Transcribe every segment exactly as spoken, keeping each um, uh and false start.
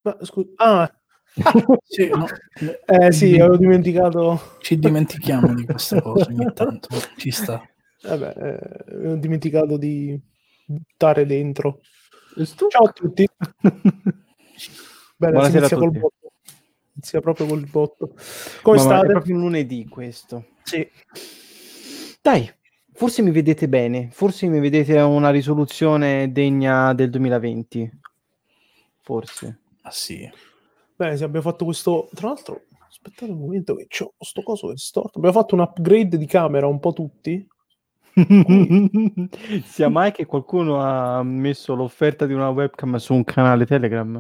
Ma scusa, ah, sì, no, eh sì, avevo dimenticato. Ci dimentichiamo di queste cose ogni tanto, ci sta. Vabbè, eh, avevo dimenticato di buttare dentro. Stuc. Ciao a tutti. Bene, Buonasera si inizia a col tutti. botto. Inizia proprio col botto. Come Ma, ma state? è proprio un lunedì questo. Sì. Dai, forse mi vedete bene, forse mi vedete a una risoluzione degna del duemilaventi. Forse. Ah sì. Bene, se abbiamo fatto questo... Tra l'altro, aspettate un momento che c'ho sto coso che è storto. Abbiamo fatto un upgrade di camera un po' tutti. Cui... Sia mai che qualcuno ha messo l'offerta di una webcam su un canale Telegram?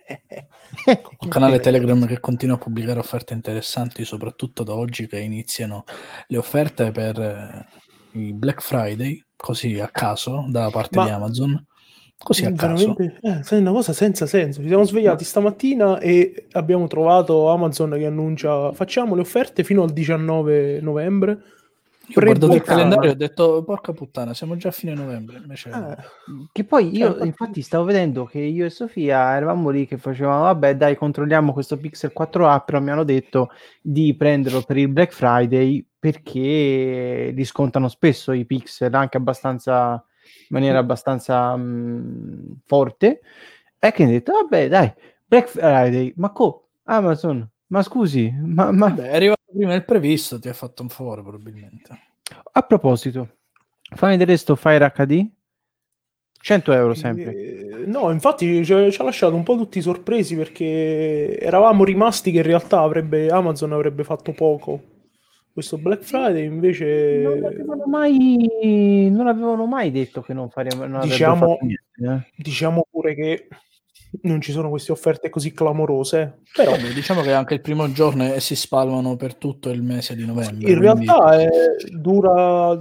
Un canale Telegram che continua a pubblicare offerte interessanti, soprattutto da oggi che iniziano le offerte per eh, il Black Friday, così a caso, da parte Ma... di Amazon. Così a caso. Veramente, eh, è una cosa senza senso. Ci siamo svegliati stamattina e abbiamo trovato Amazon che annuncia facciamo le offerte fino al diciannove novembre. Io ho guardato il calendario e ho detto porca puttana, siamo già a fine novembre. Invece... Eh. Che poi io Cioè, infatti stavo vedendo che io e Sofia eravamo lì che facevamo vabbè dai controlliamo questo Pixel quattro a, però mi hanno detto di prenderlo per il Black Friday perché li scontano spesso i Pixel anche abbastanza in maniera abbastanza mh, forte, e che hanno detto vabbè dai Black Friday, ma co Amazon, ma scusi, ma, ma... Vabbè, è arrivato prima del previsto, ti ha fatto un favore probabilmente. A proposito, fammi vedere sto Fire acca di cento euro sempre. Eh, no, infatti ci, ci ha lasciato un po' tutti sorpresi perché eravamo rimasti che in realtà avrebbe, Amazon avrebbe fatto poco questo Black Friday, invece non avevano mai, non avevano mai detto che non faremo, non diciamo, fatto niente, eh. diciamo pure che non ci sono queste offerte così clamorose, però Vabbè, diciamo che anche il primo giorno e si spalmano per tutto il mese di novembre. in quindi... realtà è, dura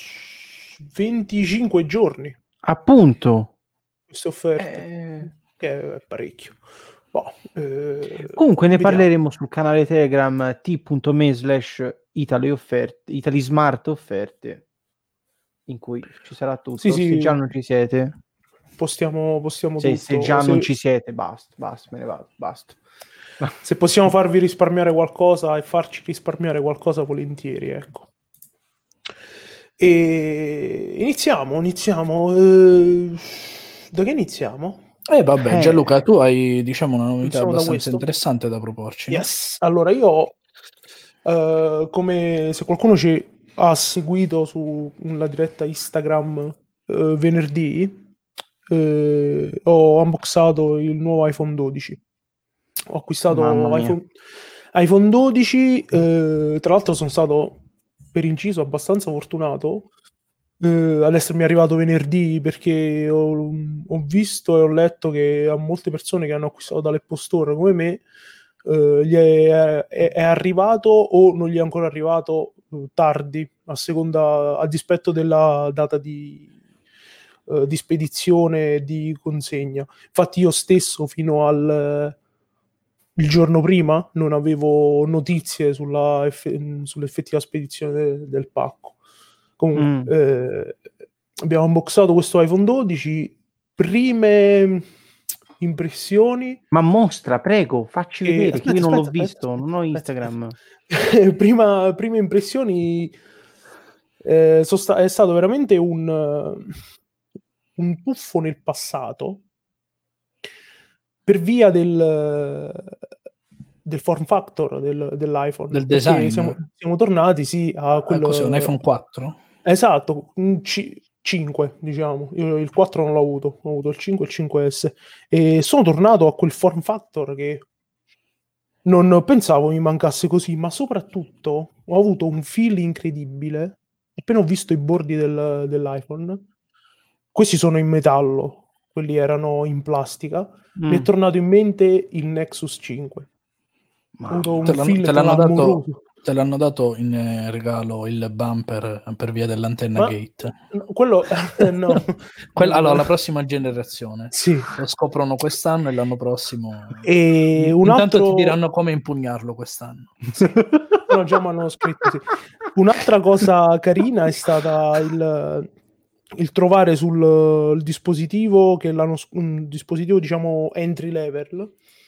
venticinque giorni. Appunto. Queste offerte, Eh... che è parecchio. Boh, eh, Comunque ne vediamo. parleremo sul canale Telegram t.me slash Italy offerte, Italy Smart offerte, in cui ci sarà tutto. Sì, sì, se già non ci siete, postiamo, postiamo se, tutto. se già se, non ci siete, basta, basta, me ne vado, basta. Se possiamo farvi risparmiare qualcosa e farci risparmiare qualcosa volentieri, ecco. E iniziamo, iniziamo. Eh, da che iniziamo? Eh vabbè, Eh. Gianluca, tu hai diciamo una novità Iniziamo da abbastanza questo. interessante da proporci. Yes. Allora io, eh, come se qualcuno ci ha seguito sulla diretta Instagram eh, venerdì, eh, ho unboxato il nuovo iPhone dodici. Ho acquistato iPhone, iPhone dodici, eh, tra l'altro sono stato per inciso abbastanza fortunato eh, ad essermi arrivato venerdì perché ho, ho visto e ho letto che a molte persone che hanno acquistato dall'Apple Store come me eh, gli è, è, è arrivato o non gli è ancora arrivato eh, tardi, a seconda, a dispetto della data di, eh, di spedizione e di consegna. Infatti io stesso fino al il giorno prima non avevo notizie sulla eff- sull'effettiva spedizione de- del pacco. Comunque, Mm. eh, abbiamo unboxato questo iPhone dodici. Prime impressioni. Ma mostra, prego, facci che... vedere, aspetta, che io non aspetta, l'ho aspetta, visto, aspetta, non ho aspetta, Instagram. aspetta. Prima, prime impressioni eh, sono sta- è stato veramente un, un tuffo nel passato per via del, del form factor del, dell'iPhone, Del perché design. siamo, siamo tornati sì a quel... Ah, cos'è, un iPhone quattro? Esatto, un C- cinque diciamo, io il quattro non l'ho avuto, ho avuto il cinque e il cinque S e sono tornato a quel form factor che non pensavo mi mancasse così, ma soprattutto ho avuto un feel incredibile appena ho visto i bordi del, dell'iPhone. Questi sono in metallo, quelli erano in plastica. Mm. Mi è tornato in mente il Nexus cinque. Ho avuto un Te l'hanno, feel te l'hanno dato, clamoroso. te l'hanno dato in eh, regalo il bumper per via dell'antenna Ma gate. no, quello no. Quella, Non- allora, la prossima generazione Sì. lo scoprono quest'anno e l'anno prossimo. E un Intanto altro... ti diranno come impugnarlo quest'anno. Sì. No, già mi hanno scritto, sì. Un'altra cosa carina è stata il, il trovare sul il dispositivo che l'hanno un dispositivo diciamo entry level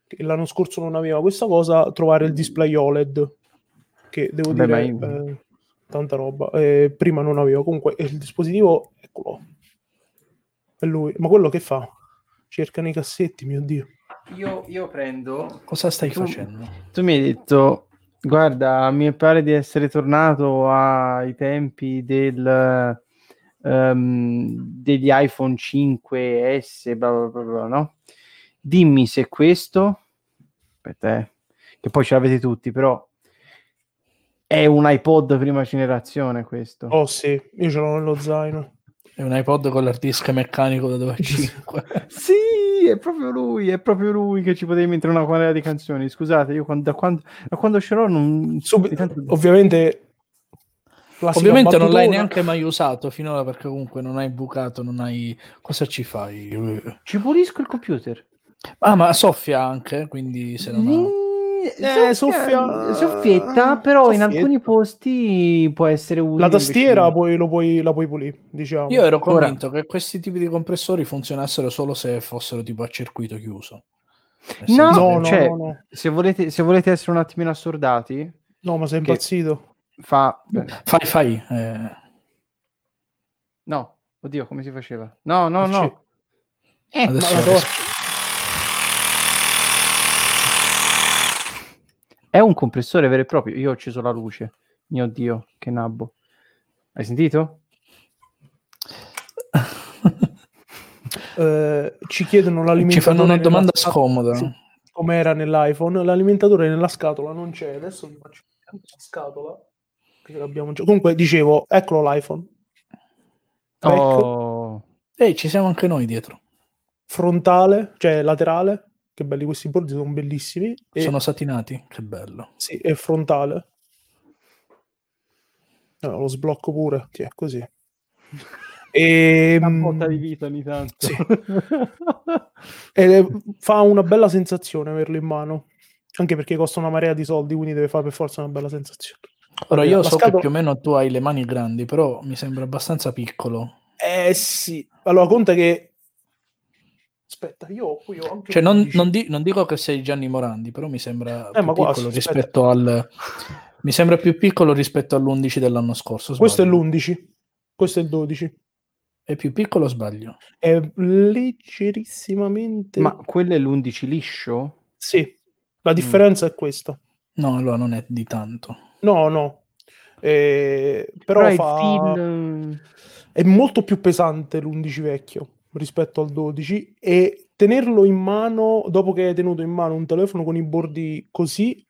che l'anno scorso non aveva questa cosa, trovare il display O L E D, che devo Beh, dire ma io- eh, tanta roba. Eh, prima non avevo, comunque il dispositivo, eccolo, è lui. Ma quello che fa? Cerca nei cassetti, mio Dio. Io, io prendo. Cosa stai tu, facendo? Tu mi hai detto, guarda, mi pare di essere tornato ai tempi del, ehm, degli iPhone cinque S, bla bla bla bla, no? Dimmi se questo, aspetta, eh, che poi ce l'avete tutti, però è un iPod prima generazione questo. Oh sì, io ce l'ho nello zaino. È un iPod con l'hard disk meccanico da due virgola cinque. Sì, è proprio lui, è proprio lui che ci potevi mettere una quantità di canzoni. Scusate, io quando, da, quando, da quando ce l'ho non... Sub- tanto... Ovviamente, classica Ovviamente non l'hai battutona. neanche mai usato finora perché comunque non hai bucato, non hai... Cosa ci fai? Ci pulisco il computer. Ah, ma soffia anche, quindi se non ha... Eh, soffia, soffia- soffietta, però in soffietta. alcuni posti può essere utile. La tastiera invece- poi, lo puoi, la puoi pulire, diciamo. Io ero Ora- convinto che questi tipi di compressori funzionassero solo se fossero tipo a circuito chiuso. Nel No, senso No, che- no, cioè, no, no. Se, volete, se volete essere un attimino assordati, No, ma sei Che- impazzito. fa... Fai, fai. eh. No, oddio, come si faceva? No, no, Perché- no. Eh, Adesso ma la adesso- torcia. È un compressore vero e proprio. Io ho acceso la luce. Mio Dio, che nabbo. Hai sentito? Eh, ci chiedono l'alimentatore. Ci fanno una nella domanda scatola. scomoda. Sì, come era nell'iPhone. L'alimentatore nella scatola non c'è. Adesso vi faccio vedere la scatola. Che ce l'abbiamo già. Comunque, dicevo, eccolo l'iPhone. Back, Oh, Ehi, ci siamo anche noi dietro. frontale, cioè laterale. Che belli questi bordi, sono bellissimi. E, Sono satinati, che bello. sì, e frontale. No, lo sblocco pure. Sì, è così. E, una botta di vita ogni tanto. sì. E fa una bella sensazione averlo in mano, anche perché costa una marea di soldi, quindi deve fare per forza una bella sensazione. Ora Vabbè, io la so scatola- che più o meno tu hai le mani grandi, però mi sembra abbastanza piccolo. Eh sì, allora conta che aspetta, io ho qui ho anche Cioè non, undici. non di- non dico che sei Gianni Morandi, però mi sembra Eh, più ma quasi, piccolo aspetta. rispetto al... Mi sembra più piccolo rispetto all'undici dell'anno scorso. Questo è sbaglio? l'undici, questo è il dodici. È più piccolo o sbaglio? È leggerissimamente... Ma quello è l'undici liscio? Sì, la differenza è questa. No, allora non è di tanto. No, no. Eh, però Però il fa... feel... è molto più pesante l'undici vecchio rispetto al dodici e tenerlo in mano, dopo che hai tenuto in mano un telefono con i bordi così,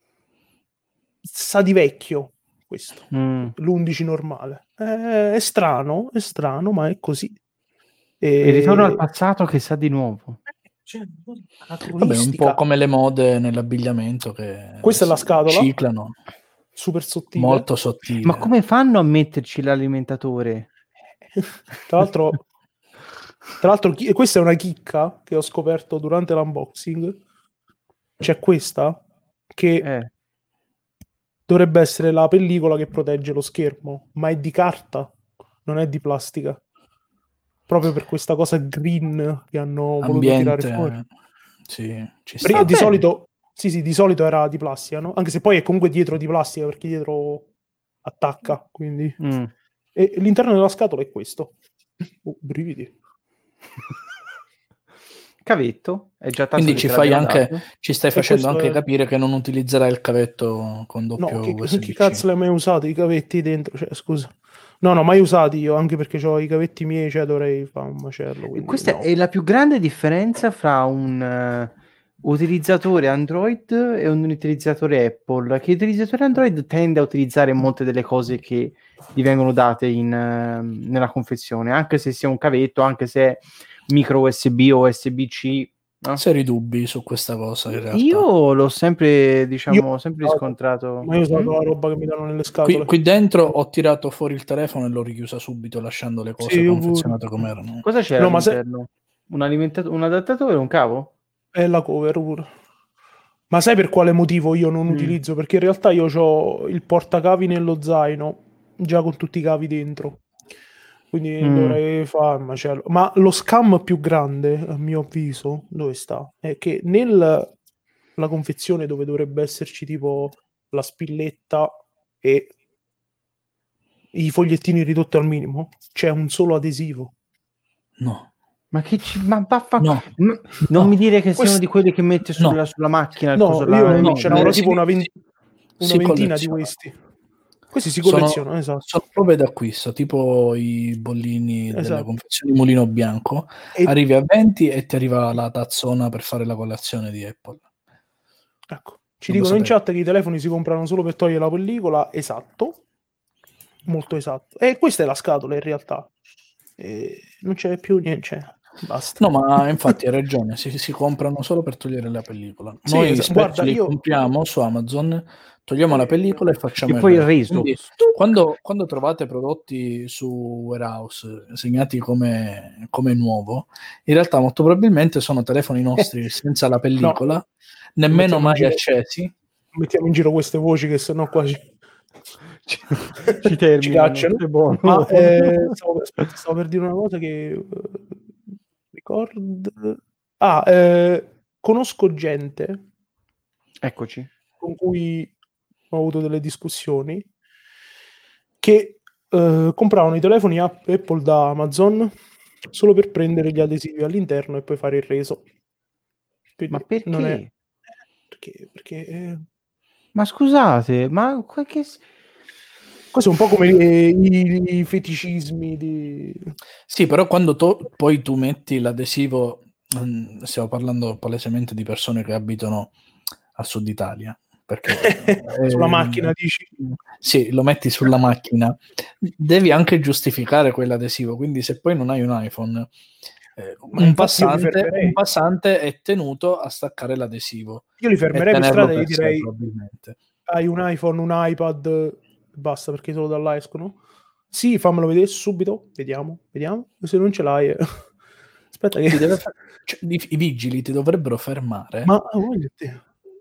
sa di vecchio questo, Mm. l'undici normale. Eh, è strano, è strano, ma è così. E... Il ritorno al passato che sa di nuovo. Cioè, Vabbè, un anacronistica. po' come le mode nell'abbigliamento che Questa è la scatola. ciclano, Super sottile. molto sottile. Ma come fanno a metterci l'alimentatore? Tra l'altro, tra l'altro chi- questa è una chicca che ho scoperto durante l'unboxing. C'è questa che Eh. dovrebbe essere la pellicola che protegge lo schermo, ma è di carta, non è di plastica. Proprio per questa cosa green che hanno voluto tirare fuori. Ambiente, sì, ci Pri- sta. di solito, sì, sì, di solito era di plastica, no? Anche se poi è comunque dietro di plastica perché dietro attacca, quindi. Mm. E l'interno della scatola è questo. Oh, brividi. Cavetto, è già tanto Quindi che ci te fai l'abbiamo anche, dato. ci stai E facendo questo anche è- capire che non utilizzerai il cavetto con doppio No, che, U S B che C. cazzo l'hai mai usato i cavetti dentro? Cioè, scusa. No, no, mai usati io, anche perché ho i cavetti miei, cioè dovrei fare un macello. Quindi Questa no. è la più grande differenza fra un eh, utilizzatore Android e un utilizzatore Apple, che l'utilizzatore Android tende a utilizzare molte delle cose che gli vengono date in, eh, nella confezione, anche se sia un cavetto, anche se è micro U S B o U S B C. No? Seri dubbi su questa cosa in realtà. Io l'ho sempre, diciamo, Io- sempre riscontrato. Mai usato Mm? la roba che mi danno nelle scatole. Qui, qui dentro ho tirato fuori il telefono e l'ho richiusa subito lasciando le cose Sì, io confezionate come erano. Cosa c'era No, ma se- all'interno? Un, alimenta- un adattatore, un cavo? È la cover pure. Ma sai per quale motivo io non Mm. utilizzo? Perché in realtà io ho il portacavi nello zaino, già con tutti i cavi dentro. Quindi Mm. dovrei fare un macello. Ma lo scam più grande, a mio avviso, dove sta? È che nel la confezione dove dovrebbe esserci tipo la spilletta e i fogliettini ridotti al minimo? C'è un solo adesivo. No. Ma che ci... Ma vaffa... No. M- non No. mi dire che Questo- siano di quelli che mette sulla, No. sulla macchina. il No, coso io là, no, eh, ce n'avrò eh, tipo si- una, vent- si- una si ventina di colleziona. questi. Questi si Sono- collezionano, esatto. Sono robe d'acquisto, tipo i bollini delle Esatto. confezioni Mulino Bianco. E- Arrivi a venti e ti arriva la tazzona per fare la colazione di Apple. Ecco, ci Non lo dicono in sapevo. chat che i telefoni si comprano solo per togliere la pellicola. Esatto, molto esatto. E questa è la scatola in realtà. E non c'è più niente, cioè, basta. No, ma infatti hai ragione, si, si comprano solo per togliere la pellicola. Sì, Noi esatto. spesso Guarda, li io- compriamo su Amazon, togliamo la pellicola e facciamo E poi il reso. Quindi, quando, quando trovate prodotti su Warehouse segnati come, come nuovo, in realtà molto probabilmente sono telefoni nostri senza la pellicola, nemmeno Mettiamo in mai giro- accesi. Mettiamo in giro queste voci che sennò qua ci, ci, Ci terminano, ci cacciano. è buono. Ma eh, stavo, aspetta, stavo per dire una cosa che eh, ricordo. Ah, eh, conosco gente Eccoci. con cui ho avuto delle discussioni che eh, compravano i telefoni app- Apple da Amazon solo per prendere gli adesivi all'interno e poi fare il reso. Quindi Ma perché? non è- perché, perché eh, Ma scusate, ma qualche... questo è un po' come i, i feticismi di... Sì, però quando to- poi tu metti l'adesivo, mm, stiamo parlando palesemente di persone che abitano al sud Italia, perché sulla eh, macchina dici? sì, lo metti sulla macchina, devi anche giustificare quell'adesivo, quindi se poi non hai un iPhone, eh, Ma un, infatti io li passante, fermerei. un passante è tenuto a staccare l'adesivo Io li e fermerei per tenerlo strada e gli per sé, direi probabilmente. hai un iPhone, un iPad, basta perché solo da là escono. Sì, fammelo vedere subito, vediamo, vediamo. Se non ce l'hai... eh. Aspetta Ti che... deve fa- cioè, i, i vigili ti dovrebbero fermare. Ma ah, voglio te.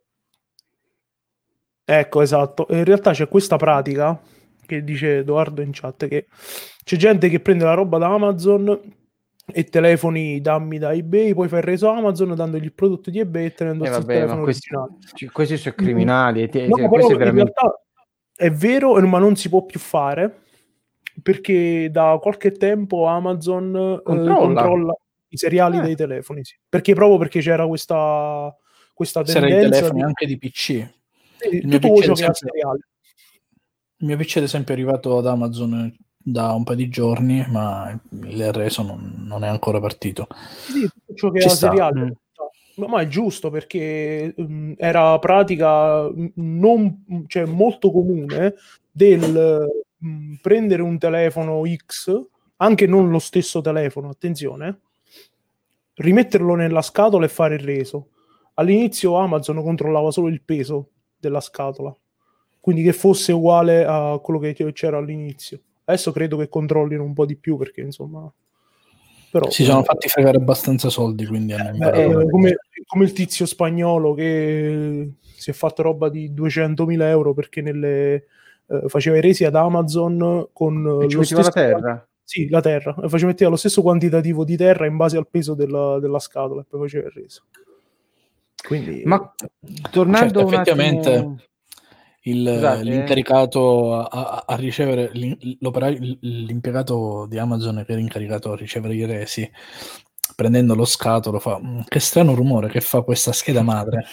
Ecco, esatto. In realtà c'è questa pratica che dice Edoardo in chat che c'è gente che prende la roba da Amazon e telefoni dammi da eBay, poi fa il reso Amazon dandogli il prodotto di eBay e tenendo Eh, il vabbè, telefono ma questi, originale. ci- questi sono criminali. te- No, te- però questo è in veramente... realtà è vero, ma non si può più fare perché da qualche tempo Amazon eh, Controlla. controlla i seriali Eh. dei telefoni. Sì. Perché proprio perché c'era questa, questa C'era i tendenza telefoni di anche di P C. sì, Il mio tutto P C, ciò ad che ha esempio, seriale. il mio P C ad esempio è arrivato ad Amazon da un paio di giorni, ma il reso non, non è ancora partito. Sì, tutto ciò che Ci ha sta. seriale. Mm. Ma, ma è giusto perché um, era pratica mm, non, cioè, molto comune del mm, prendere un telefono X, anche non lo stesso telefono, attenzione, rimetterlo nella scatola e fare il reso. All'inizio Amazon controllava solo il peso della scatola, quindi che fosse uguale a quello che c'era all'inizio. Adesso credo che controllino un po' di più perché insomma... Però, Si sono fatti fregare abbastanza soldi, quindi hanno eh, imparato. eh, come, come il tizio spagnolo che si è fatto roba di duecentomila euro perché nelle, eh, faceva i resi ad Amazon con E ci lo metteva la stesso terra. sì, la terra, e faceva metteva lo stesso quantitativo di terra in base al peso della, della scatola e poi faceva il reso. Quindi Ma tornando Certo, un effettivamente attimo... il- Scusate, eh. l'incaricato a, a- a ricevere l'in- l'operaio- l'impiegato di Amazon che era incaricato a ricevere i resi, prendendo lo scatolo fa "Mm, che strano rumore che fa questa scheda madre".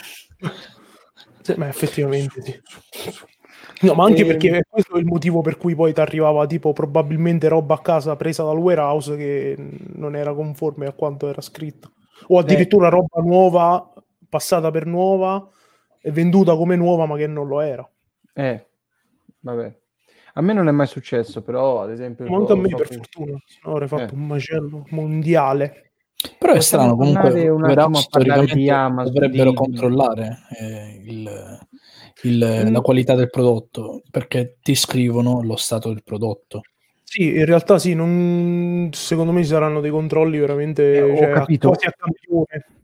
sì, ma effettivamente sì. No, ma anche Ehm. perché questo è il motivo per cui poi ti arrivava tipo probabilmente roba a casa presa dal warehouse che non era conforme a quanto era scritto, o addirittura roba nuova passata per nuova e venduta come nuova ma che non lo era. Eh, vabbè. A me non è mai successo, però ad esempio... Manca a me so- per fortuna, se no avrei fatto Eh. un macello mondiale. Però è Possiamo strano, comunque tornare un i warehouse attimo a parlare di storicamente Amazon, dovrebbero di- controllare eh, il- il- Mm. la qualità del prodotto, perché ti scrivono lo stato del prodotto. Sì, in realtà sì, non... secondo me ci saranno dei controlli veramente Eh, ho cioè, capito. quasi a campione.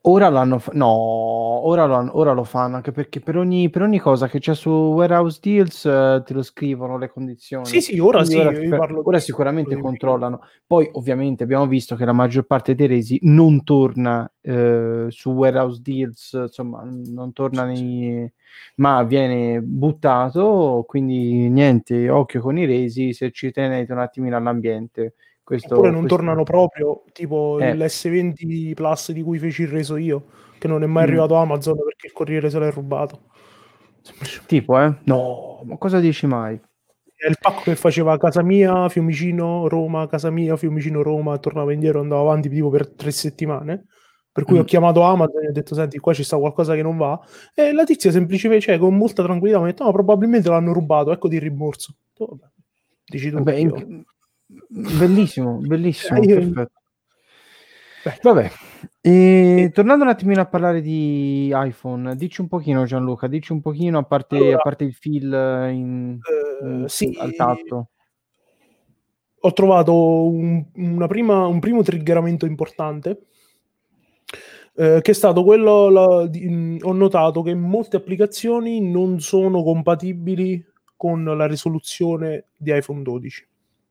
Ora l'hanno fa- no, ora lo, hanno- ora lo fanno, anche perché per ogni, per ogni cosa che c'è su Warehouse Deals eh, te lo scrivono le condizioni. Sì, sì, ora Quindi sì, ora, io parlo ora di... sicuramente controllano. Poi ovviamente abbiamo visto che la maggior parte dei resi non torna eh, su Warehouse Deals, insomma, non torna nei... ma viene buttato, quindi niente, occhio con i resi se ci tenete un attimino all'ambiente. Questo, Oppure non questo... tornano proprio, tipo Eh, l'S venti Plus di cui feci il reso io, che non è mai mm. arrivato a Amazon perché il corriere se l'è rubato. Tipo, eh? No, ma cosa dici mai? È il pacco che faceva casa mia, Fiumicino, Roma, casa mia, Fiumicino, Roma, e tornava indietro, andava avanti tipo per tre settimane. Per cui ho Mm. chiamato Amazon e ho detto: Senti, qua ci sta qualcosa che non va. E la tizia semplicemente, cioè, con molta tranquillità, mi ha detto: No, probabilmente l'hanno rubato, ecco di rimborso. Ho detto, vabbè, dici tu, Vabbè, io. in- bellissimo, Eh, bellissimo, io... perfetto. Aspetta. Vabbè, e tornando un attimino a parlare di iPhone, dici un pochino Gianluca, dici un pochino a parte, a Allora, parte il feel in, in- eh, sì, al tatto. ho trovato un, una prima, un primo triggeramento importante, eh, che è stato quello, la- di- mh, ho notato che molte applicazioni non sono compatibili con la risoluzione di iPhone dodici.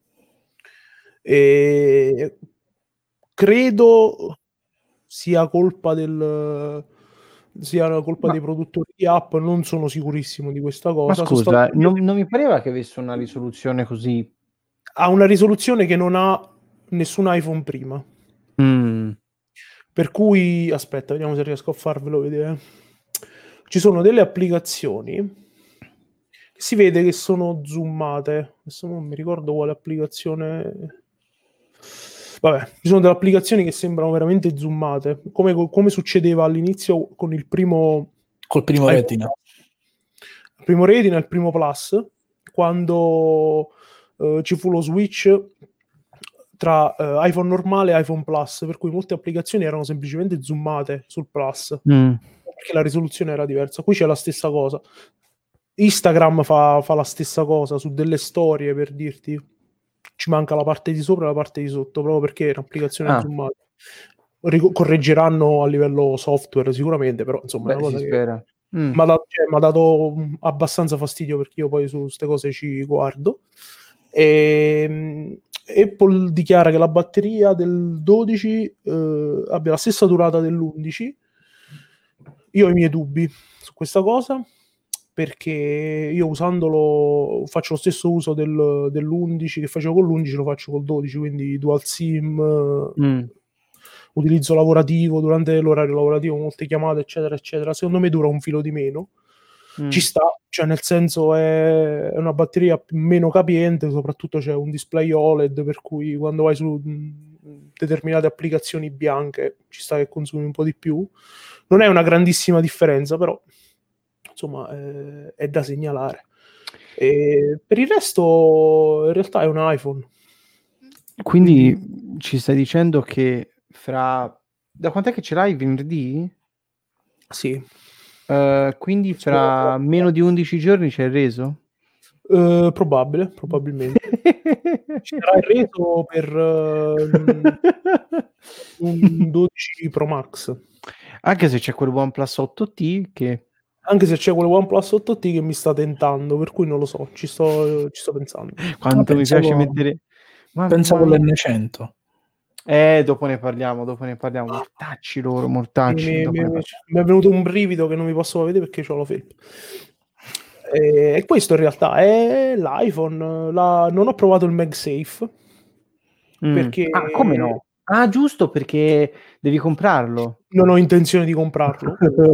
E credo sia colpa del sia una colpa Ma, dei produttori di app, non sono sicurissimo di questa ma cosa. scusa, eh, non, Sostanzialmente non mi pareva che avesse una risoluzione così. ha una risoluzione che non ha nessun iPhone prima. Mm, Per cui, aspetta, vediamo se riesco a farvelo vedere. Ci sono delle applicazioni che si vede che sono zoomate. Adesso non mi ricordo quale applicazione. Vabbè, ci sono delle applicazioni che sembrano veramente zoomate, come, come succedeva all'inizio con il primo Col primo iPhone Retina. Plus. Il primo Retina e il primo Plus, quando eh, ci fu lo switch tra eh, iPhone normale e iPhone Plus, per cui molte applicazioni erano semplicemente zoomate sul Plus, mm, perché la risoluzione era diversa. Qui c'è la stessa cosa. Instagram fa, fa la stessa cosa su delle storie, per dirti. Ci manca la parte di sopra e la parte di sotto, proprio perché è un'applicazione ah, zoomata. Ric- correggeranno a livello software sicuramente, però insomma è beh, una si cosa che spera. Mm, mi ha dato, cioè, m'ha dato mh, abbastanza fastidio, perché io poi su queste cose ci guardo. E, Apple dichiara che la batteria del dodici eh, abbia la stessa durata dell'undici. Io ho i miei dubbi su questa cosa, perché io usandolo faccio lo stesso uso del, dell'undici che facevo con l'undici, lo faccio col dodici, quindi dual sim, mm, eh, utilizzo lavorativo, durante l'orario lavorativo, molte chiamate, eccetera, eccetera. Secondo me dura un filo di meno. Ci mm. sta, cioè nel senso è, è una batteria più- meno capiente, soprattutto c'è un display O L E D, per cui quando vai su mh, determinate applicazioni bianche ci sta che consumi un po' di più. Non è una grandissima differenza, però insomma eh, è da segnalare. E per il resto in realtà è un iPhone. Quindi Quindi ci stai dicendo che fra... Da quant'è che ce l'hai venerdì? sì. Eh, quindi fra meno di undici giorni c'è il reso? Eh, probabile, probabilmente. Ci sarà il reso per ehm, un dodici Pro Max. Anche se c'è quel OnePlus otto T che... Anche se c'è quello OnePlus otto T che mi sta tentando, per cui non lo so, ci sto, ci sto pensando. Ah, Quanto mi piace pensavo, mettere... pensavo Mamma... l'N cento. Eh, dopo ne parliamo, dopo ne parliamo. Mortacci loro, Mi, mortacci, mi- dopo mi- ne mi- parliamo. mi è venuto un brivido che non vi posso vedere perché ho la felpa. E, e questo in realtà è l'iPhone. La- non ho provato il MagSafe Mm. perché Ah, come no? Ah, giusto, perché devi comprarlo. non ho intenzione di comprarlo,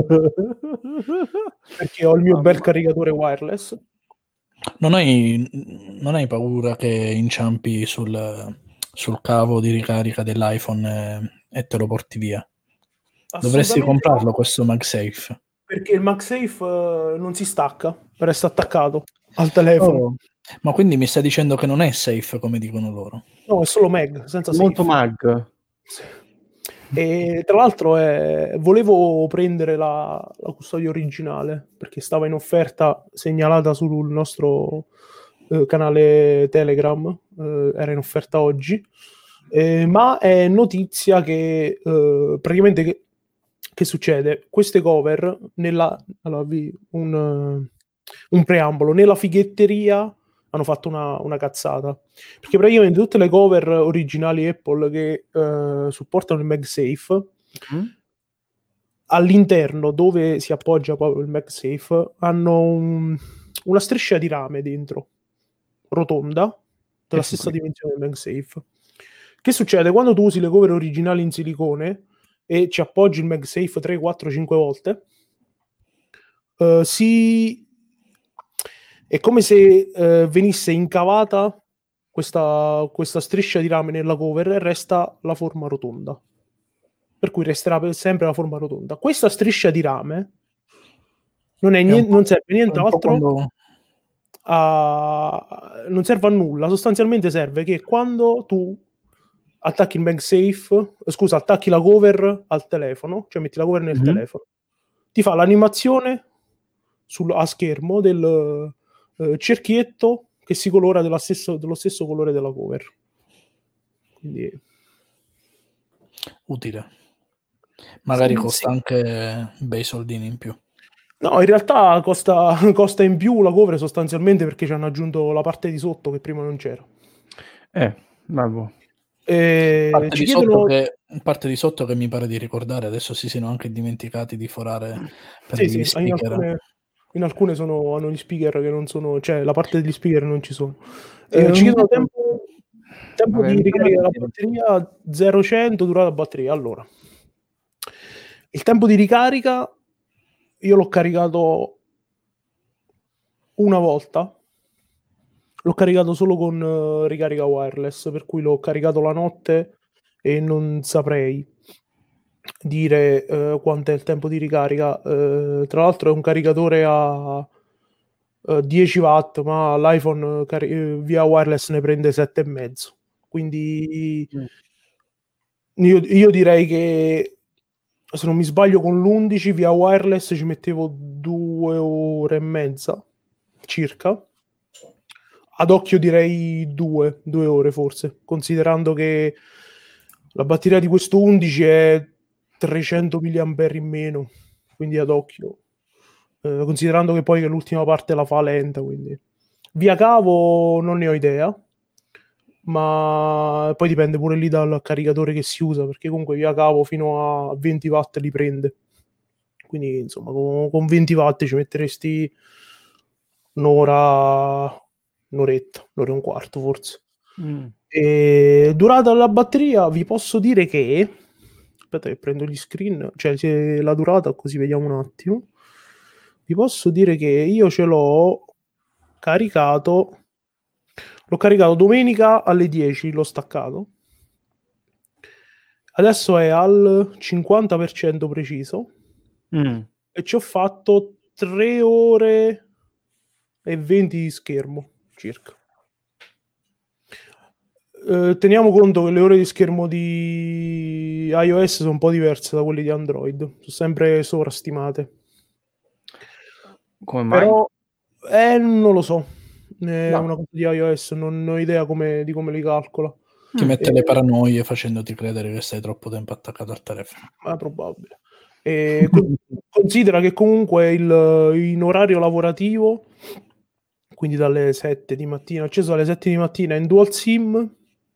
perché ho il mio bel Mamma. caricatore wireless. Non hai, non hai paura che inciampi sul, sul cavo di ricarica dell'iPhone e, e te lo porti via? Dovresti Assolutamente no, comprarlo questo MagSafe. perché il MagSafe eh, non si stacca, resta attaccato al telefono. Oh, ma quindi mi stai dicendo che non è safe come dicono loro? No, è solo Mag, senza Molto safe. mag. Sì. E tra l'altro eh, volevo prendere la, la custodia originale perché stava in offerta segnalata sul nostro eh, canale Telegram, eh, era in offerta oggi, eh, ma è notizia che eh, praticamente che che succede? Queste cover, nella, allora, vi, un, un preambolo, nella fighetteria hanno fatto una, una cazzata, perché praticamente tutte le cover originali Apple che eh, supportano il MagSafe, Mm. all'interno dove si appoggia proprio il MagSafe hanno un, una striscia di rame dentro, rotonda, della Che stessa qui. dimensione del MagSafe. Che succede? Quando tu usi le cover originali in silicone e ci appoggi il MagSafe tre, quattro, cinque volte, eh, si... è come se eh, venisse incavata questa, questa striscia di rame nella cover e resta la forma rotonda. Per cui resterà per sempre la forma rotonda. Questa striscia di rame non, è niente, non serve nient'altro quando... a... non serve a nulla. Sostanzialmente serve che quando tu attacchi il MagSafe, scusa, attacchi la cover al telefono, cioè metti la cover nel Mhm. telefono, ti fa l'animazione sul, a schermo del eh, cerchietto che si colora della stesso, dello stesso colore della cover. Quindi utile. Magari sì, costa sì. anche bei soldini in più. No, in realtà costa, costa in più la cover sostanzialmente perché ci hanno aggiunto la parte di sotto che prima non c'era. Eh, vabbè. E Parte ci di, sotto chiedono... che, parte di sotto che mi pare di ricordare, adesso si siano anche dimenticati di forare per Sì, gli sì, in speaker. alcune, in alcune sono, hanno gli speaker che non sono, cioè la parte degli speaker non ci sono. Sì, Eh, ci un- chiedono tempo, tempo Vabbè, di mi ricarica della fanno batteria zero cento, durata batteria. Allora, il tempo di ricarica io l'ho caricato una volta, l'ho caricato solo con eh, ricarica wireless, per cui l'ho caricato la notte e non saprei dire eh, quanto è il tempo di ricarica. Eh, tra l'altro è un caricatore a eh, dieci watt, ma l'iPhone eh, cari- eh, via wireless ne prende sette e mezzo. Quindi Mm. io, io direi che se non mi sbaglio con l'undici via wireless ci mettevo due ore e mezza circa. Ad occhio direi due, due ore forse, considerando che la batteria di questo undici è trecento milliampere in meno, quindi ad occhio. Eh, considerando che poi che l'ultima parte la fa lenta, quindi via cavo non ne ho idea, ma poi dipende pure lì dal caricatore che si usa, perché comunque via cavo fino a venti watt li prende. Quindi insomma con, con venti watt ci metteresti un'ora, un'oretta, un'ora e un quarto forse. Mm. E durata della batteria vi posso dire che aspetta che prendo gli screen, cioè se la durata così vediamo un attimo. Vi posso dire che io ce l'ho caricato, l'ho caricato domenica alle dieci, l'ho staccato. Adesso è al cinquanta per cento preciso Mm. e ci ho fatto tre ore e venti di schermo circa. Eh, teniamo conto che le ore di schermo di iOS sono un po' diverse da quelle di Android, sono sempre sovrastimate. Come mai? Però eh, non lo so, è No. una cosa di iOS, non ho idea come, di come li calcola. Ti Mm. mette Eh, le paranoie facendoti credere che stai troppo tempo attaccato al telefono. ma è probabile. E con- considera che comunque il, in orario lavorativo, quindi dalle sette di mattina, acceso alle sette di mattina in dual sim,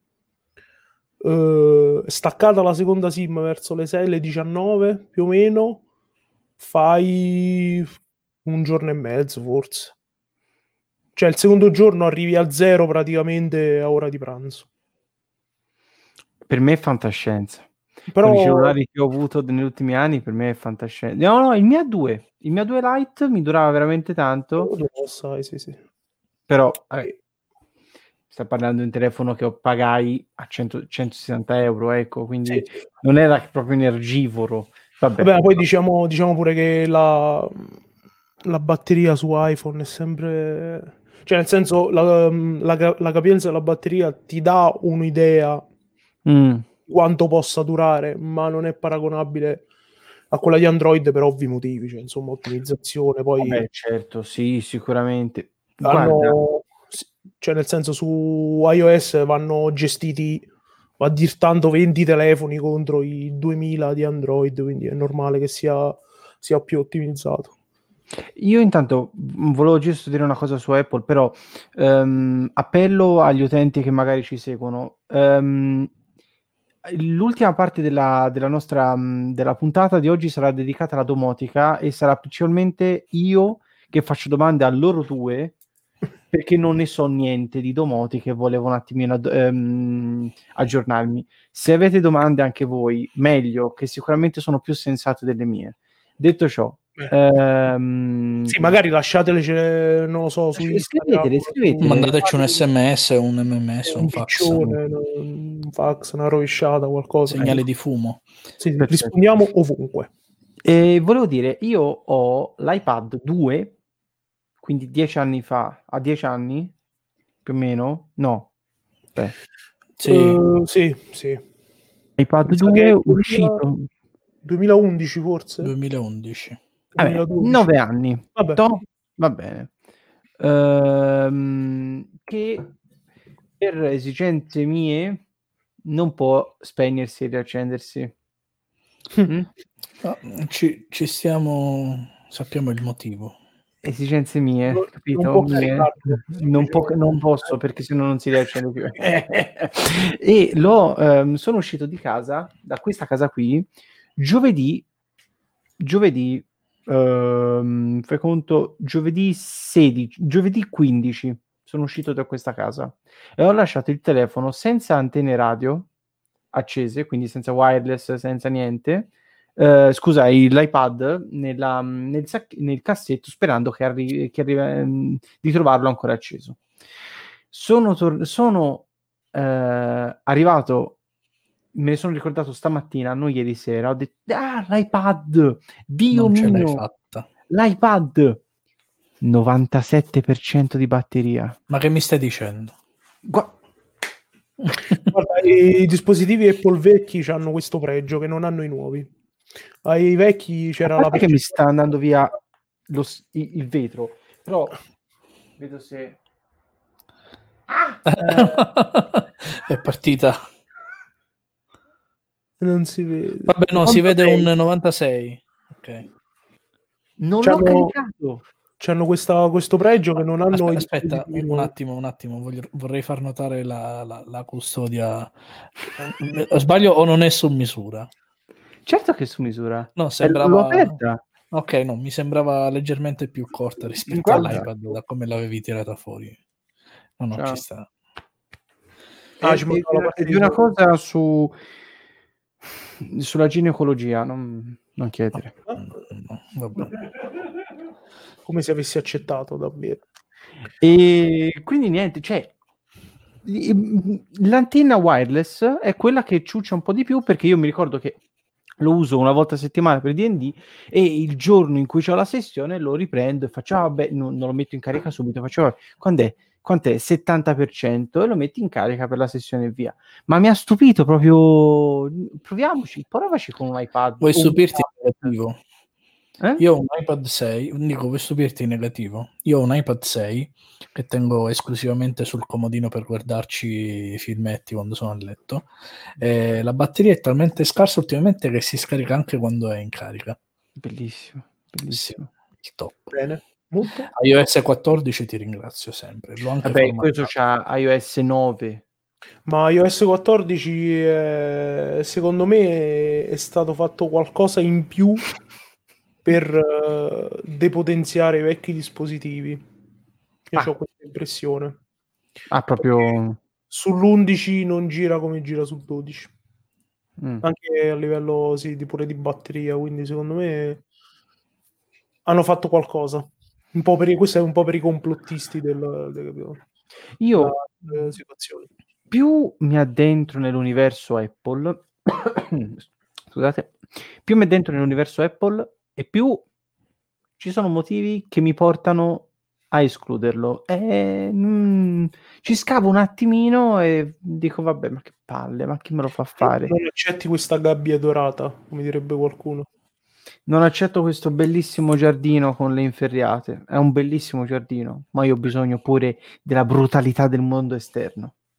eh, staccata la seconda sim verso le sei, le diciannove più o meno, fai un giorno e mezzo forse. Cioè il secondo giorno arrivi a zero praticamente a ora di pranzo. Per me è fantascienza. Però Con i cellulari che ho avuto negli ultimi anni, per me è fantascienza. No, no, il mio A due. Il mio A due Lite mi durava veramente tanto. lo sai, sì, sì. Però, vabbè, sta parlando di un telefono che ho pagai a cento, centosessanta euro, ecco, quindi Sì, sì. non era proprio energivoro. Vabbè, Vabbè, poi diciamo, diciamo pure che la, la batteria su iPhone è sempre... Cioè, nel senso, la, la, la capienza della batteria ti dà un'idea Mm. di quanto possa durare, ma non è paragonabile a quella di Android per ovvi motivi, cioè, insomma, ottimizzazione, poi Vabbè, certo, sì, sicuramente. Guarda, hanno... Cioè, nel senso, su iOS vanno gestiti a dir tanto venti telefoni contro i duemila di Android, quindi è normale che sia, sia più ottimizzato. Io intanto volevo giusto dire una cosa su Apple, però um, appello agli utenti che magari ci seguono. Um, l'ultima parte della, della nostra della puntata di oggi sarà dedicata alla domotica e sarà principalmente io che faccio domande a loro due, perché non ne so niente di domotica e volevo un attimino um, aggiornarmi. Se avete domande anche voi, meglio, che sicuramente sono più sensate delle mie. Detto ciò, ehm... sì, magari lasciatele, non lo so, su Instagram, scrivetele, scrivetele. Mandateci un sms, un mms, un, un fax, piccione, un fax, una rovesciata, qualcosa. Segnale eh. di fumo. Sì, sì, rispondiamo ovunque. E volevo dire, io ho l'iPad due, quindi dieci anni fa, a dieci anni più o meno, no? Beh. Sì. Uh, sì, sì. iPad due è uscito duemilaundici forse? duemilaundici. Vabbè, nove anni. Vabbè. To? Va bene. Ehm, che per esigenze mie non può spegnersi e riaccendersi. Mm? No, ci, ci stiamo, sappiamo il motivo. Esigenze mie, non, capito? Non, mie. Non, po- non posso perché sennò non si riaccende più. E lo ehm, sono uscito di casa, da questa casa qui, giovedì, giovedì, ehm, fai conto, giovedì sedici, giovedì quindici sono uscito da questa casa e ho lasciato il telefono senza antenne radio accese, quindi senza wireless, senza niente. Uh, scusa, l'iPad nella, nel, sac- nel cassetto sperando che, arri- che arriva um, di trovarlo ancora acceso. Sono, tor- sono uh, arrivato, me ne sono ricordato stamattina, non ieri sera, ho detto, ah, l'iPad, Dio non mio, ce l'hai fatta. L'iPad, novantasette per cento di batteria. Ma che mi stai dicendo? Gu- Guarda, i dispositivi Apple vecchi hanno questo pregio che non hanno i nuovi. Ai vecchi c'era la che mi sta andando via lo, il, il vetro, però vedo se ah! È partita. Non si vede. Vabbè, no, novantasei. Si vede un novantasei. Ok. Non c'hanno, l'ho caricato. C'hanno questa, questo pregio che non hanno. Aspetta, aspetta un, un attimo, un attimo. Voglio, vorrei far notare la, la, la custodia. Sbaglio o non è su misura? Certo che è su misura. No, sembrava. aperta. Ok, no, mi sembrava leggermente più corta rispetto Guarda. all'iPad, da come l'avevi tirata fuori. No, no, Ciao. Ci sta. Ah, e, e, e di una cosa su sulla ginecologia, non, non chiedere. No, no, vabbè. Come se avessi accettato davvero. E quindi niente, cioè l'antenna wireless è quella che ciuccia un po' di più, perché io mi ricordo che lo uso una volta a settimana per D and D e il giorno in cui ho la sessione lo riprendo e faccio, ah, vabbè, non, non lo metto in carica subito, faccio, vabbè, quant'è? Quant'è? settanta per cento e lo metti in carica per la sessione e via. Ma mi ha stupito proprio, proviamoci, provaci con un iPad. Vuoi stupirti in negativo? Eh? Io ho un iPad sei, dico, vuoi stupirti in negativo? Io ho un iPad sei che tengo esclusivamente sul comodino per guardarci i filmetti quando sono a letto. E la batteria è talmente scarsa ultimamente che si scarica anche quando è in carica. Bellissimo, bellissimo. Sì, il top. Bene. Molto. iOS quattordici ti ringrazio sempre. L'ho anche Vabbè, questo c'ha iOS nove. Ma iOS quattordici eh, secondo me è stato fatto qualcosa in più per uh, depotenziare i vecchi dispositivi. Io ah. ho questa impressione. Ah, proprio Perché sull'undici non gira come gira sul dodici. Mm. Anche a livello sì, di pure di batteria, quindi secondo me hanno fatto qualcosa. Un po' per, questo è un po' per i complottisti del, del, io della situazione. Più mi addentro nell'universo Apple scusate, più mi addentro nell'universo Apple e più ci sono motivi che mi portano a escluderlo. E, mm, ci scavo un attimino e dico vabbè, ma che palle, ma chi me lo fa fare? Non accetti questa gabbia dorata, come direbbe qualcuno. Non accetto questo bellissimo giardino con le inferriate. È un bellissimo giardino, ma io ho bisogno pure della brutalità del mondo esterno.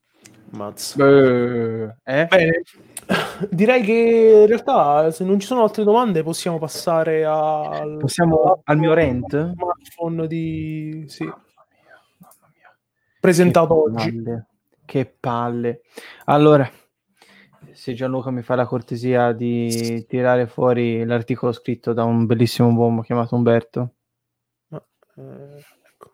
Mazza. Eh, eh? Bene, direi che in realtà se non ci sono altre domande possiamo passare al, Possiamo al mio rant? smartphone di sì, Mamma mia, mamma mia. presentato Che oggi. palle, che palle. Allora, se Gianluca mi fa la cortesia di tirare fuori l'articolo scritto da un bellissimo uomo chiamato Umberto. Ah, eh, ecco.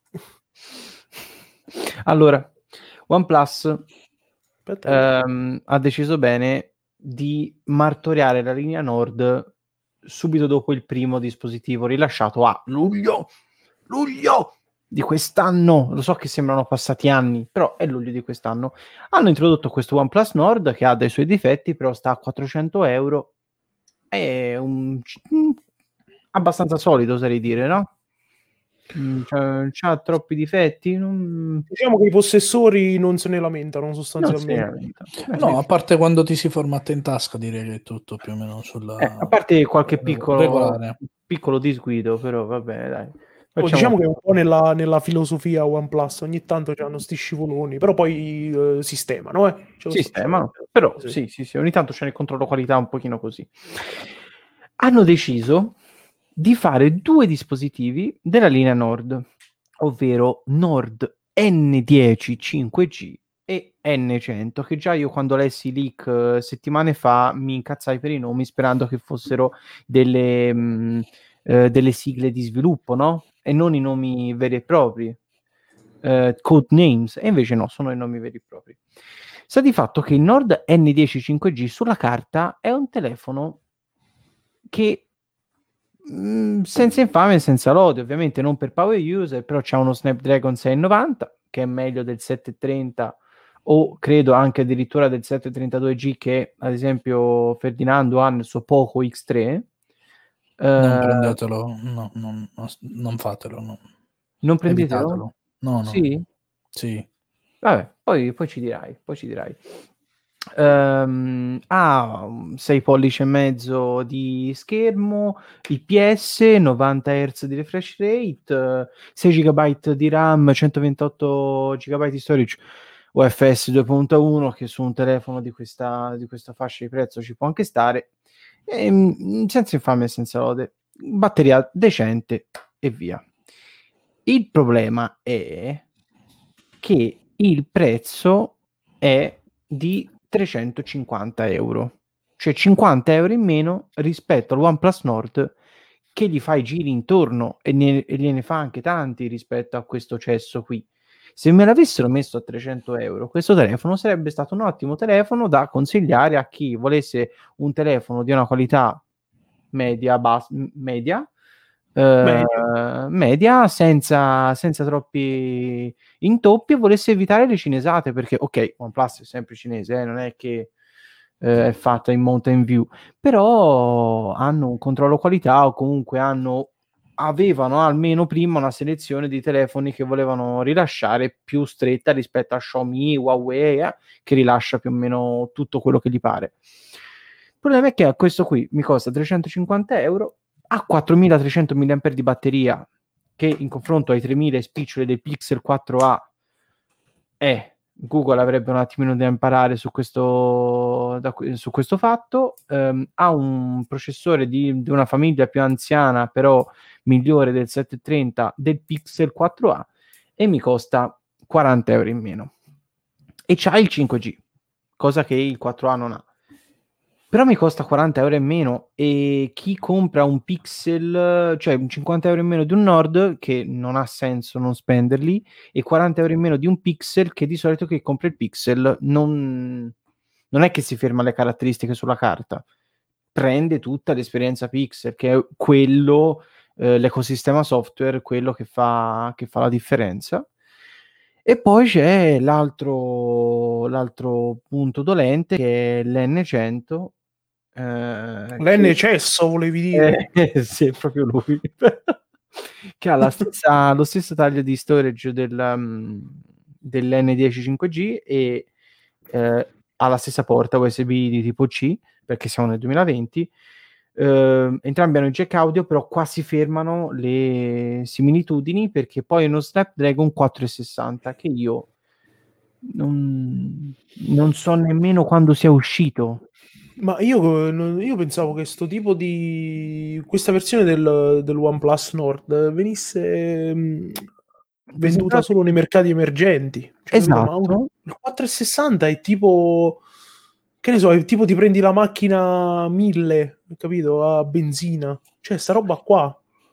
Allora, OnePlus Aspetta, ehm, ha deciso bene di martoriare la linea Nord subito dopo il primo dispositivo rilasciato a luglio, luglio di quest'anno. Lo so che sembrano passati anni, però è luglio di quest'anno. Hanno introdotto questo OnePlus Nord che ha dei suoi difetti, però sta a quattrocento euro. È un... abbastanza solido, oserei dire, no? Mm, c'ha, c'ha troppi difetti? Non... diciamo che i possessori non se ne lamentano non si sostanzialmente. Eh, No, sì. a parte quando ti si formatta in tasca, direi che è tutto più o meno sulla... Eh, a parte qualche piccolo, regolare. piccolo disguido, però va bene, dai. Oh, Facciamo- diciamo che è un po' nella, nella filosofia OnePlus, ogni tanto hanno sti scivoloni, però poi eh, sistemano, eh. C'è questo- sistema, però sì. sì, sì, sì, ogni tanto c'è il controllo qualità un pochino così. Hanno deciso di fare due dispositivi della linea Nord, ovvero Nord N dieci cinque G e N cento, che già io quando lessi i leak eh, settimane fa mi incazzai per i nomi sperando che fossero delle, mh, eh, delle sigle di sviluppo, no? E non i nomi veri e propri, eh, code names, e invece no, sono i nomi veri e propri. Sta di fatto che il Nord N dieci cinque G sulla carta è un telefono che mh, senza infame e senza lode, ovviamente non per power user, però c'ha uno Snapdragon seicentonovanta che è meglio del settecentotrenta o credo anche addirittura del settecentotrentadue G che ad esempio Ferdinando ha nel suo Poco X tre. Non Eh, prendetelo, no, non, non fatelo, no. non prendetelo? Evitatelo. No, no. Sì? Sì. Vabbè, poi, poi ci dirai, poi ci dirai. Um, ha sei pollici e mezzo di schermo, I P S, novanta hertz di refresh rate, sei giga di RAM, centoventotto giga di storage, U F S due punto uno che su un telefono di questa, di questa fascia di prezzo ci può anche stare, e, senza infame e senza lode, batteria decente e via. Il problema è che il prezzo è di trecentocinquanta euro, cioè cinquanta euro in meno rispetto al OnePlus Nord che gli fa i giri intorno e, ne, e gliene fa anche tanti rispetto a questo cesso qui. Se me l'avessero messo a trecento euro, questo telefono sarebbe stato un ottimo telefono da consigliare a chi volesse un telefono di una qualità media, bas- media, Media. Uh, media senza, senza troppi intoppi e volesse evitare le cinesate perché ok, OnePlus è sempre cinese, eh, non è che eh, è fatta in Mountain View, però hanno un controllo qualità o comunque hanno avevano almeno prima una selezione di telefoni che volevano rilasciare più stretta rispetto a Xiaomi, Huawei, eh, che rilascia più o meno tutto quello che gli pare. Il problema è che a questo qui mi costa trecentocinquanta euro, ha quattromilatrecento milliamperi di batteria, che in confronto ai tremila spiccioli del Pixel quattro a è Google avrebbe un attimino da imparare su questo, da, su questo fatto. Um, ha un processore di, di una famiglia più anziana, però migliore del settecentotrenta del Pixel quattro a e mi costa quaranta euro in meno. E c'ha il cinque G, cosa che il quattro a non ha. Però mi costa quaranta euro in meno e chi compra un Pixel, cioè cinquanta euro in meno di un Nord, che non ha senso non spenderli, e quaranta euro in meno di un Pixel, che di solito chi compra il Pixel non, non è che si ferma alle caratteristiche sulla carta, prende tutta l'esperienza Pixel, che è quello, eh, l'ecosistema software, quello che fa, che fa la differenza. E poi c'è l'altro, l'altro punto dolente che è l'N cento. Eh, L'N cesso volevi dire? eh, sì, è proprio lui. Che ha la stessa, lo stesso taglio di storage del, um, dell'N dieci cinque G e eh, ha la stessa porta U S B di tipo C, perché siamo nel duemilaventi. Uh, entrambi hanno il jack audio, però qua si fermano le similitudini perché poi è uno Snapdragon quattrocentosessanta che io non, non so nemmeno quando sia uscito. Ma io, io pensavo che sto tipo di questa versione del, del OnePlus Nord venisse mh, venduta solo nei mercati emergenti. Cioè, capito? Ma un- Esatto. il quattrocentosessanta è tipo, che ne so, è tipo ti prendi la macchina mille, capito? A benzina. Cioè, sta roba qua.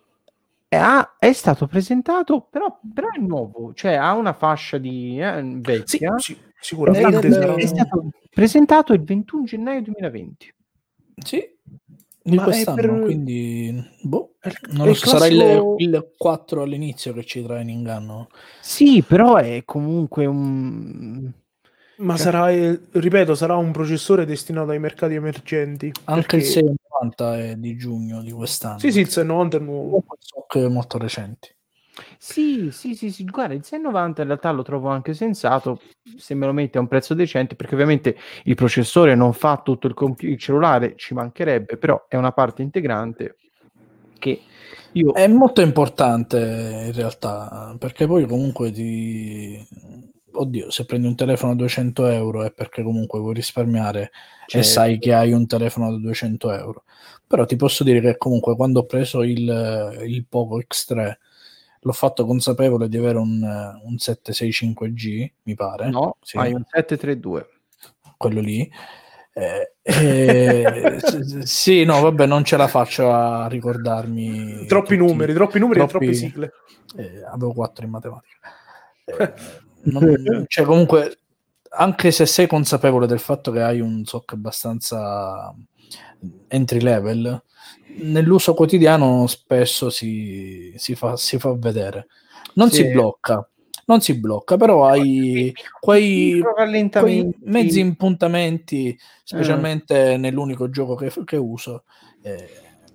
È, ha- è stato presentato, però, però è nuovo, cioè ha una fascia di eh, Sì, vecchia. sì, È sicuramente stato, sarà. è stato presentato il ventuno gennaio duemilaventi. Sì, di Ma è quest'anno, per... quindi boh, È il, non è lo il so, sarà il, classico... il quattro all'inizio che ci trae in inganno. Sì, però è comunque un... Ma cioè, sarà, eh, ripeto, sarà un processore destinato ai mercati emergenti. Anche il Perché... seicentonovanta è di giugno di quest'anno. Sì, sì, il sei novanta è nuovo. Comunque so che è molto recenti. Sì, sì, sì, sì, guarda, il sei novanta in realtà lo trovo anche sensato se me lo metti a un prezzo decente, perché ovviamente il processore non fa tutto il, compi- il cellulare, ci mancherebbe, però è una parte integrante che io... È molto importante in realtà, perché poi comunque ti... Oddio, se prendi un telefono a duecento euro è perché comunque vuoi risparmiare Cioè, e sai che hai un telefono da duecento euro. Però ti posso dire che comunque quando ho preso il, il Poco X tre l'ho fatto consapevole di avere un, un settecentosessantacinque G, mi pare. no, Sì, hai un settecentotrentadue. quello lì. Eh, eh, sì, no, vabbè, non ce la faccio a ricordarmi Troppi tutti, numeri, troppi numeri e troppe troppi, sigle. eh, avevo quattro in matematica. Eh, non- cioè, comunque, anche se sei consapevole del fatto che hai un S O C abbastanza entry level, nell'uso quotidiano spesso si, si fa, si fa vedere. Non Sì. si blocca, non si blocca, però hai quei, quei mezzi impuntamenti, specialmente nell'unico gioco che, che uso, e,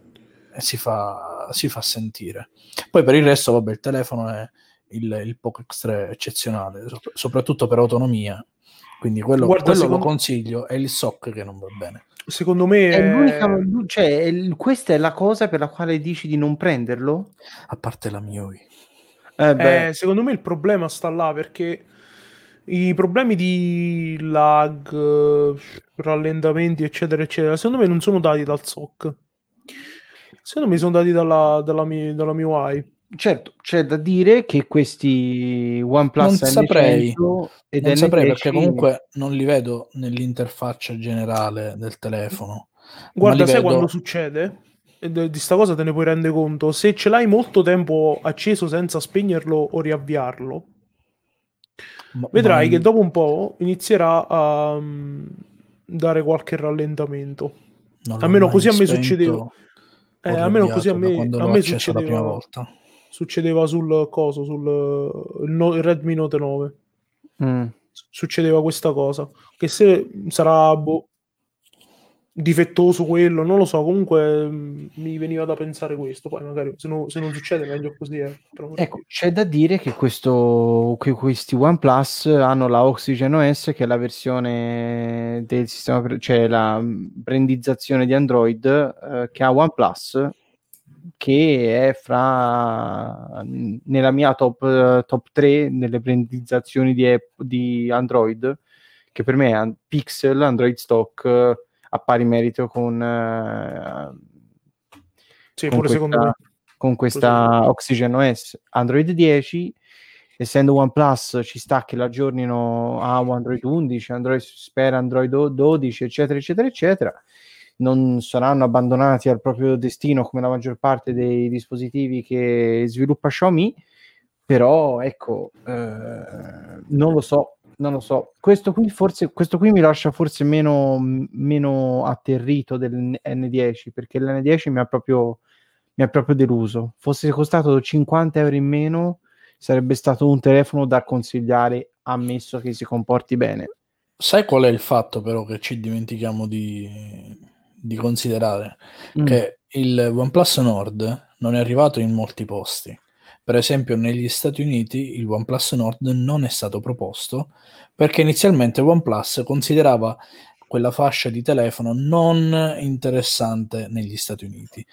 e si, fa, si fa sentire. Poi per il resto, vabbè, il telefono è il, il Poco X tre eccezionale, sop- soprattutto per autonomia. Quindi quello, Guarda, quello secondo, lo consiglio, è il S O C che non va bene. secondo me È l'unica, è... cioè, è il- questa è la cosa per la quale dici di non prenderlo? A parte la M I U I. Eh beh, Eh, secondo me il problema sta là perché i problemi di lag, eh, rallentamenti, eccetera, eccetera, secondo me non sono dati dal S O C. Secondo me sono dati dalla, dalla, mi- dalla M I U I. certo, c'è da dire che questi OnePlus Non saprei, N cento ed non saprei perché N dieci, comunque non li vedo nell'interfaccia generale del telefono, ma li Guarda, sai quando vedo... succede? E de- di sta cosa te ne puoi rendere conto. Se ce l'hai molto tempo acceso senza spegnerlo o riavviarlo, ma- ma vedrai che il- dopo un po' inizierà a mm, dare qualche rallentamento. non l'ho Almeno mai così a me succedeva. spento Eh, o almeno così a riavviato da me, quando a l'ho me acceso la prima succedeva, volta. succedeva sul coso, sul il no- il Redmi Note nove. mm, Succedeva questa cosa. Che se sarà boh, difettoso quello, non lo so. Comunque mh, mi veniva da pensare questo. Poi magari se, no- se non succede, meglio così. Eh. Però ecco, perché... c'è da dire che, questo, che questi OnePlus hanno la Oxygen O S, che è la versione del sistema, oper- cioè la mm, brandizzazione di Android eh, che ha OnePlus, che è fra nella mia top, eh, top tre nelle brandizzazioni di, app- di Android, che per me è Pixel, Android Stock, eh, a pari merito con, eh, Sì, con pure secondo me. questa, con Pure secondo me. questa Oxygen O S. Android dieci, essendo OnePlus, ci sta che l'aggiornino a Android undici, Android, spera Android dodici, eccetera, eccetera, eccetera. Non saranno abbandonati al proprio destino come la maggior parte dei dispositivi che sviluppa Xiaomi, però ecco, eh, non lo so, non lo so. Questo qui forse, questo qui mi lascia forse meno, meno atterrito del N dieci, perché l'N dieci mi ha proprio, mi ha proprio deluso. Fosse costato cinquanta euro in meno, sarebbe stato un telefono da consigliare, ammesso che si comporti bene. Sai qual è il fatto però che ci dimentichiamo di, di considerare? Mm. Che il OnePlus Nord non è arrivato in molti posti. Per esempio negli Stati Uniti il OnePlus Nord non è stato proposto perché inizialmente OnePlus considerava quella fascia di telefono non interessante negli Stati Uniti.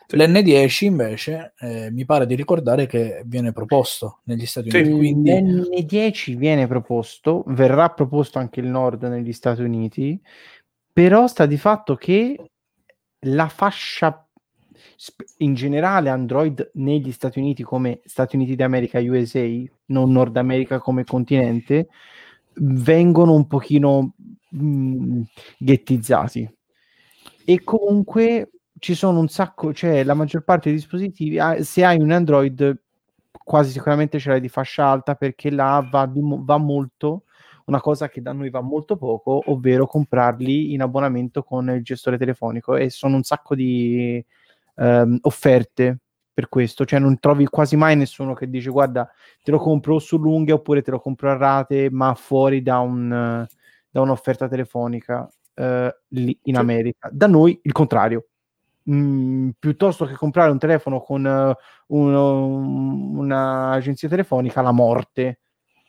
Sì. L'N dieci invece eh, mi pare di ricordare che viene proposto negli Stati Sì. Uniti. Quindi... L'N dieci viene proposto, verrà proposto anche il Nord negli Stati Uniti, però sta di fatto che la fascia in generale Android negli Stati Uniti come Stati Uniti d'America, U S A, non Nord America come continente, vengono un pochino mh, ghettizzati. E comunque ci sono un sacco, cioè la maggior parte dei dispositivi, se hai un Android quasi sicuramente ce l'hai di fascia alta, perché là va, di, va molto una cosa che da noi va molto poco, ovvero comprarli in abbonamento con il gestore telefonico, e sono un sacco di ehm, offerte per questo, cioè non trovi quasi mai nessuno che dice guarda te lo compro sull'unghia oppure te lo compro a rate, ma fuori da, un, da un'offerta telefonica eh, lì in America. Da noi il contrario. Mm, piuttosto che comprare un telefono con uh, un, un'agenzia telefonica, la morte.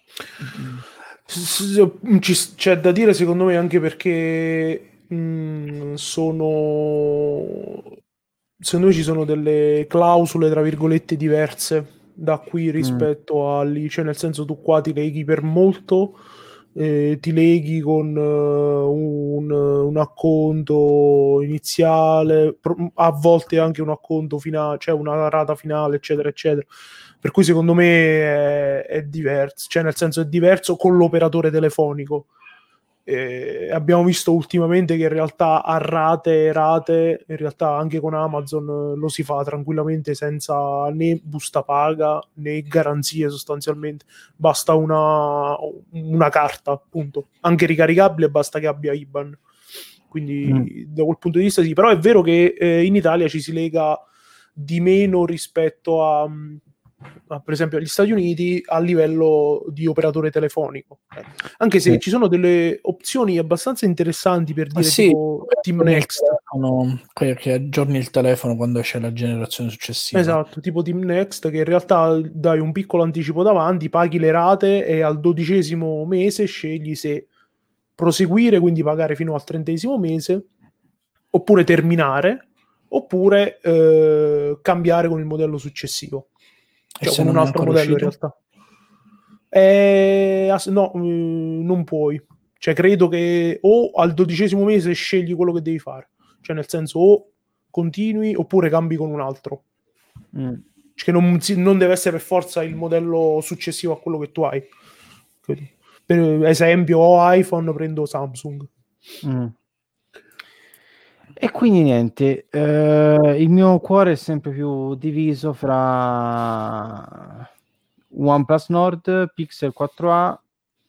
Ci, c'è da dire secondo me anche perché mh, sono secondo me ci sono delle clausole tra virgolette diverse da qui rispetto mm. a lì, cioè nel senso tu qua ti leghi per molto, eh, ti leghi con uh, un, un acconto iniziale, a volte anche un acconto finale, cioè una rata finale, eccetera eccetera, per cui secondo me è, è diverso, cioè nel senso è diverso con l'operatore telefonico. Eh, abbiamo visto ultimamente che in realtà a rate rate in realtà anche con Amazon lo si fa tranquillamente senza né busta paga né garanzie, sostanzialmente basta una, una carta, appunto, anche ricaricabile, basta che abbia I B A N, quindi mm. da quel punto di vista sì, però è vero che eh, in Italia ci si lega di meno rispetto a per esempio agli Stati Uniti a livello di operatore telefonico, anche se sì. ci sono delle opzioni abbastanza interessanti, per dire ah, sì, tipo Team Next, telefono, che aggiorni il telefono quando esce la generazione successiva. Esatto, tipo Team Next, che in realtà dai un piccolo anticipo davanti, paghi le rate e al dodicesimo mese scegli se proseguire, quindi pagare fino al trentesimo mese, oppure terminare, oppure eh, cambiare con il modello successivo. Cioè con un altro modello uscito? In realtà eh, no, mh, non puoi, cioè credo che o al dodicesimo mese scegli quello che devi fare, cioè nel senso o continui oppure cambi con un altro, mm. cioè non, non deve essere per forza il modello successivo a quello che tu hai. Per esempio o iPhone prendo Samsung. mm. E quindi niente, eh, il mio cuore è sempre più diviso fra OnePlus Nord, Pixel quattro a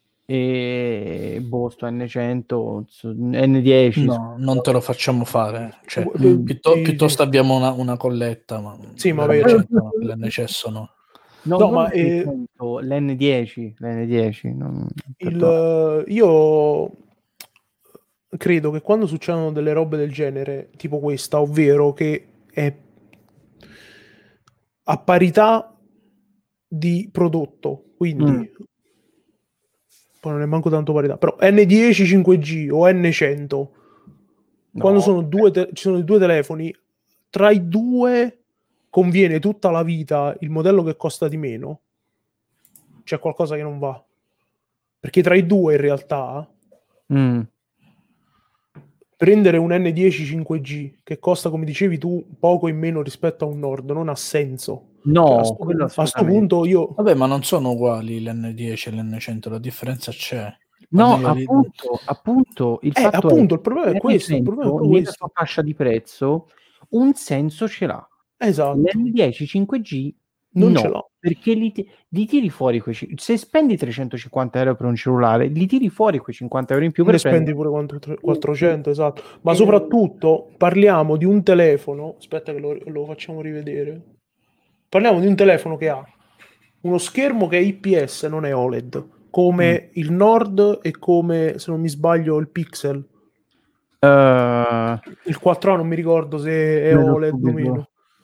e boh, sto N cento, N dieci. No, non te lo facciamo fare, cioè, mm. piuttosto, sì, piuttosto sì. abbiamo una, una colletta, ma sì, ma vero. l'N no. No, no, ma eh, l'N dieci, l'N dieci non, il, io credo che quando succedono delle robe del genere, tipo questa, ovvero che è a parità di prodotto, quindi mm. poi non è manco tanto parità, però N dieci cinque G o N cento, no. Quando sono due te- ci sono due telefoni, tra i due conviene tutta la vita il modello che costa di meno, c'è qualcosa che non va, perché tra i due in realtà mm. prendere un N dieci cinque G che costa, come dicevi tu, poco in meno rispetto a un Nord non ha senso. No, cioè, a sto, punto, a sto punto io... Vabbè, ma non sono uguali l'N dieci e l'N cento, la differenza c'è. No, appunto, appunto, il eh, fatto appunto, è il problema è questo. Il problema è nella sua fascia di prezzo un senso ce l'ha. Esatto. L'N dieci cinque G non no, ce l'ho. Perché li, li tiri fuori quei... Se spendi trecentocinquanta euro per un cellulare, li tiri fuori quei cinquanta euro in più. Ne per spendi prendere... pure quattrocento, esatto. Ma soprattutto parliamo di un telefono, aspetta che lo, lo facciamo rivedere. Parliamo di un telefono che ha uno schermo che è I P S, non è O L E D, come mm. il Nord e come, se non mi sbaglio, il Pixel. Uh, il quattro A non mi ricordo se è O L E D o meno.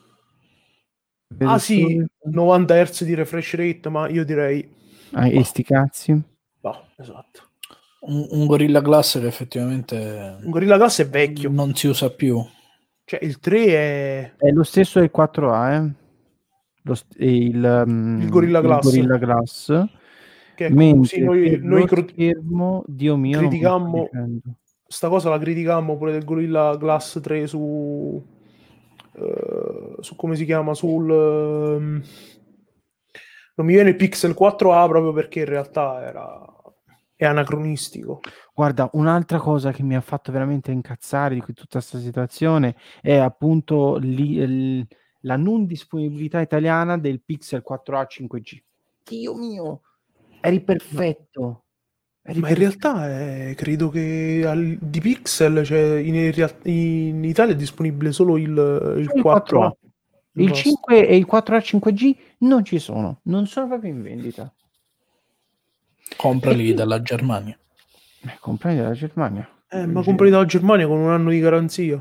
Ah sì, novanta hertz di refresh rate, ma io direi... Ah, e sti cazzi? No, esatto. Un, un Gorilla Glass che effettivamente... Un Gorilla Glass è vecchio. Non si usa più. Cioè il tre è... È lo stesso del quattro A, eh? Lo st- il, um, il Gorilla il Glass. Gorilla Glass. Che Mentre sì, noi, per noi lo cro- schermo, Dio mio, non mi sto criticammo dicendo. sta cosa, la criticammo pure del Gorilla Glass tre su... eh, su come si chiama, sul... ehm, non mi viene il Pixel quattro A proprio perché in realtà era... è anacronistico. Guarda, un'altra cosa che mi ha fatto veramente incazzare di tutta questa situazione è appunto lì, il- la non disponibilità italiana del Pixel quattro A cinque G. Dio mio, eri perfetto. Eri Ma in perfetto. realtà è- credo che al- di Pixel, cioè in, real- in Italia è disponibile solo il, il Solo il quattro A. quattro A. E Il basta. cinque e il quattro A cinque G non ci sono, non sono proprio in vendita. Comprali E- dalla Germania. Eh, comprati dalla Germania. Eh, ma comprati dalla Germania con un anno di garanzia.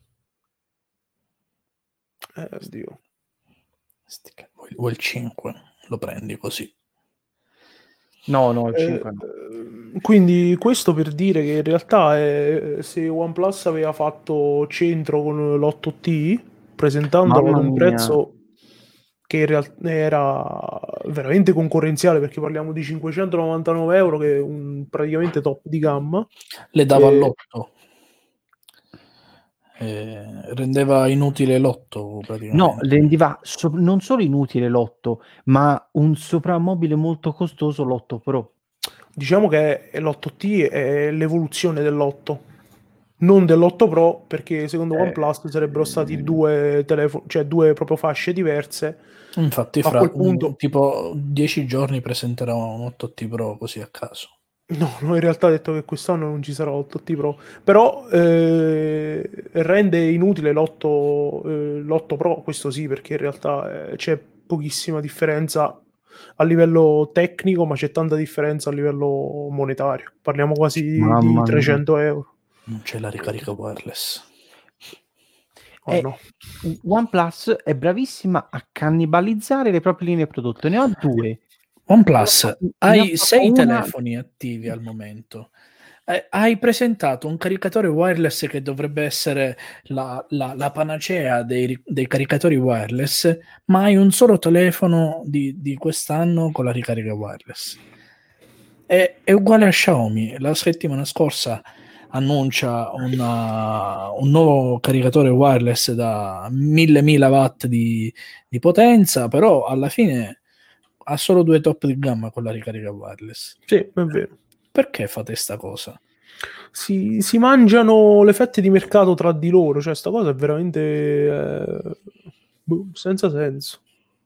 Eh, Dio. Sti ca- Vuoi vuoi il cinque? Lo prendi così. No, no, il Eh, cinque no. eh, quindi questo per dire che in realtà è- se OnePlus aveva fatto centro con l'otto T, presentandolo ad Mamma un mia. prezzo che in realtà era veramente concorrenziale, perché parliamo di cinquecentonovantanove euro, che è un praticamente top di gamma. Le dava Eh, all'otto. Eh, rendeva inutile l'otto praticamente. No, rendeva so- non solo inutile l'otto, ma un soprammobile molto costoso l'otto Pro. Diciamo che l'otto T è l'evoluzione dell'otto, non dell'otto Pro, perché secondo Eh, OnePlus sarebbero stati due telefoni, cioè due proprio fasce diverse. Infatti, A fra quel un- punto, tipo dieci giorni presenterò un otto T Pro così a caso. no, no, in realtà ha detto che quest'anno non ci sarà l'otto T Pro, però eh, rende inutile l'otto, eh, l'otto Pro, questo sì, perché in realtà eh, c'è pochissima differenza a livello tecnico, ma c'è tanta differenza a livello monetario. Parliamo quasi di, di Mamma mia. trecento euro. Non c'è la ricarica wireless. Oh, Eh, no. OnePlus è bravissima a cannibalizzare le proprie linee prodotto. Ne ho due. OnePlus, Ne ho hai fatto sei una- telefoni attivi al momento. Eh, hai presentato un caricatore wireless che dovrebbe essere la, la- la panacea dei, dei caricatori wireless, ma hai un solo telefono di, di quest'anno con la ricarica wireless. È, è uguale a Xiaomi. La settimana scorsa annuncia una- un nuovo caricatore wireless da mille milliwatt di, di potenza, però alla fine ha solo due top di gamma con la ricarica wireless. Sì, è vero. Perché fate sta cosa? Si, si mangiano le fette di mercato tra di loro, cioè sta cosa è veramente eh, boh, senza senso.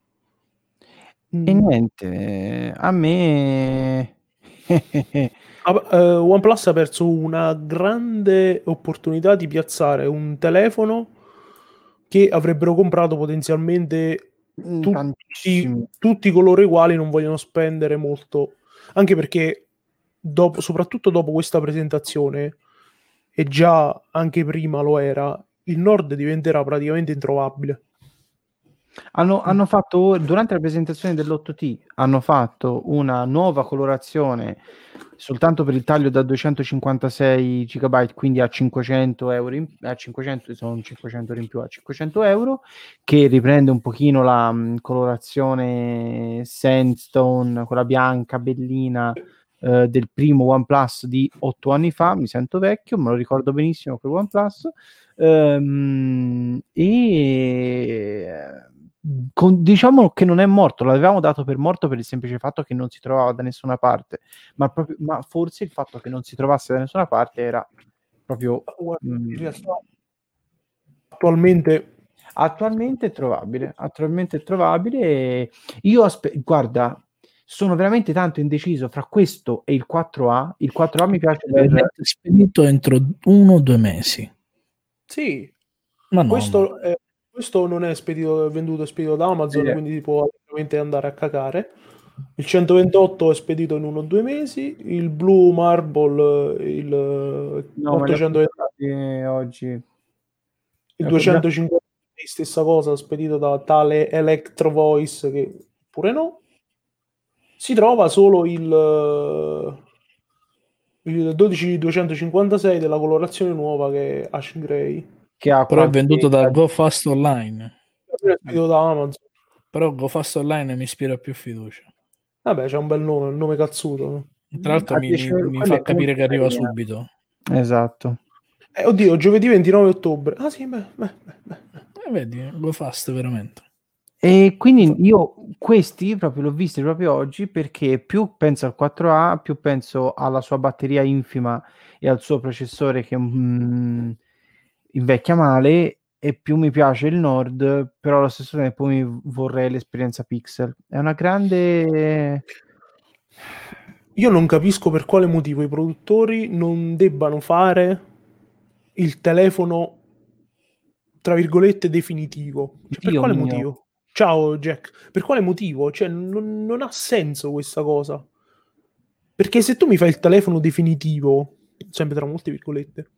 E Mm. niente, a me... Ah, eh, OnePlus ha perso una grande opportunità di piazzare un telefono che avrebbero comprato potenzialmente tutti, Tantissimi. tutti coloro i quali non vogliono spendere molto, anche perché dopo, soprattutto dopo questa presentazione, e già anche prima lo era, il Nord diventerà praticamente introvabile. Hanno, hanno fatto, durante la presentazione dell'otto T, hanno fatto una nuova colorazione soltanto per il taglio da duecentocinquantasei gigabyte, quindi a cinquecento euro, in, a cinquecento, sono cinquecento euro in più, a cinquecento euro, che riprende un pochino la mh, colorazione sandstone, quella bianca, bellina, eh, del primo OnePlus di otto anni fa. Mi sento vecchio, me lo ricordo benissimo quel OnePlus. Ehm, e con, diciamo che non è morto, l'avevamo dato per morto per il semplice fatto che non si trovava da nessuna parte, ma, proprio, ma forse il fatto che non si trovasse da nessuna parte era proprio Guarda, in mh, realtà attualmente attualmente è trovabile, attualmente è trovabile. E io aspe- guarda, sono veramente tanto indeciso fra questo e il quattro A. Il quattro A mi piace per... spedito entro uno o due mesi. sì, Ma no, questo, è, questo non è spedito, è venduto e spedito da Amazon, Eh, quindi si può veramente andare a cacare. Il centoventotto è spedito in uno o due mesi, il Blue Marble, eh, il no, me li ho ottocentoventi, comprati oggi. il Ecco, già- duecentocinquanta, stessa cosa, spedito da tale Electro Voice, che pure no. Si trova solo il, eh, il dodici duecentocinquantasei della colorazione nuova, che è Ash Gray. che ha Però è qualche... venduto da GoFast Online. Da Amazon. Però GoFast Online mi ispira più fiducia. Vabbè, c'è un bel nome, un nome cazzuto. Tra l'altro mi, mi, mi fa capire che arriva subito. Esatto. Eh, oddio, giovedì ventinove ottobre. Ah sì, beh, beh, beh. Eh, vedi, GoFast veramente. E quindi io questi proprio l'ho visti proprio oggi, perché più penso al quattro A, più penso alla sua batteria infima e al suo processore che mm, invecchia male, e più mi piace il Nord, però allo stesso tempo mi vorrei l'esperienza Pixel. È una grande... Io non capisco per quale motivo i produttori non debbano fare il telefono, tra virgolette, definitivo. Cioè, per Dio quale mio. motivo? Ciao Jack, per quale motivo? Cioè, non, non ha senso questa cosa. Perché se tu mi fai il telefono definitivo, sempre tra molte virgolette,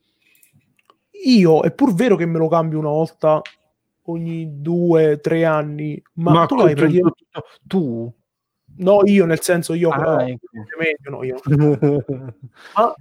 io, è pur vero che me lo cambio una volta ogni due, tre anni, ma, Ma tu tu, hai tu, praticamente... tu, tu? No, io nel senso io... Ah, oh, ecco. meglio, no, io. Ma...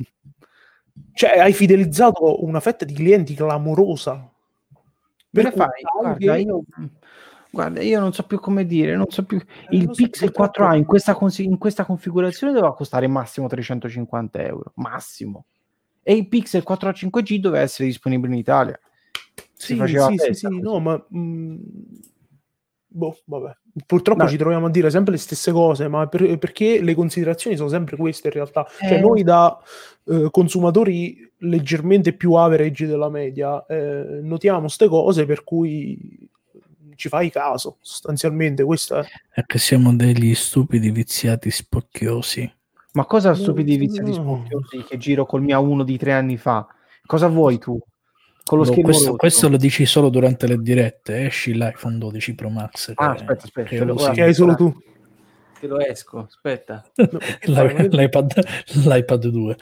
Cioè, hai fidelizzato una fetta di clienti clamorosa. Me Per ne cui fai? Guarda, che... io... Guarda, io non so più come dire, non so più. Eh, Il lo so, Pixel purtroppo- quattro A in questa, cons- in questa configurazione doveva costare massimo trecentocinquanta euro, massimo. E il Pixel quattro A cinque G doveva essere disponibile in Italia. Si Sì, faceva sì, sì, testa sì, così. no, ma... mh, boh, vabbè. Purtroppo No. ci troviamo a dire sempre le stesse cose, ma per- perché le considerazioni sono sempre queste in realtà. Cioè, Eh. noi da eh, consumatori leggermente più average della media eh, notiamo ste cose per cui ci fai caso, sostanzialmente. Questa è... È che siamo degli stupidi viziati spocchiosi. Ma cosa No, stupidi viziati no. spocchiosi che giro col mio A uno di tre anni fa? Cosa vuoi tu? Con lo Boh, schermo questo, rotto? questo lo dici solo durante le dirette. Esci l'iPhone dodici Pro Max che, Ah, aspetta, aspetta, che te lo, usi. ora, Che hai solo ora, tu. te lo esco, aspetta. No, che fai? Ma che- L'iPad, l'iPad due.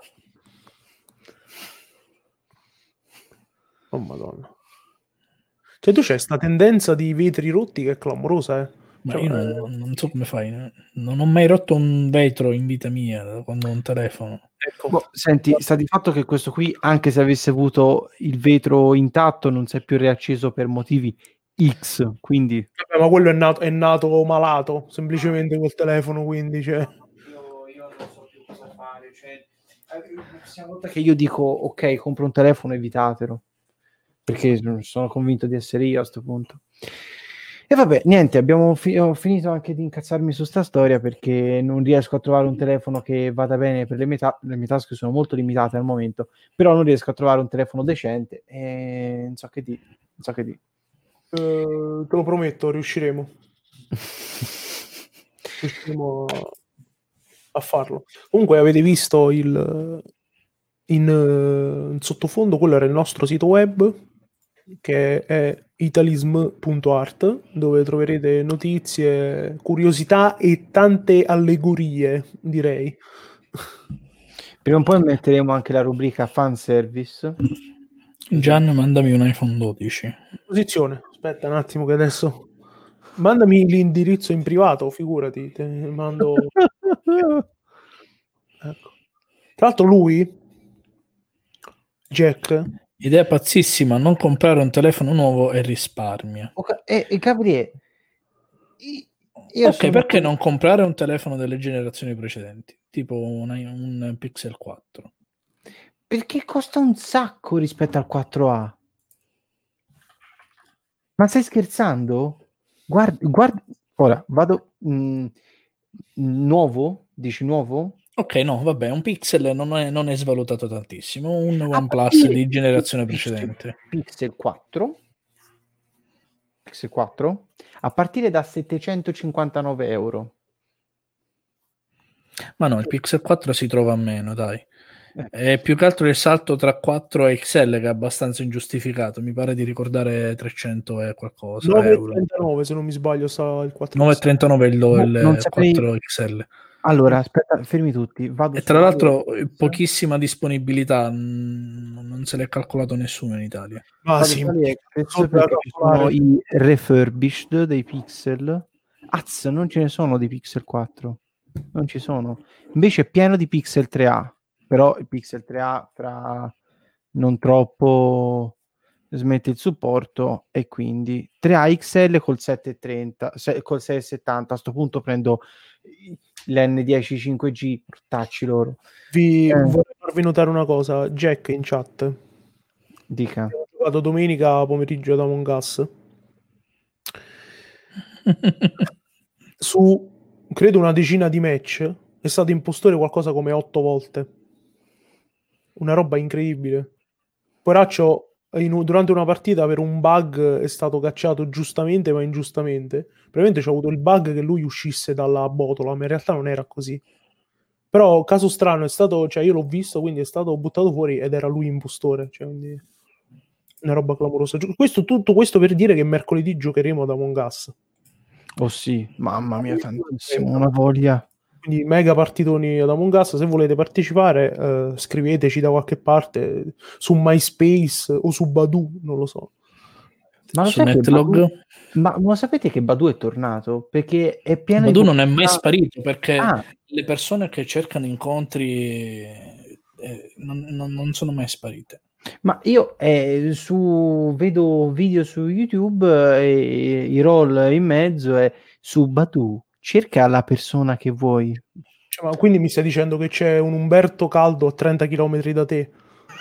Oh madonna. Cioè tu c'hai sta tendenza di vetri rotti che è clamorosa, eh. Ma Cioè, io eh, non, non so come fai. eh. Non ho mai rotto un vetro in vita mia da quando ho un telefono. ecco. Boh, senti, sta di fatto che questo qui, anche se avesse avuto il vetro intatto, non si è più riacceso per motivi X, quindi... Vabbè, ma quello è nato, è nato malato, semplicemente col telefono, quindi cioè... Io, io non so più cosa fare, cioè, la prossima volta che io dico ok, compro un telefono, evitatelo, perché sono convinto di essere io a sto punto. E vabbè, niente, abbiamo fi- ho finito anche di incazzarmi su sta storia, perché non riesco a trovare un telefono che vada bene per le mie, ta- le mie tasche sono molto limitate al momento, però non riesco a trovare un telefono decente e non so che dire, non so che dire. Eh, te lo prometto, riusciremo. Riusciremo a- a farlo. Comunque avete visto il in, eh, in sottofondo, quello era il nostro sito web che è italism punto art, dove troverete notizie, curiosità e tante allegorie, direi. Prima o poi metteremo anche la rubrica fan service. Gian, mandami un iPhone dodici. Posizione, aspetta un attimo che adesso... Mandami l'indirizzo in privato, figurati, te ne mando... Ecco. Tra l'altro lui, Jack, Idea pazzissima, non comprare un telefono nuovo e risparmia. Ok, e, e Gabriele, io Ok, sono perché d'accordo- non comprare un telefono delle generazioni precedenti? Tipo un, un Pixel quattro. Perché costa un sacco rispetto al quattro A. Ma stai scherzando? Guarda, guarda, ora vado mh, nuovo, dici nuovo? Ok, no, vabbè, un Pixel non è, non è svalutato tantissimo. Un A OnePlus partire- di generazione Pixel- precedente. Pixel quattro, Pixel quattro, a partire da settecentocinquantanove euro. Ma no, il Pixel quattro si trova a meno, dai. È più che altro il salto tra quattro e X L che è abbastanza ingiustificato. Mi pare di ricordare trecento e qualcosa nove e euro. trentanove se non mi sbaglio sta il quattro. nove virgola trentanove il, No, il non saprei- quattro X L. Allora, aspetta, fermi tutti. Vado E su tra l'altro AliExpress. pochissima disponibilità, mh, non se l'è calcolato nessuno in Italia. Ah, Vado sì. su AliExpress Non da perché ci sono calcolare. i refurbished dei Pixel. Az, non ce ne sono dei Pixel quattro. Non ci sono. Invece è pieno di Pixel tre A. Però il Pixel tre A fra non troppo smette il supporto e quindi tre A X L col sette trenta, se, col sei settanta. A sto punto prendo l'N dieci cinque G, tacci loro. Vi Eh. vorrei farvi notare una cosa, Jack in chat. Dica. Ho giocato domenica pomeriggio ad Among Us. Su, credo, una decina di match è stato impostore qualcosa come otto volte. Una roba incredibile. Poraccio, in- durante una partita per un bug è stato cacciato giustamente ma ingiustamente. Probabilmente c'è avuto il bug che lui uscisse dalla botola, ma in realtà non era così. Però, caso strano, è stato, cioè io l'ho visto, quindi è stato buttato fuori ed era lui impostore. Cioè, quindi una roba clamorosa. Gi- Questo, tutto questo per dire che mercoledì giocheremo ad Among Us. Oh sì, mamma mia, tantissimo, una voglia. Quindi mega partitoni ad Among Us. Se volete partecipare, eh, scriveteci da qualche parte su MySpace o su Badoo, non lo so. Ma lo, Su sai che Netlog? Badoo, ma, ma sapete che Badoo è tornato? Perché è pieno Badoo di non è mai pubblicità. sparito perché Ah, le persone che cercano incontri eh, non, non- non sono mai sparite. ma io eh, su, vedo video su YouTube eh, e i roll in mezzo e su Badoo cerca la persona che vuoi. Cioè, ma quindi mi stai dicendo che c'è un Umberto Caldo a trenta chilometri da te?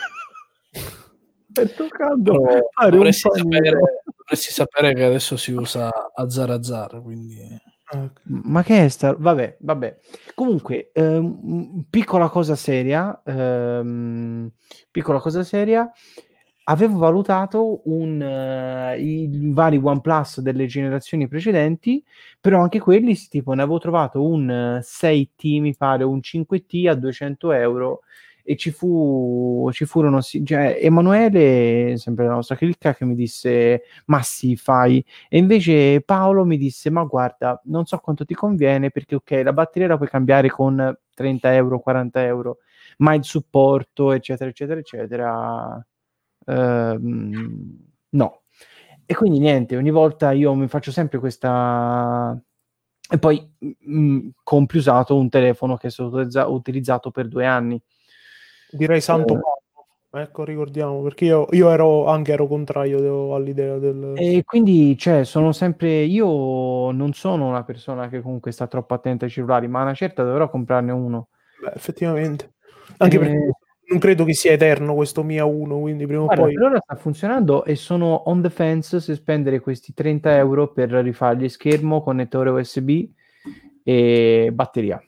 È toccando Però fare un dovresti panino. sapere, dovresti sapere che adesso si usa Azar Azar, quindi Ah, ok. Ma che è sta? Vabbè, vabbè. Comunque, ehm, piccola cosa seria, ehm, piccola cosa seria. Avevo valutato un, eh, i vari OnePlus delle generazioni precedenti, però anche quelli, sì, tipo, ne avevo trovato un eh, sei T, mi pare, un cinque T a duecento euro e ci fu, ci furono, sì, cioè, Emanuele, sempre la nostra clicca, che mi disse, ma sì, fai. E invece Paolo mi disse, ma guarda, non so quanto ti conviene perché ok, la batteria la puoi cambiare con trenta euro, quaranta euro, ma il supporto, eccetera, eccetera, eccetera, ehm, no. E quindi niente, ogni volta io mi faccio sempre questa... E poi mh, compri usato un telefono che è stato utilizza- utilizzato per due anni. Direi Santo Eh, Paolo. Ecco, ricordiamo, perché io, io ero anche ero contrario all'idea del... E quindi, cioè, sono sempre... Io non sono una persona che comunque sta troppo attenta ai cellulari, ma a una certa dovrò comprarne uno. Beh, effettivamente. Anche perché Eh, non credo che sia eterno questo Mia uno, quindi prima o guarda, poi... per ora sta funzionando e sono on the fence se spendere questi trenta euro per rifargli schermo, connettore U S B e batteria.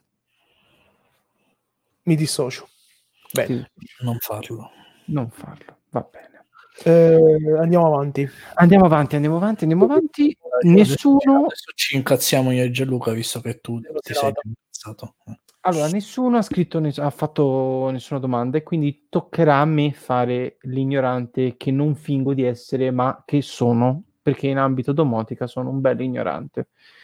Mi dissocio. Bene. Sì, non farlo. non farlo, va bene. Eh, andiamo avanti. Andiamo avanti, andiamo avanti, andiamo avanti. Adesso, Nessuno... adesso ci incazziamo io e Gianluca, visto che tu Della ti sei serata. incazzato. Allora, nessuno ha scritto, ness- ha fatto nessuna domanda e quindi toccherà a me fare l'ignorante che non fingo di essere, ma che sono, perché in ambito domotica sono un bel ignorante.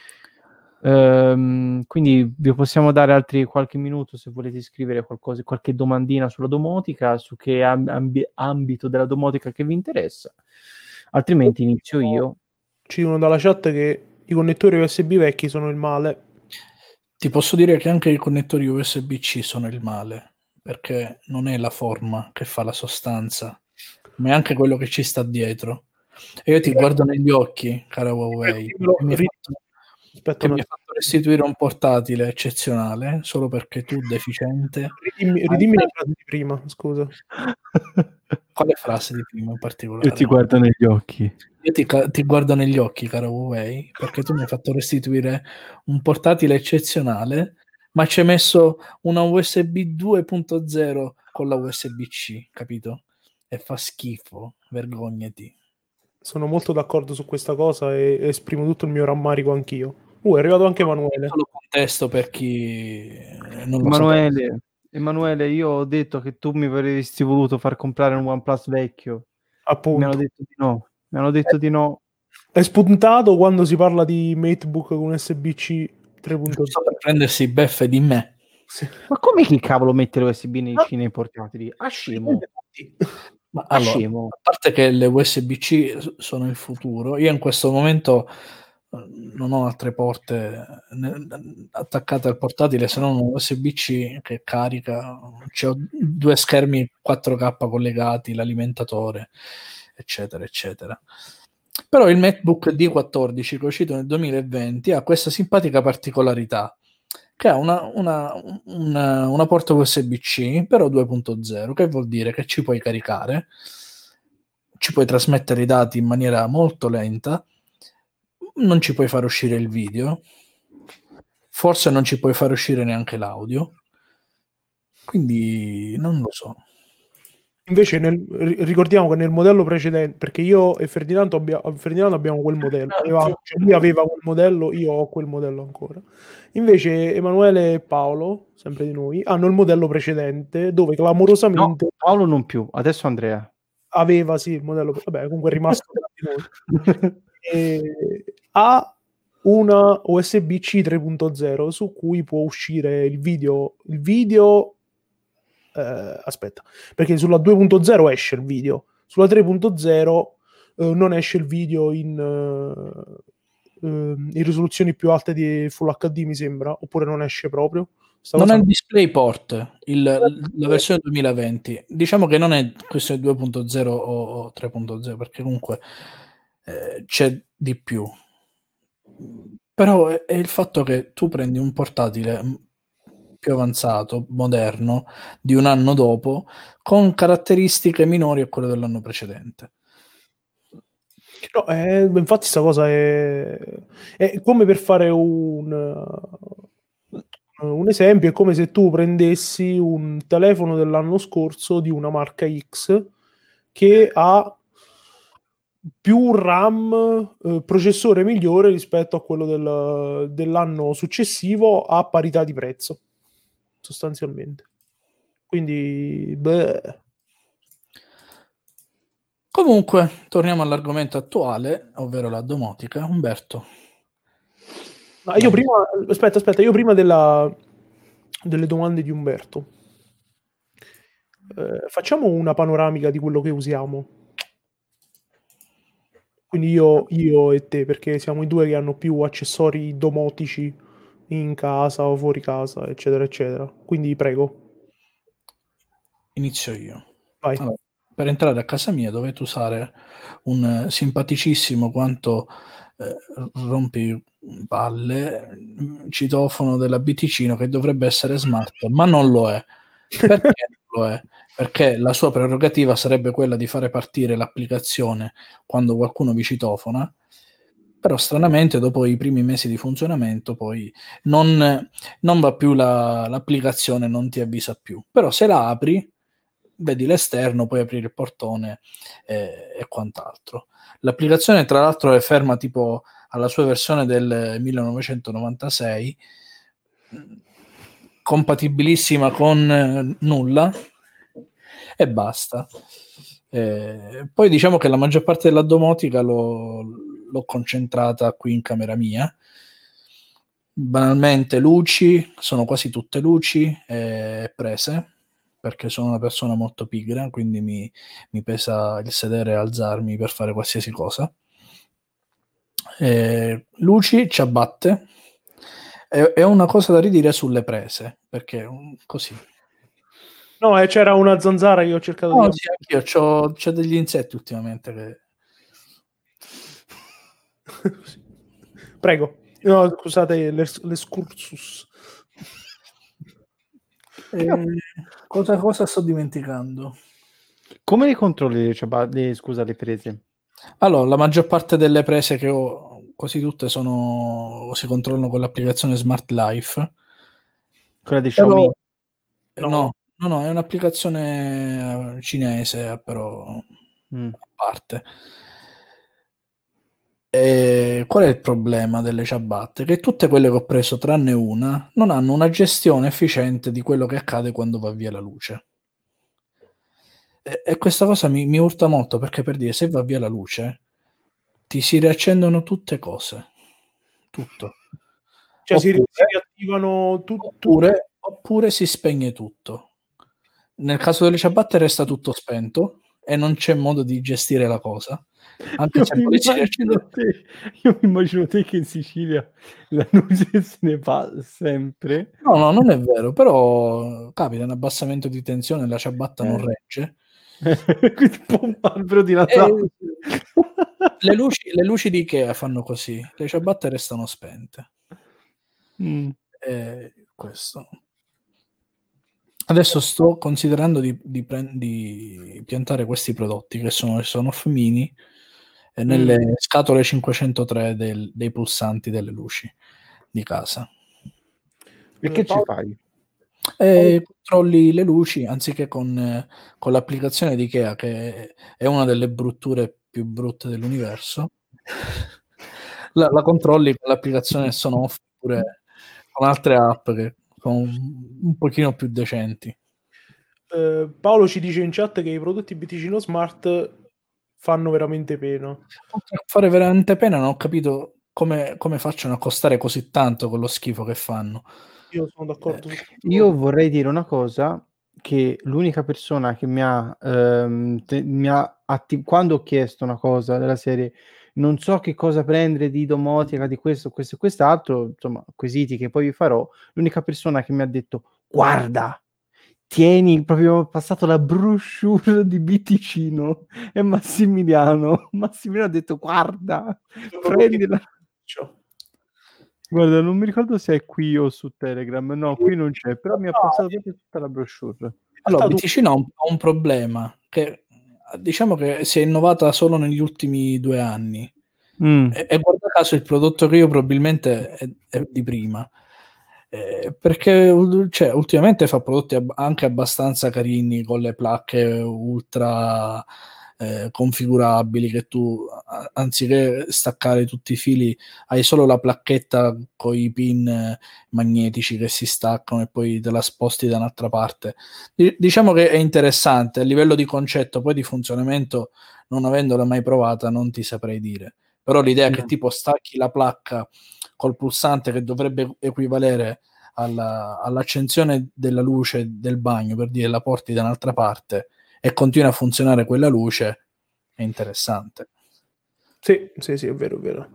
Ehm, quindi vi possiamo dare altri qualche minuto se volete scrivere qualcosa, qualche domandina sulla domotica, su che am- ambi- ambito della domotica che vi interessa. Altrimenti inizio io. Ci dicono dalla chat che i connettori U S B vecchi sono il male. Ti posso dire che anche i connettori U S B C sono il male, perché non è la forma che fa la sostanza, ma è anche quello che ci sta dietro. E io ti guardo negli occhi, cara Huawei, Dimmelo- che mi hai ri- fatto, Aspetta che un mi hai attimo. fatto restituire un portatile eccezionale, solo perché tu, deficiente, Ridimmi, hai... ridimmi le frasi di prima, scusa. Quale frase di prima in particolare? Io ti guardo negli occhi. Io ti, ca- ti guardo negli occhi, caro Huawei, perché tu mi hai fatto restituire un portatile eccezionale, ma ci hai messo una U S B due punto zero con la U S B C, capito? E fa schifo, vergognati. Sono molto d'accordo su questa cosa e esprimo tutto il mio rammarico anch'io. Uh, è arrivato anche Emanuele. Solo contesto per chi non lo sapesse. Emanuele, Emanuele, io ho detto che tu mi avresti voluto far comprare un OnePlus vecchio. Mi hanno Appunto. detto di no. Mi hanno detto di no. È spuntato quando si parla di MateBook con U S B C tre punto zero. Giusto per prendersi beffe di me. Sì. Ma come che cavolo mette l'U S B nei, Ah. nei portatili? A scemo. Ma A allora, scemo. a parte che le U S B C sono il futuro, io in questo momento eh, non ho altre porte ne- attaccate al portatile se non un U S B C che carica, c'ho due schermi quattro K collegati, l'alimentatore eccetera, eccetera. Però il MacBook D quattordici, che è uscito nel duemilaventi, ha questa simpatica particolarità, che ha una, una, una, una porta U S B C, però due punto zero, che vuol dire che ci puoi caricare, ci puoi trasmettere i dati in maniera molto lenta, non ci puoi far uscire il video, forse non ci puoi far uscire neanche l'audio, quindi non lo so. Invece nel, ricordiamo che nel modello precedente, perché io e Ferdinando, abbia, Ferdinando abbiamo quel modello, aveva, cioè lui aveva quel modello, io ho quel modello ancora. Invece Emanuele e Paolo, sempre di noi, hanno il modello precedente dove clamorosamente... No, Paolo non più, adesso Andrea. Aveva sì il modello, vabbè comunque è rimasto tra di noi. E ha una U S B C tre punto zero su cui può uscire il video, il video Eh, aspetta, perché sulla due punto zero esce il video, sulla tre punto zero eh, non esce il video in, eh, in risoluzioni più alte di Full H D, mi sembra, oppure non esce proprio. Sta non cosa... è il DisplayPort, il, la versione duemilaventi. Diciamo che non è questo è due punto zero o, o tre punto zero, perché comunque eh, c'è di più. Però è, è il fatto che tu prendi un portatile più avanzato, moderno, di un anno dopo, con caratteristiche minori a quelle dell'anno precedente. No, eh, infatti questa cosa è, è come per fare un, un esempio, è come se tu prendessi un telefono dell'anno scorso di una marca X che ha più RAM, eh, processore migliore rispetto a quello del, dell'anno successivo a parità di prezzo, sostanzialmente. Quindi, beh. Comunque, torniamo all'argomento attuale, ovvero la domotica. Umberto. Ma io prima, aspetta, aspetta, io prima della, delle domande di Umberto, eh, facciamo una panoramica di quello che usiamo. Quindi io, io e te, perché siamo i due che hanno più accessori domotici in casa o fuori casa, eccetera, eccetera. Quindi prego. Inizio io. Vai. Allora, per entrare a casa mia dovete usare un eh, simpaticissimo quanto eh, rompi palle citofono della Biticino che dovrebbe essere smart, ma non lo è. Perché non lo è? Perché la sua prerogativa sarebbe quella di fare partire l'applicazione quando qualcuno vi citofona, però stranamente dopo i primi mesi di funzionamento poi non, non va più la, l'applicazione, non ti avvisa più. Però se la apri, vedi l'esterno, puoi aprire il portone eh, e quant'altro. L'applicazione tra l'altro è ferma tipo alla sua versione del millenovecentonovantasei, compatibilissima con eh, nulla e basta. Eh, poi diciamo che la maggior parte della domotica l'ho, l'ho concentrata qui in camera mia. Banalmente luci, sono quasi tutte luci eh, prese, perché sono una persona molto pigra, quindi mi, mi pesa il sedere e alzarmi per fare qualsiasi cosa. Eh, luci, ciabatte, e, e una cosa da ridire sulle prese, perché um, così. No, eh, c'era una zanzara che ho cercato No, di... sì, anch'io c'ho, c'ho degli insetti ultimamente che... Prego. No, scusate, l'es- l'escursus. Eh, cosa, cosa sto dimenticando? Come le controlli le, ciaba- le, scusa, le prese? Allora, la maggior parte delle prese che ho, quasi tutte sono, si controllano con l'applicazione Smart Life. Quella di Però, Xiaomi? no, no, no, no, è un'applicazione cinese, però Mm. a parte. E qual è il problema delle ciabatte? Che tutte quelle che ho preso, tranne una, non hanno una gestione efficiente di quello che accade quando va via la luce. E, e questa cosa mi, mi urta molto, perché per dire, se va via la luce, ti si riaccendono tutte cose. Tutto. Cioè si, Oppure, si riattivano tutto. oppure, oppure si spegne tutto. Nel caso delle ciabatte resta tutto spento e non c'è modo di gestire la cosa. Anche Io se mi, poi si immagino riaccende. te, io mi immagino te che in Sicilia la luce se ne va sempre. No, no, non è vero, però capita un abbassamento di tensione, la ciabatta non Eh. regge Tipo un albero di Natale. Eh, le, luci, le luci di Ikea fanno così, le ciabatte restano spente. Mm. Eh, questo. Adesso sto considerando di, di, pre- di piantare questi prodotti che sono Sonoff Mini eh, nelle Mm. scatole cinquecentotre del- dei pulsanti delle luci di casa. E che ci Paolo- fai? E controlli le luci anziché con, eh, con l'applicazione di Ikea, che è una delle brutture più brutte dell'universo. La, la controlli con l'applicazione Sonoff oppure con altre app che sono un, un pochino più decenti. Eh, Paolo ci dice in chat che i prodotti B T Cino Smart fanno veramente pena. Oltre a fare veramente pena, non ho capito come, come facciano a costare così tanto con lo schifo che fanno. Io sono d'accordo. Eh, su questo. Io vorrei dire una cosa, che l'unica persona che mi ha, ehm, te- mi ha atti- quando ho chiesto una cosa della serie, non so che cosa prendere di domotica, di questo, questo e quest'altro, insomma, quesiti che poi vi farò, l'unica persona che mi ha detto, guarda, tieni, proprio ho passato la brochure di Biticino e Massimiliano. Massimiliano ha detto, guarda, prendila. Ciao. Guarda, non mi ricordo se è qui o su Telegram. No, qui non c'è, però mi ha passato proprio tutta la brochure. Allora, realtà tu- Biticino ha un, ha un problema, che diciamo che si è innovata solo negli ultimi due anni. Mm. E, e guarda caso il prodotto che io probabilmente è, è di prima. Eh, perché cioè, ultimamente fa prodotti ab- anche abbastanza carini con le placche ultra eh, configurabili che tu a- anziché staccare tutti i fili hai solo la placchetta con i pin eh, magnetici che si staccano e poi te la sposti da un'altra parte. D- diciamo che è interessante a livello di concetto, poi di funzionamento non avendola mai provata non ti saprei dire, però l'idea Mm. che tipo stacchi la placca col pulsante che dovrebbe equivalere alla, all'accensione della luce del bagno, per dire la porti da un'altra parte e continua a funzionare quella luce, è interessante. Sì, sì, sì, è vero, è vero.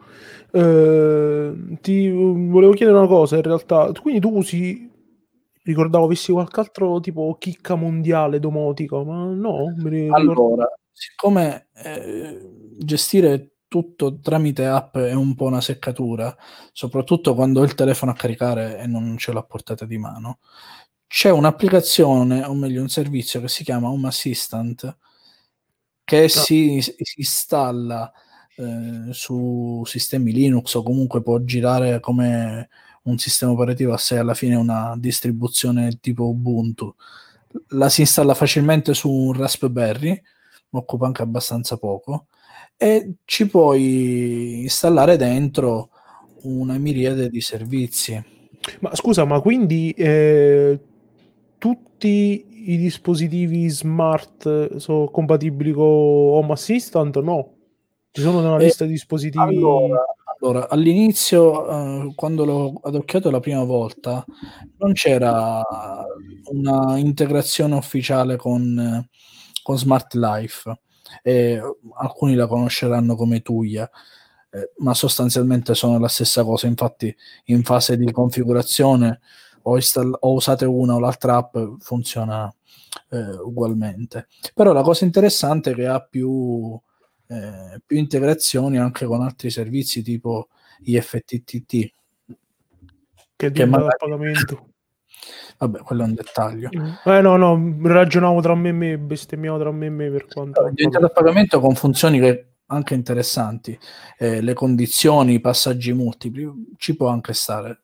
Eh, ti volevo chiedere una cosa, in realtà. Quindi tu usi, ricordavo, avessi qualche altro tipo chicca mondiale domotica, ma no, me ne ricordo. Allora, siccome eh, gestire tutto tramite app è un po' una seccatura, soprattutto quando ho il telefono a caricare e non ce l'ho a portata di mano, c'è un'applicazione, o meglio un servizio che si chiama Home Assistant, che si, si installa eh, su sistemi Linux o comunque può girare come un sistema operativo a sé, alla fine è una distribuzione tipo Ubuntu. La si installa facilmente su un Raspberry, occupa anche abbastanza poco, e ci puoi installare dentro una miriade di servizi. Ma scusa, ma quindi eh, tutti i dispositivi smart sono compatibili con Home Assistant? No. Ci sono una E lista di dispositivi. allora, allora, all'inizio, eh, quando l'ho adocchiato la prima volta, non c'era una integrazione ufficiale con, eh, con Smart Life. E alcuni la conosceranno come Tuya, eh, ma sostanzialmente sono la stessa cosa. Infatti, in fase di configurazione o, install- o usate una o l'altra app, funziona eh, ugualmente. Però la cosa interessante è che ha più eh, più integrazioni anche con altri servizi tipo I F T T T, Che che diventa a magari pagamento. vabbè, quello è un dettaglio. Eh no, no, ragionavo tra me e me, bestemmiavo tra me e me per quanto. È diventato a pagamento con funzioni che anche interessanti, eh, le condizioni, i passaggi multipli, ci può anche stare.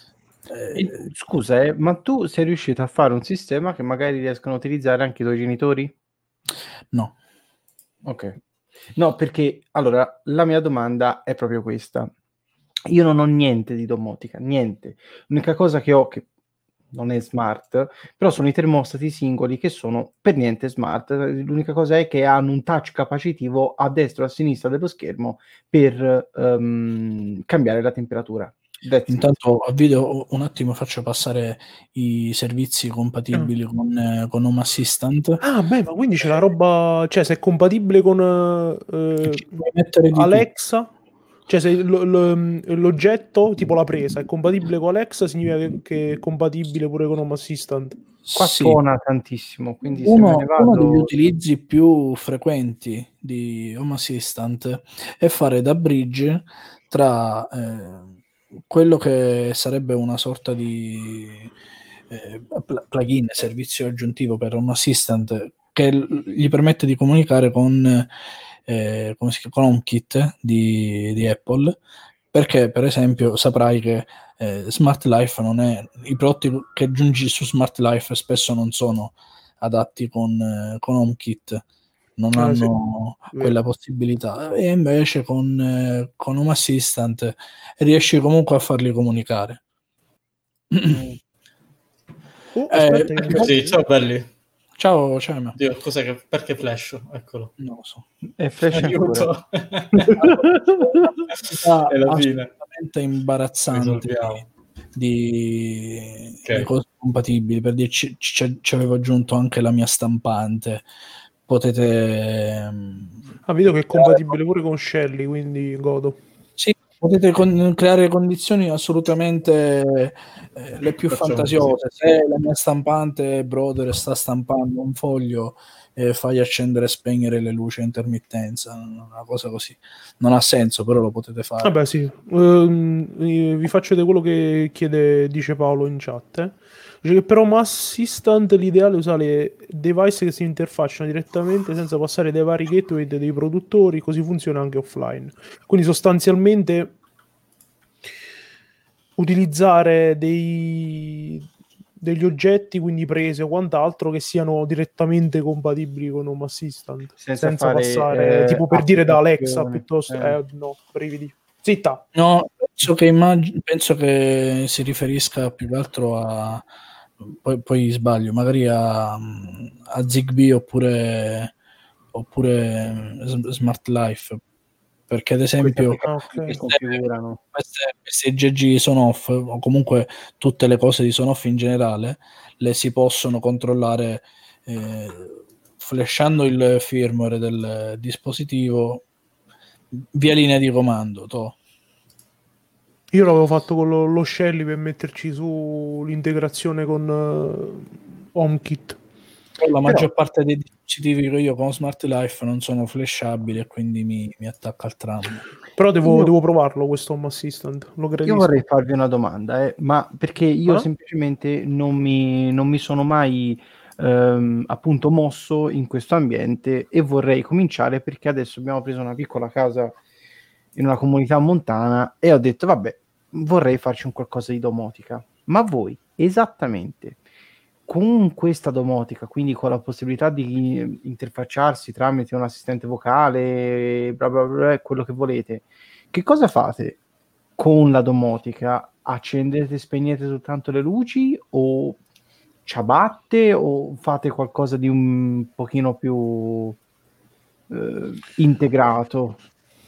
Eh, Scusa, eh, ma tu sei riuscito a fare un sistema che magari riescono a utilizzare anche i tuoi genitori? No. Ok. No, perché allora la mia domanda è proprio questa. Io non ho niente di domotica, niente. L'unica cosa che ho, che non è smart, però sono i termostati singoli che sono per niente smart. L'unica cosa è che hanno un touch capacitivo a destra o a sinistra dello schermo per um, cambiare la temperatura. That's Intanto a video un attimo faccio passare i servizi compatibili Ah. con, eh, con Home Assistant. Ah, beh, ma quindi c'è la roba, cioè se è compatibile con eh, Ci puoi mettere di Alexa, Cioè, se lo, lo, l'oggetto, tipo la presa, è compatibile con Alexa, significa che, che è compatibile pure con Home Assistant. Qua Sì. suona tantissimo, quindi se Uno, me ne vado... uno degli utilizzi più frequenti di Home Assistant è fare da bridge tra eh, quello che sarebbe una sorta di eh, plugin, servizio aggiuntivo per Home Assistant che l- gli permette di comunicare con, eh, come si chiama, con HomeKit di, di Apple, perché per esempio saprai che eh, Smart Life non è, i prodotti che aggiungi su Smart Life spesso non sono adatti con, eh, con HomeKit, non Ah, sì. hanno Vero. quella possibilità, e invece con, eh, con Home Assistant riesci comunque a farli comunicare. Mm. Oh, Eh, aspetta, che mi- Sì, ciao belli. Ciao, ciao Emma. Dio, cos'è che... Perché flash? Eccolo. Non lo so. È flash ancora. Aiuto. Ah, È la fine. assolutamente imbarazzante Risolviamo. di, Ok. di cose compatibili. Per dirci, ci, ci avevo aggiunto anche la mia stampante. Potete ehm, Ah, vedo che è compatibile pure con Shelly, quindi godo. sì, potete con- creare condizioni assolutamente eh, le più Facciamo fantasiose. Se la mia stampante Brother sta stampando un foglio e fai accendere e spegnere le luci a intermittenza, una cosa così non ha senso, però lo potete fare. Vabbè, sì. Ehm, eh, vi faccio vedere quello che chiede, dice Paolo in chat. eh. Dice che per Home Assistant l'ideale è usare device che si interfacciano direttamente senza passare dai vari gateway dei produttori, così funziona anche offline. Quindi sostanzialmente utilizzare dei, degli oggetti, quindi prese o quant'altro, che siano direttamente compatibili con Home Assistant, Senza senza, fare, passare, eh, tipo per dire da Alexa applicazione. piuttosto. Eh. Eh, no, brividi. Zitta. No, penso che, immag- penso che si riferisca più che altro a poi, poi sbaglio, magari a, a Zigbee oppure, oppure S- Smart Life, perché ad esempio Queste Ah, applicazioni ok. si configurano. queste, queste G G sono off, o comunque tutte le cose di sono off in generale, le si possono controllare eh, flashando il firmware del dispositivo via linea di comando. To. Io l'avevo fatto con lo, lo Shelly per metterci su l'integrazione con eh, HomeKit. Però la Però- maggior parte dei dispositivi che io con Smart Life non sono flashabili e quindi mi, mi attacca al tram. Però devo, Io- devo provarlo questo Home Assistant, lo Io gradisco. vorrei farvi una domanda, eh, ma perché io Ah? semplicemente non mi, non mi sono mai ehm, appunto mosso in questo ambiente e vorrei cominciare perché adesso abbiamo preso una piccola casa in una comunità montana e ho detto vabbè, vorrei farci un qualcosa di domotica. Ma voi esattamente con questa domotica, quindi con la possibilità di interfacciarsi tramite un assistente vocale, bla bla bla, quello che volete, che cosa fate con la domotica? Accendete e spegnete soltanto le luci o ciabatte o fate qualcosa di un pochino più eh, integrato?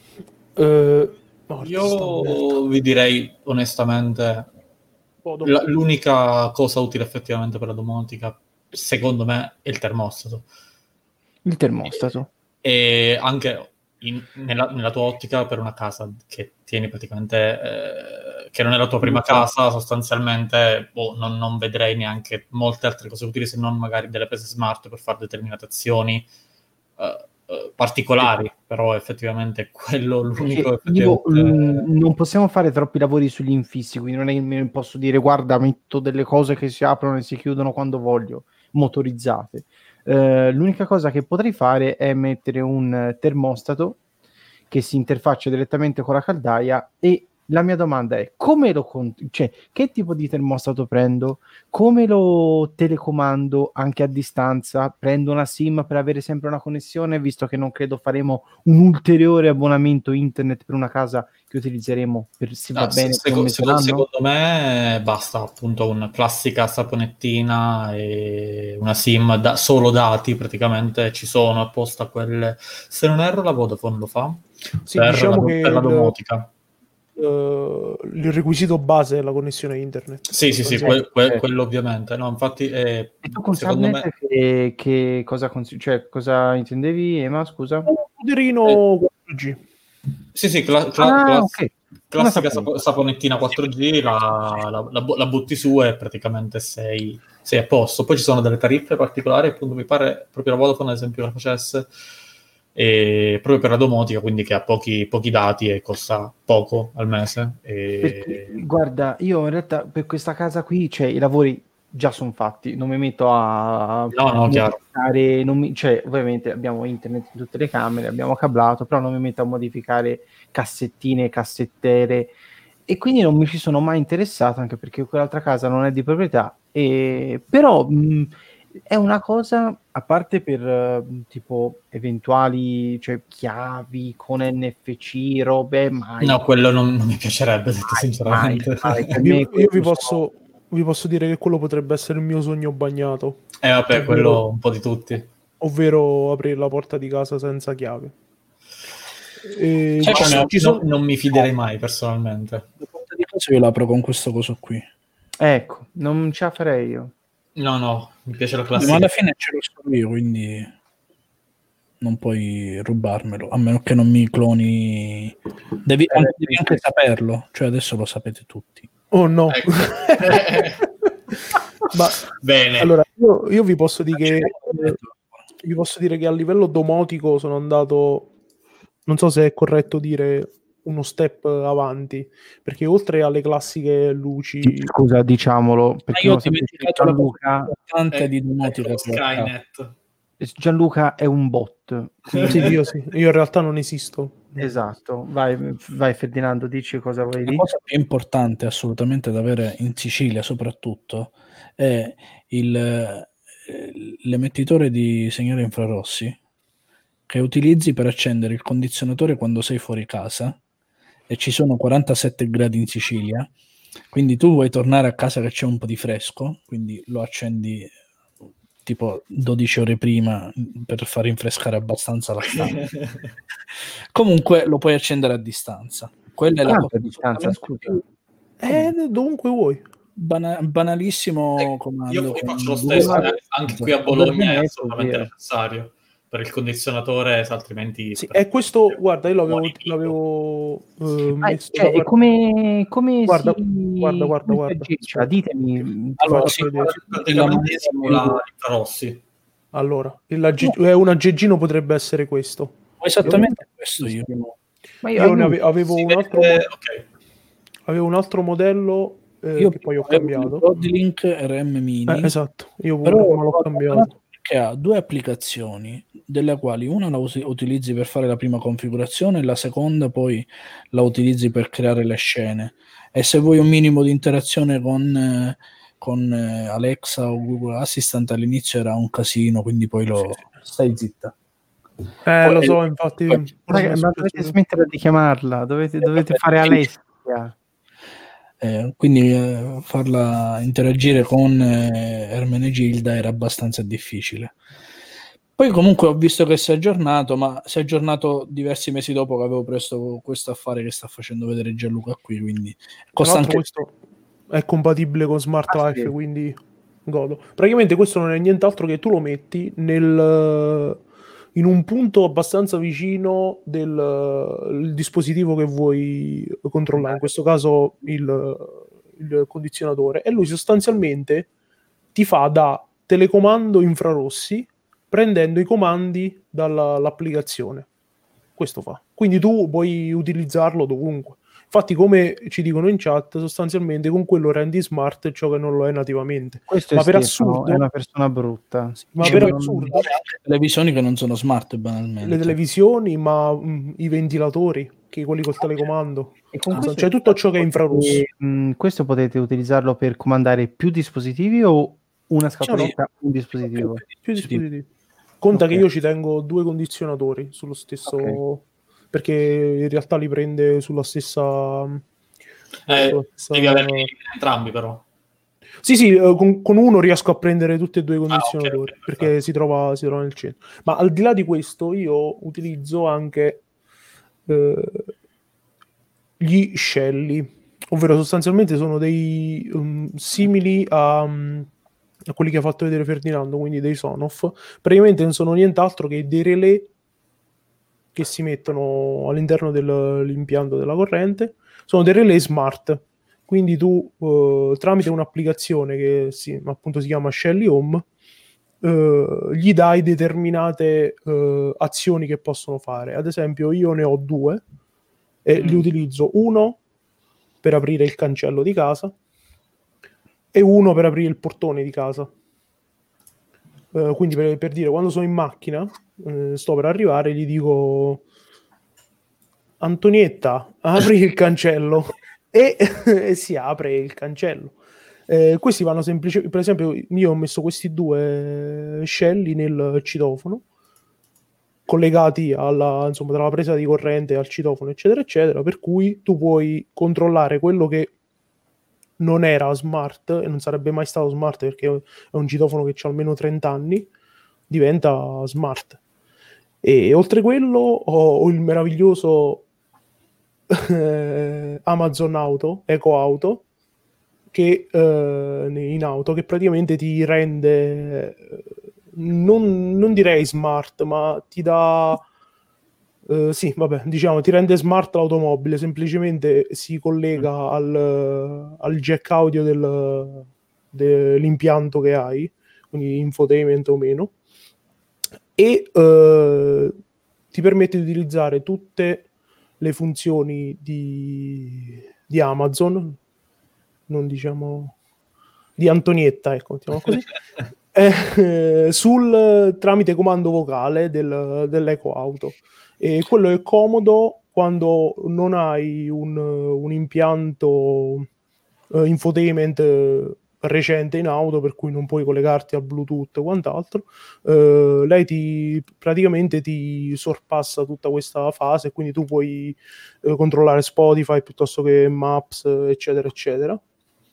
Eh, no, sta Io vi direi onestamente merda. la- l'unica cosa utile effettivamente per la domotica, secondo me, è il termostato. Il termostato. E anche in- nella, nella tua ottica per una casa che tieni praticamente, eh, che non è la tua prima casa, sostanzialmente boh, non, non vedrei neanche molte altre cose utili se non magari delle prese smart per fare determinate azioni eh, eh, particolari, però effettivamente quello l'unico Perché io effettivamente... mh, non possiamo fare troppi lavori sugli infissi, quindi non è che mi posso dire guarda, metto delle cose che si aprono e si chiudono quando voglio, motorizzate. Eh, l'unica cosa che potrei fare è mettere un eh, termostato che si interfaccia direttamente con la caldaia e la mia domanda è come lo con- cioè che tipo di termostato prendo? Come lo telecomando anche a distanza? Prendo una SIM per avere sempre una connessione, visto che non credo faremo un ulteriore abbonamento internet per una casa che utilizzeremo per se va Ah, se- bene per un seco- mese seco- l'anno? secondo me basta appunto una classica saponettina e una SIM da, solo dati praticamente ci sono apposta quelle, se non erro la Vodafone lo fa Sì, per, diciamo la, che per la il- domotica. eh, il requisito base è la connessione internet. Sì, sì, sì, sostanzialmente. que- que- Eh. quello ovviamente. No, infatti, eh, E tu con secondo me, Subnet che, che cosa, consi- cioè, cosa intendevi, Ema? Scusa? Un routerino Eh. quattro G. Sì, sì, cla- cla- Ah, class- ok. classica sapevo. sapo- saponettina quattro G, la, la- la bu- la butti su e praticamente sei, sei a posto. Poi ci sono delle tariffe particolari, appunto mi pare proprio la Vodafone ad esempio la facesse, e proprio per la domotica, quindi che ha pochi, pochi dati e costa poco al mese. Perché, E... guarda, io in realtà per questa casa qui, cioè, i lavori già sono fatti, non mi metto a No, no, chiaro. modificare, non mi- cioè, ovviamente abbiamo internet in tutte le camere, abbiamo cablato, però non mi metto a modificare cassettine, cassettere, e quindi non mi ci sono mai interessato, anche perché quell'altra casa non è di proprietà, e, però mh, è una cosa, a parte per eh, tipo eventuali, cioè, chiavi con N F C, robe, mai. No, quello non, non mi piacerebbe, detto Mai, sinceramente. mai, mai. Per Io, me io quello vi, sono- posso, vi posso dire che quello potrebbe essere il mio sogno bagnato, Eh vabbè, ovvero, quello un po' di tutti. ovvero aprire la porta di casa senza chiave. E Sai ci come so- no, ci sono- Non, non mi fiderei mai, personalmente. La porta di casa io l'apro con questo coso qui. Ecco, non ce la farei io. No, no, mi piace la Ma classica. alla fine ce l'ho solo io, quindi non puoi rubarmelo, a meno che non mi cloni. Devi, Eh, anche, devi anche saperlo, cioè adesso lo sapete tutti. Oh no. Ecco. Ma Bene. allora io, io vi posso dire che eh, vi posso dire che a livello domotico sono andato, non so se è corretto dire uno step avanti, perché oltre alle classiche luci, Scusa, diciamolo, Ma perché io non ho sapete, dimenticato la cosa Gianluca, più importante Eh, di domotica ecco che ho fatto. Skynet. Gianluca è un bot. sì, io sì, io in realtà non esisto. Esatto, vai, vai Ferdinando, dici cosa vuoi La dire? cosa più importante assolutamente da avere in Sicilia soprattutto è il, eh, l'emettitore di segnali infrarossi che utilizzi per accendere il condizionatore quando sei fuori casa e ci sono quarantasette gradi in Sicilia, quindi tu vuoi tornare a casa che c'è un po' di fresco, quindi lo accendi tipo dodici ore prima per far rinfrescare abbastanza la stanza. Comunque lo puoi accendere a distanza. Quella è la Quanto cosa a distanza, assolutamente scusa? più Eh, dovunque vuoi. bana- banalissimo comando. Io, io con faccio lo Google stesso, Maps. eh, anche qui a Bologna è Veramente, assolutamente via. necessario per il condizionatore, se altrimenti... Sì, e questo, guarda, io l'avevo, Muori vivo. l'avevo eh, Ah, messo cioè, da e parte. come, come Guarda, si, guarda, guarda, come si guarda. agisce? Ditemi. Ti Allora, faccio sì, vedere. Praticamente la simula maniera- infrarossi. Allora, il agge- eh, un aggeggino potrebbe essere questo. esattamente questo io. Ma io, Io ne aiuto. ave- avevo Si un altro, vede- mo- ok. avevo un altro modello eh, Io che poi ho avevo il cambiato. Broadlink R M Mini, Eh, esatto, io però pure, ho ma l'ho trovato cambiato. abbandonato perché ha due applicazioni, delle quali una la usi- utilizzi per fare la prima configurazione e la seconda poi la utilizzi per creare le scene. E se vuoi un minimo di interazione con, eh, con eh, Alexa o Google Assistant all'inizio era un casino, quindi poi lo stai zitta. Eh, Poi- lo so, infatti. poi- ho Raga, smesso ma questo- dovete smettere di chiamarla, dovete, dovete vabbè, fare sì. Alessia. Eh, quindi eh, farla interagire con eh, Ermenegilda era abbastanza difficile. Poi comunque ho visto che si è aggiornato, ma si è aggiornato diversi mesi dopo che avevo preso questo affare che sta facendo vedere Gianluca qui, quindi Tra costa l'altro anche... questo è compatibile con Smart Ah, Life, sì. quindi godo. Praticamente questo non è nient'altro che tu lo metti nel, in un punto abbastanza vicino del il dispositivo che vuoi controllare, in questo caso il, il condizionatore, e lui sostanzialmente ti fa da telecomando infrarossi prendendo i comandi dall'applicazione. Questo fa. Quindi tu puoi utilizzarlo dovunque. Infatti, come ci dicono in chat, sostanzialmente con quello rendi smart ciò che non lo è nativamente. Questo Ma è per Stefano, assurdo, è una persona brutta. ma Ci per puoi assurdo, fare anche televisioni che non sono smart banalmente. le televisioni, ma mh, i ventilatori, che quelli col telecomando, E con Ah, questo cioè tutto ciò che è infrarosso. potete, mh, questo potete utilizzarlo per comandare più dispositivi o una scatoletta, un dispositivo? Più dispositivi. Conta Ok. che io ci tengo due condizionatori sullo stesso, Ok. perché in realtà li prende sulla stessa. Eh, sulla stessa- devi averli entrambi però. Sì, sì, eh, con, con uno riesco a prendere tutti e due i condizionatori, Ah, ok, ok, perché perfetto. si trova, si trova nel centro. Ma al di là di questo, io utilizzo anche eh, gli scelli, ovvero sostanzialmente sono dei um, simili a, um, a quelli che ha fatto vedere Ferdinando, quindi dei Sonoff. Praticamente non sono nient'altro che dei relè che si mettono all'interno dell'impianto della corrente sono dei relay smart, quindi tu eh, tramite un'applicazione che si, appunto si chiama Shelly Home eh, gli dai determinate eh, azioni che possono fare. Ad esempio io ne ho due e mm. li utilizzo, uno per aprire il cancello di casa e uno per aprire il portone di casa. Uh, quindi per, per dire, quando sono in macchina uh, sto per arrivare, gli dico Antonietta, apri il cancello e, e si apre il cancello. Eh, questi vanno semplicemente, per esempio io ho messo questi due scelli nel citofono collegati alla, insomma, dalla presa di corrente al citofono eccetera eccetera, per cui tu puoi controllare quello che non era smart e non sarebbe mai stato smart perché è un citofono che ha almeno trenta anni, diventa smart. E oltre quello ho, ho il meraviglioso eh, Amazon Auto, Eco Auto, che eh, in auto, che praticamente ti rende non, non direi smart, ma ti dà Uh, sì, vabbè, diciamo, ti rende smart l'automobile, semplicemente si collega al, al jack audio del, dell'impianto che hai, quindi infotainment o meno, e uh, ti permette di utilizzare tutte le funzioni di, di Amazon, non diciamo di Antonietta, ecco, diciamo così, eh, sul tramite comando vocale del, dell'Eco Auto. E quello è comodo quando non hai un, un impianto uh, infotainment uh, recente in auto, per cui non puoi collegarti a Bluetooth o quant'altro. Uh, lei ti praticamente ti sorpassa tutta questa fase, quindi tu puoi uh, controllare Spotify piuttosto che Maps, eccetera, eccetera.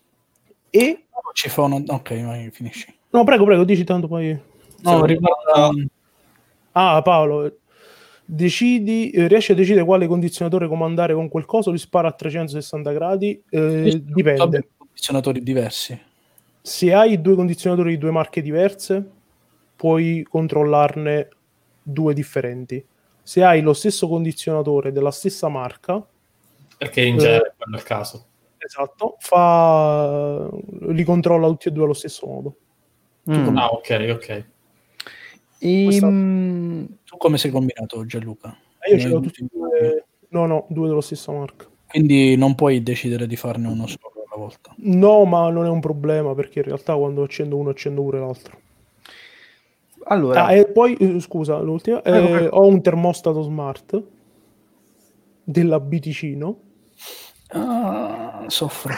E ci fa uno... ok, vai, finisci. No, prego, prego, dici tanto poi. No, riguarda... Ah, Paolo. Decidi, eh, riesci a decidere quale condizionatore comandare con quel coso, li spara a trecentosessanta gradi, eh, dipende. Condizionatori diversi. Se hai due condizionatori di due marche diverse, puoi controllarne due differenti. Se hai lo stesso condizionatore della stessa marca, perché in genere quello è il caso. Esatto, fa li controlla tutti e due allo stesso modo. Mm. Ah, ok, ok. E, Questa... Tu come sei combinato, Gianluca? Io ce l'ho tutti e due, no, no, due dello stesso marca. Quindi non puoi decidere di farne uno solo alla volta? No, ma non è un problema, perché in realtà quando accendo uno accendo pure l'altro. Allora, ah, e poi, eh, scusa, l'ultima, eh, eh, ho un termostato smart della Biticino. Ah, soffro.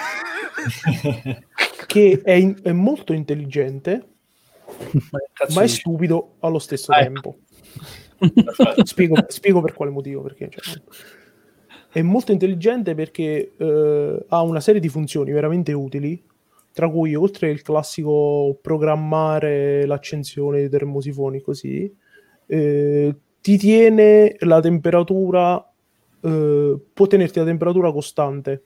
Che è, in, è molto intelligente, ma, ma è stupido allo stesso ah, tempo. spiego, spiego per quale motivo. Perché cioè, è molto intelligente perché eh, ha una serie di funzioni veramente utili, tra cui, oltre il classico programmare l'accensione dei termosifoni così, eh, ti tiene la temperatura, eh, può tenerti la temperatura costante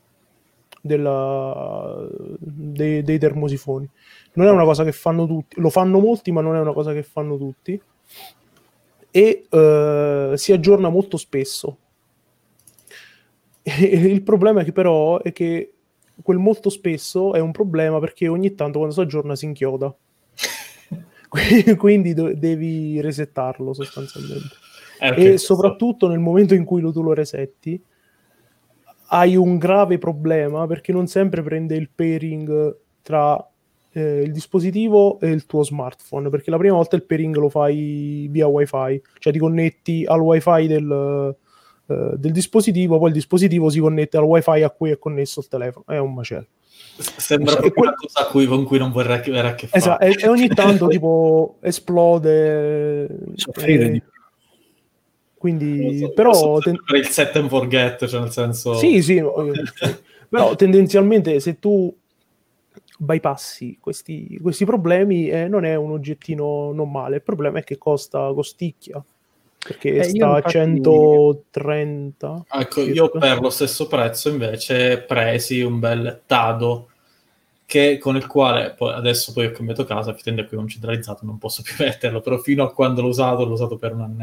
della, dei, dei termosifoni. Non è una cosa che fanno tutti, lo fanno molti, ma non è una cosa che fanno tutti, e eh, si aggiorna molto spesso. E il problema è che però è che quel molto spesso è un problema, perché ogni tanto quando si aggiorna si inchioda. Quindi do- devi resettarlo sostanzialmente. Eh, okay, e soprattutto so. Nel momento in cui lo, tu lo resetti hai un grave problema, perché non sempre prende il pairing tra eh, il dispositivo e il tuo smartphone, perché la prima volta il pairing lo fai via wifi, cioè ti connetti al wifi del, eh, del dispositivo, poi il dispositivo si connette al wifi a cui è connesso il telefono. È un macello. Sembra proprio que- una cosa a cui, con cui non vorrei avere a che fare. Esatto, e, e ogni tanto tipo esplode. Soffrire e... di Quindi, so, però ten... per il set and forget, cioè nel senso sì, sì, però tendenzialmente se tu bypassi questi, questi problemi eh, non è un oggettino non male. Il problema è che costa costicchia, perché eh, sta a centotrenta. Ecco, circa. Io per lo stesso prezzo invece presi un bel Tado, che con il quale poi adesso poi ho cambiato casa, effettivamente qui non centralizzato, non posso più metterlo, però fino a quando l'ho usato l'ho usato per un annetto,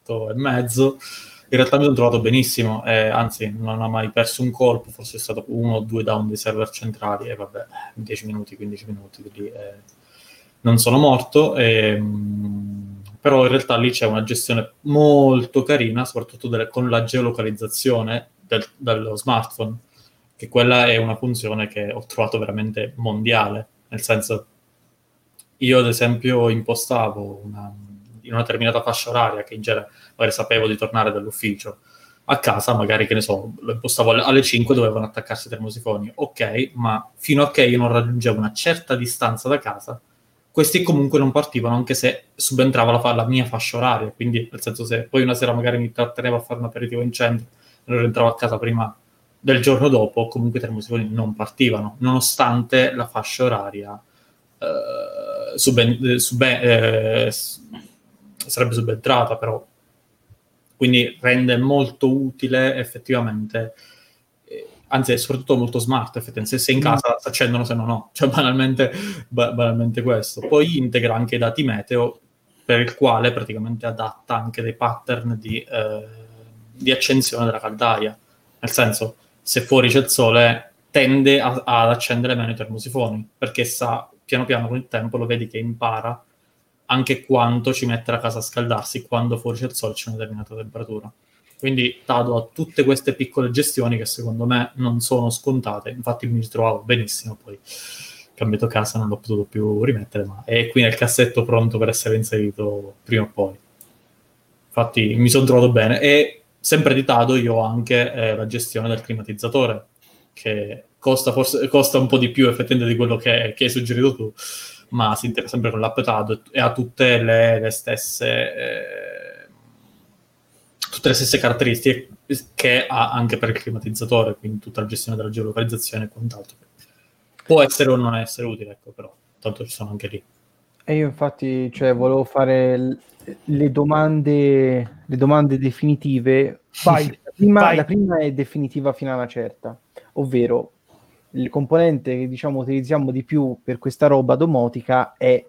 otto e mezzo. In realtà mi sono trovato benissimo, eh, anzi non ho mai perso un colpo, forse è stato uno o due down dei server centrali e vabbè, dieci minuti, quindici minuti, quindi eh, non sono morto, e, mh, però in realtà lì c'è una gestione molto carina, soprattutto delle, con la geolocalizzazione del, dello smartphone, che quella è una funzione che ho trovato veramente mondiale, nel senso, io ad esempio impostavo una, in una determinata fascia oraria, che in genere magari sapevo di tornare dall'ufficio a casa, magari, che ne so, lo impostavo alle, alle cinque, dovevano attaccarsi i termosifoni, ok, ma fino a che io non raggiungevo una certa distanza da casa, questi comunque non partivano, anche se subentrava la, la mia fascia oraria, quindi nel senso, se poi una sera magari mi trattenevo a fare un aperitivo in centro e non rientravo a casa prima del giorno dopo, comunque i termosifoni non partivano, nonostante la fascia oraria eh, suben- suben- eh, sarebbe subentrata, però quindi rende molto utile effettivamente, eh, anzi è soprattutto molto smart effettivamente, se sei in casa si accendono, se no no, cioè banalmente, ba- banalmente questo. Poi integra anche i dati meteo, per il quale praticamente adatta anche dei pattern di, eh, di accensione della caldaia, nel senso, se fuori c'è il sole tende a- ad accendere meno i termosifoni, perché sa, piano piano con il tempo lo vedi che impara anche quanto ci mette la casa a scaldarsi quando fuori c'è il sole, c'è una determinata temperatura. Quindi Tado ha tutte queste piccole gestioni che secondo me non sono scontate, infatti mi ritrovavo benissimo, poi cambiato casa, non l'ho potuto più rimettere, ma è qui nel cassetto pronto per essere inserito prima o poi. Infatti mi sono trovato bene, e sempre di Tado io ho anche eh, la gestione del climatizzatore, che costa, forse, costa un po' di più effettivamente di quello che, che hai suggerito tu, ma si integra sempre con l'app Tado e ha tutte le, le stesse eh, tutte le stesse caratteristiche che ha anche per il climatizzatore, quindi tutta la gestione della geolocalizzazione e quant'altro. Può essere o non essere utile, ecco, però tanto ci sono anche lì. E io infatti, cioè, volevo fare l- le domande le domande definitive. Vai, la, prima, vai. la prima è definitiva fino a una certa, ovvero il componente che diciamo utilizziamo di più per questa roba domotica è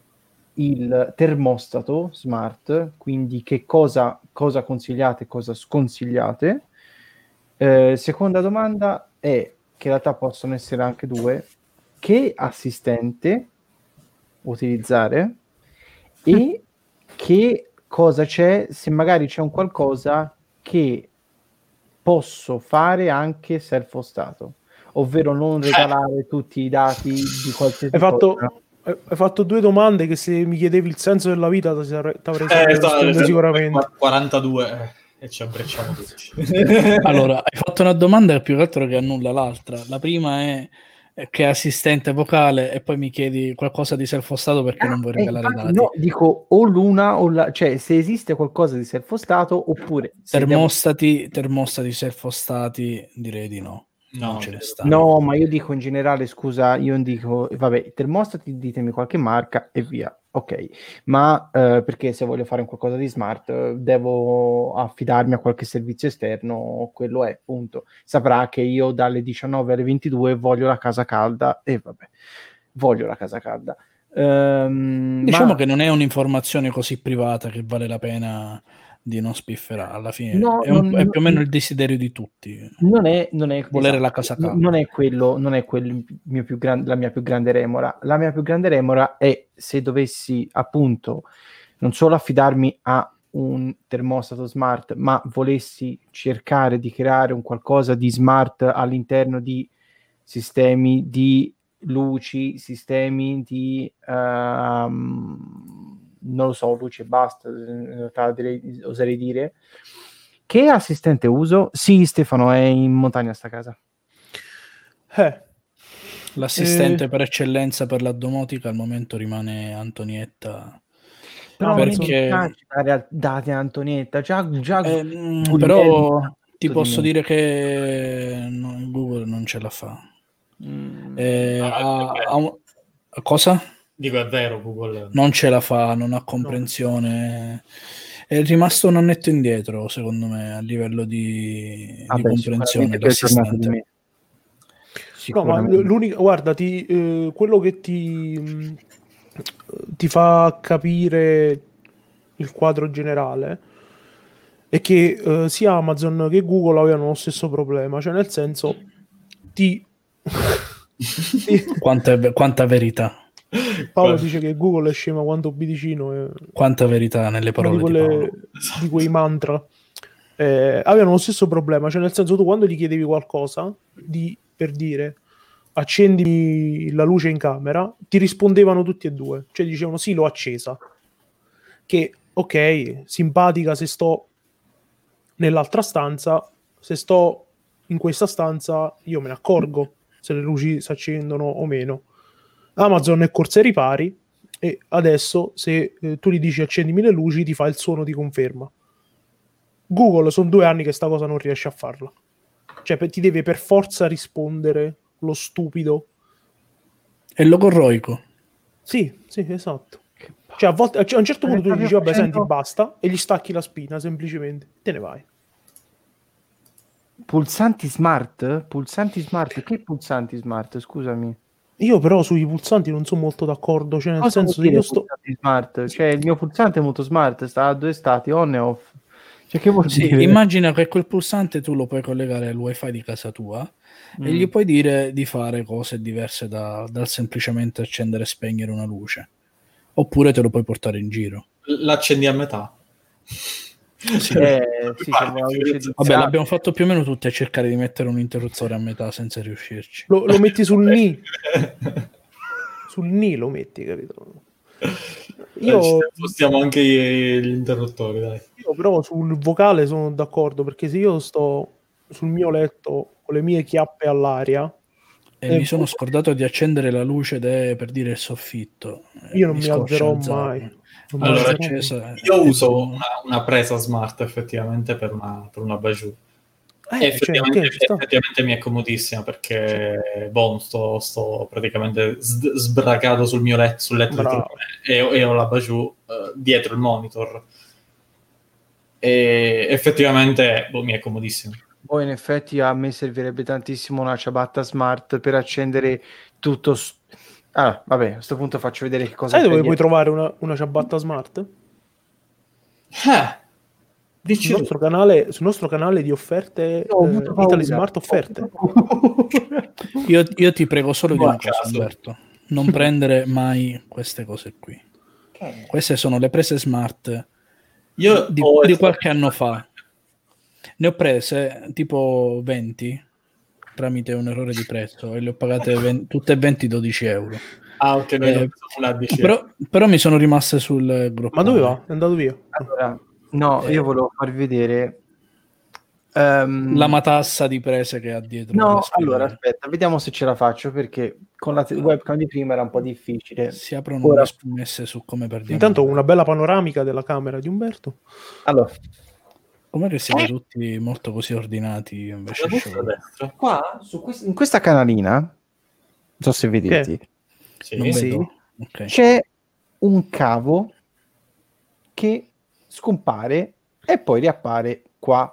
il termostato smart, quindi che cosa, cosa consigliate e cosa sconsigliate. Eh, seconda domanda è, che in realtà possono essere anche due, che assistente utilizzare e che cosa c'è, se magari c'è un qualcosa che posso fare anche self-hostato, ovvero non regalare tutti i dati di qualsiasi Hai fatto, cosa. hai fatto due domande che, se mi chiedevi il senso della vita, ti avrei Eh, risposto sicuramente. quarantadue eh, e ci abbracciamo tutti. Allora, hai fatto una domanda che più che altro che annulla l'altra. La prima è che è assistente vocale, e poi mi chiedi qualcosa di self-hostato perché Ah, non vuoi eh, regalare i infatti, dati. no, dico o l'una o la, cioè se esiste qualcosa di self-hostato, oppure se Termostati, devo... termostati self-hostati, direi di no. No, non ce ne stanno. No, ma io dico in generale, scusa, io non dico, vabbè, termostati, ditemi qualche marca e via, ok, ma eh, perché se voglio fare un qualcosa di smart eh, devo affidarmi a qualche servizio esterno, quello è, punto. Saprà che io dalle diciannove alle ventidue voglio la casa calda e vabbè, voglio la casa calda. Um, Diciamo ma... che non è un'informazione così privata che vale la pena di non spifferare. Alla fine No, è, un, non, è più o meno non, il desiderio di tutti. Non è, non è, volere esatto, la casa calda. non è quello, non è quello il mio più gran, la mia più grande remora. La mia più grande remora è se dovessi appunto non solo affidarmi a un termostato smart, ma volessi cercare di creare un qualcosa di smart all'interno di sistemi di luci, sistemi di um, non lo so, luci e basta, in realtà direi, oserei dire. Che assistente uso? Sì, Stefano, è in montagna sta casa. Eh. L'assistente Eh. per eccellenza per la domotica al momento rimane Antonietta. Però perché non dare date a Antonietta, già, già eh, però ti posso me. dire che no, Google non ce la fa. Mm. Eh, Ah, ha, ha un, cosa? Dico, è vero, Google non ce la fa, non ha comprensione. No. È rimasto un annetto indietro, secondo me, a livello di, ah, di beh, comprensione di l'assistente. No, ma l'unica, guarda, ti, eh, quello che ti, ti fa capire il quadro generale è che eh, sia Amazon che Google avevano lo stesso problema, cioè nel senso ti... ti... Quanta, quanta verità. Paolo dice che Google è scema quanto Ubidicino. È... Quanta verità nelle parole di, quelle, di Paolo. di quei mantra. Eh, avevano lo stesso problema, cioè nel senso tu quando gli chiedevi qualcosa di, per dire accendi la luce in camera, ti rispondevano tutti e due, cioè dicevano sì, l'ho accesa, che ok, simpatica se sto nell'altra stanza, se sto in questa stanza io me ne accorgo se le luci si accendono o meno. Amazon è corsa ai ripari e adesso se eh, tu gli dici accendimi le luci ti fa il suono di conferma. Google sono due anni che sta cosa non riesce a farla, cioè per, ti deve per forza rispondere lo stupido. È logorroico. Sì, sì, esatto. Cioè a, volte, a un certo punto tu gli dici vabbè senti basta e gli stacchi la spina semplicemente, te ne vai. Pulsanti smart? Pulsanti smart? Che pulsanti smart? Scusami. Io però sui pulsanti non sono molto d'accordo, cioè nel Cosa senso che io sto... smart? Cioè il mio pulsante è molto smart, sta a due stati, on e off. Cioè, che vuol sì, dire? immagina che quel pulsante tu lo puoi collegare al wifi di casa tua mm. e gli puoi dire di fare cose diverse da, dal semplicemente accendere e spegnere una luce. Oppure te lo puoi portare in giro. L'accendi a metà. Sì. Eh, sì, di... Vabbè, l'abbiamo fatto più o meno tutti a cercare di mettere un interruttore a metà senza riuscirci. Lo, lo metti sul Ni. Sul Ni lo metti, capito? Io spostiamo anche gli interruttori, dai. Io però sul vocale sono d'accordo, perché se io sto sul mio letto con le mie chiappe all'aria e, e mi sono scordato di accendere la luce de, per dire il soffitto, io non mi, mi alzerò mai. Non allora, mi accesa, io uso una, una presa smart effettivamente per una, per una Bajou. Eh, effettivamente, cioè, okay, effettivamente mi è comodissima perché boh, sto, sto praticamente s- sbragato sul mio letto, sul letto dietro e, e ho la Bajou uh, dietro il monitor e effettivamente boh, mi è comodissimo. Poi in effetti a me servirebbe tantissimo una ciabatta smart per accendere tutto. S- ah, vabbè, a questo punto faccio vedere che cosa. Sai dove puoi trovare una, una ciabatta smart? Eh. Sul nostro, canale, sul nostro canale di offerte no, eh, Italy Smart offerte. io, io ti prego solo di una cosa, Umberto, non prendere mai queste cose qui. Okay. Queste sono le prese smart io di, di qualche anno fa. Ne ho prese tipo venti tramite un errore di prezzo e le ho pagate venti, tutte e venti dodici euro. Ah, ok, noi eh, però, però mi sono rimaste sul gruppo. Ma dove va? È andato via? Allora, no, io volevo farvi vedere um... la matassa di prese che ha dietro. No, allora aspetta, vediamo se ce la faccio perché con la te- webcam di prima era un po' difficile. Si aprono Ora... le scommesse su come perdiamo. Intanto una bella panoramica della camera di Umberto. Allora, come che siamo tutti molto così ordinati invece qua su quest- in questa canalina, non so se vedete, sì, non sì. vedo. Okay. C'è un cavo che scompare e poi riappare qua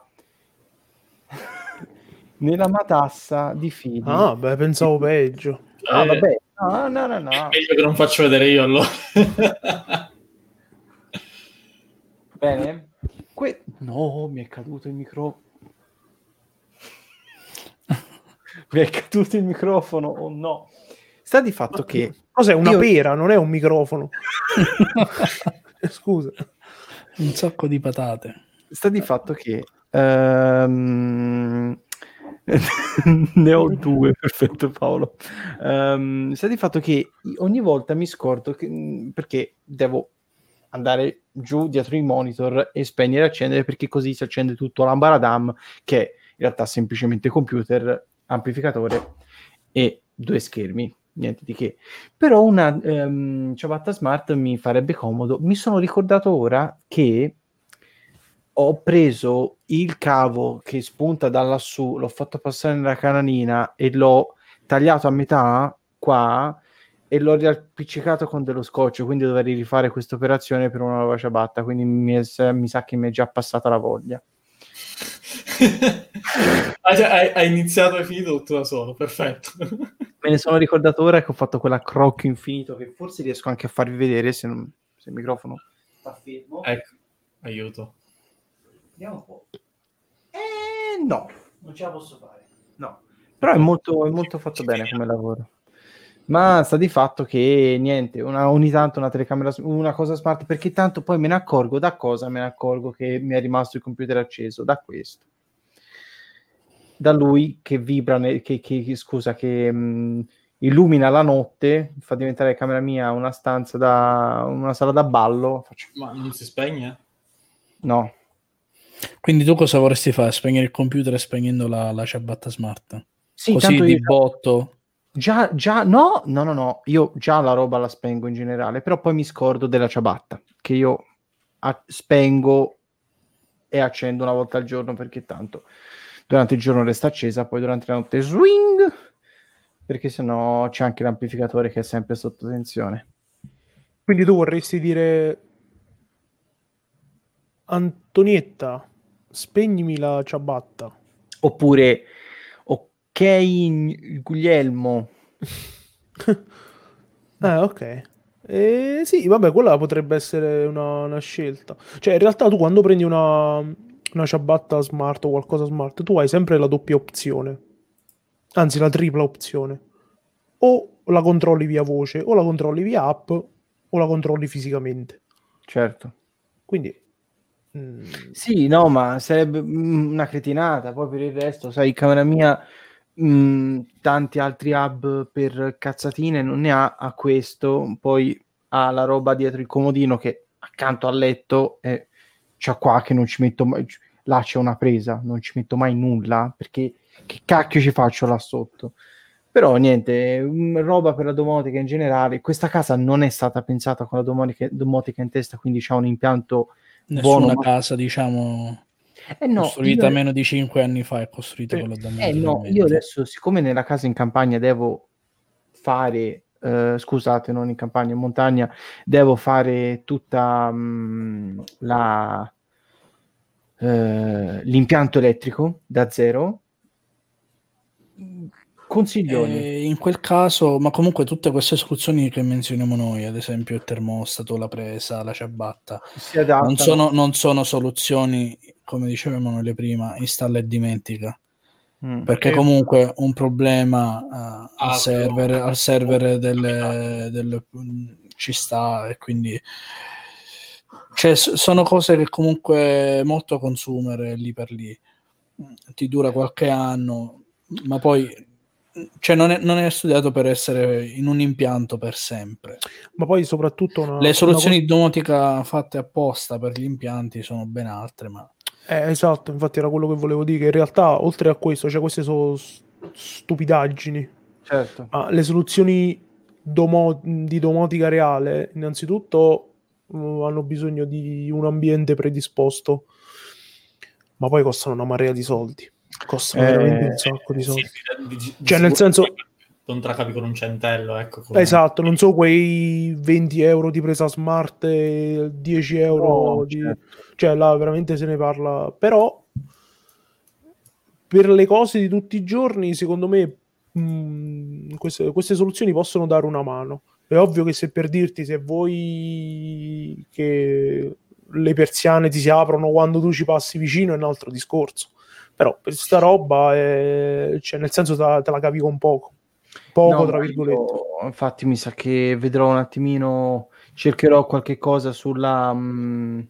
nella matassa di fili. Ah, beh, pensavo peggio. Ah, eh, vabbè, no, no, no, no. È meglio che non faccio vedere io allora. Bene. Que- no, mi è caduto il microfono. Mi è caduto il microfono, oh no. Sta di fatto che... Cos'è, una io... pera, non è un microfono. Scusa. Un sacco di patate. Sta di fatto che... Um... ne ho due, perfetto Paolo. Um, sta di fatto che ogni volta mi scordo che... perché devo andare giù dietro i monitor e spegnere e accendere, perché così si accende tutto l'ambaradam, che è in realtà semplicemente computer, amplificatore e due schermi, niente di che. Però una um, ciabatta smart mi farebbe comodo. Mi sono ricordato ora che ho preso il cavo che spunta da lassù, l'ho fatto passare nella canalina e l'ho tagliato a metà qua e l'ho riappiccicato con dello scotch, quindi dovrei rifare questa operazione per una nuova ciabatta, quindi mi, è, mi sa che mi è già passata la voglia. hai, hai iniziato e finito tutto da solo, perfetto. Me ne sono ricordato ora che ho fatto quella crocchio infinito che forse riesco anche a farvi vedere se, non, se il microfono sta fermo. Ecco, aiuto. Vediamo un po'. Eh, no, non ce la posso fare. No, però è molto, è molto fatto bene come lavoro. Ma sta di fatto che niente, una, ogni tanto una telecamera, una cosa smart, perché tanto poi me ne accorgo da cosa me ne accorgo che mi è rimasto il computer acceso, da questo. Da lui che vibra, ne, che, che scusa, che mh, illumina la notte, fa diventare camera mia una stanza da una sala da ballo. Faccio... Ma non si spegne? No. Quindi tu cosa vorresti fare? Spegnere il computer spegnendo la, la ciabatta smart? Sì, così tanto di io... botto? Già, già, no, no, no, no, io già la roba la spengo in generale, però poi mi scordo della ciabatta, che io a- spengo e accendo una volta al giorno, perché tanto durante il giorno resta accesa, poi durante la notte swing, perché sennò c'è anche l'amplificatore che è sempre sotto tensione. Quindi tu vorresti dire: Antonietta, spegnimi la ciabatta. Oppure, ok, Guglielmo. Eh, ok. Eh, sì, vabbè, quella potrebbe essere una, una scelta. Cioè, in realtà tu quando prendi una, una ciabatta smart o qualcosa smart, tu hai sempre la doppia opzione. Anzi, la tripla opzione. O la controlli via voce, o la controlli via app, o la controlli fisicamente. Certo. Quindi... mm, Sì, no, ma sarebbe mm, una cretinata. Poi per il resto, sai, camera mia, mh, tanti altri hub per cazzatine non ne ha, a questo. Poi ha la roba dietro il comodino che accanto al letto e c'ha qua che non ci metto mai. Là c'è una presa, non ci metto mai nulla perché che cacchio ci faccio là sotto. Però niente, mh, roba per la domotica in generale. Questa casa non è stata pensata con la domotica, domotica in testa, quindi c'ha un impianto Nessuna buono. casa, diciamo, Eh no, costruita io... meno di cinque anni fa è costruita Sì. con la domotica Eh in no, mente. io adesso, siccome nella casa in campagna devo fare, eh, scusate, non in campagna, in montagna, devo fare tutta mh, la, eh, l'impianto elettrico da zero, consiglioni. E in quel caso, ma comunque tutte queste soluzioni che menzioniamo noi, ad esempio il termostato, la presa, la ciabatta, Si adattano. non sono, non sono soluzioni, come dicevamo noi prima, installa e dimentica. Mm. Perché Sì. comunque un problema uh, al Ah, server, quello- al server delle, delle, mh, ci sta, e quindi cioè, s- sono cose che comunque molto consumer lì per lì, ti dura qualche anno, ma poi cioè non è, non è studiato per essere in un impianto per sempre. Ma poi soprattutto una, Le soluzioni una di domotica fatte apposta per gli impianti sono ben altre, ma cosa... eh, esatto, infatti era quello che volevo dire, che in realtà oltre a questo, cioè queste sono s- stupidaggini, Certo. ma le soluzioni domo- di domotica reale, innanzitutto uh, hanno bisogno di un ambiente predisposto, ma poi costano una marea di soldi, costano Eh, veramente un sacco di Sì, soldi. di- di- di Cioè, nel sicuro senso... non te la capi con un centello, ecco. come- Esatto, non so quei venti euro di presa smart e dieci euro No, di... certo. Cioè là veramente se ne parla. Però per le cose di tutti i giorni, secondo me, mh, queste, queste soluzioni possono dare una mano. È ovvio che se per dirti, se vuoi che le persiane ti si aprono quando tu ci passi vicino è un altro discorso. Però per sta roba, è... cioè, nel senso te la, te la capi con poco. Poco, No, tra ma virgolette. io, infatti mi sa che vedrò un attimino, cercherò qualche cosa sulla mh,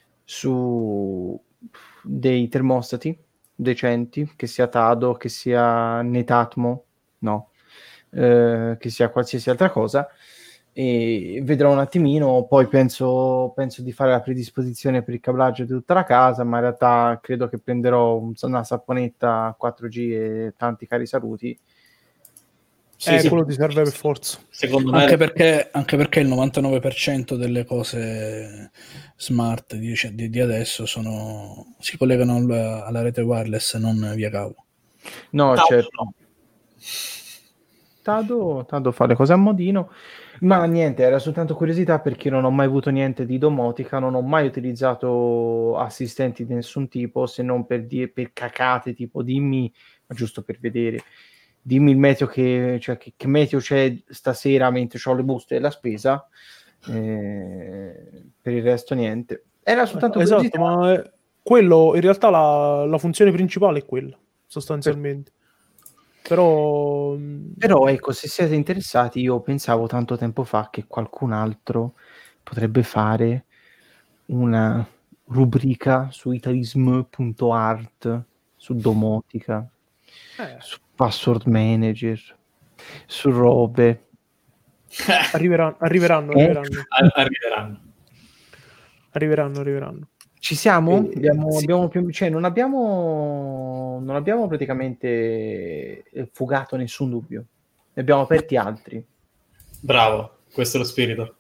su dei termostati decenti, che sia Tado, che sia Netatmo, no, eh, che sia qualsiasi altra cosa, e vedrò un attimino, poi penso, penso di fare la predisposizione per il cablaggio di tutta la casa, ma in realtà credo che prenderò un- una sapponetta quattro G e tanti cari saluti. Sì, Eh, sì, quello ti serve per forza. secondo me anche perché, anche perché il novantanove per cento delle cose smart di, di- di adesso sono, si collegano al- alla rete wireless e non via cavo. No, Tado certo. no. Tado, Tado fa le cose a modino, ma niente, era soltanto curiosità perché non ho mai avuto niente di domotica, non ho mai utilizzato assistenti di nessun tipo, se non per, dire, per cacate, tipo dimmi, ma giusto per vedere, dimmi il meteo che, cioè, che, che meteo c'è stasera mentre ho le buste della spesa, eh, per il resto niente. Era soltanto Esatto, curiosità. ma eh, quello in realtà la, la funzione principale è quella, sostanzialmente. Però... Però ecco, se siete interessati, io pensavo tanto tempo fa che qualcun altro potrebbe fare una rubrica su italism punto art, su domotica, Eh. su password manager, su robe. Arriveranno, arriveranno, Eh? arriveranno. Arriveranno. Arriveranno, arriveranno. Ci siamo? Eh, abbiamo, sì. abbiamo più, cioè non abbiamo non abbiamo praticamente fugato nessun dubbio. Ne abbiamo aperti altri. Bravo, questo è lo spirito.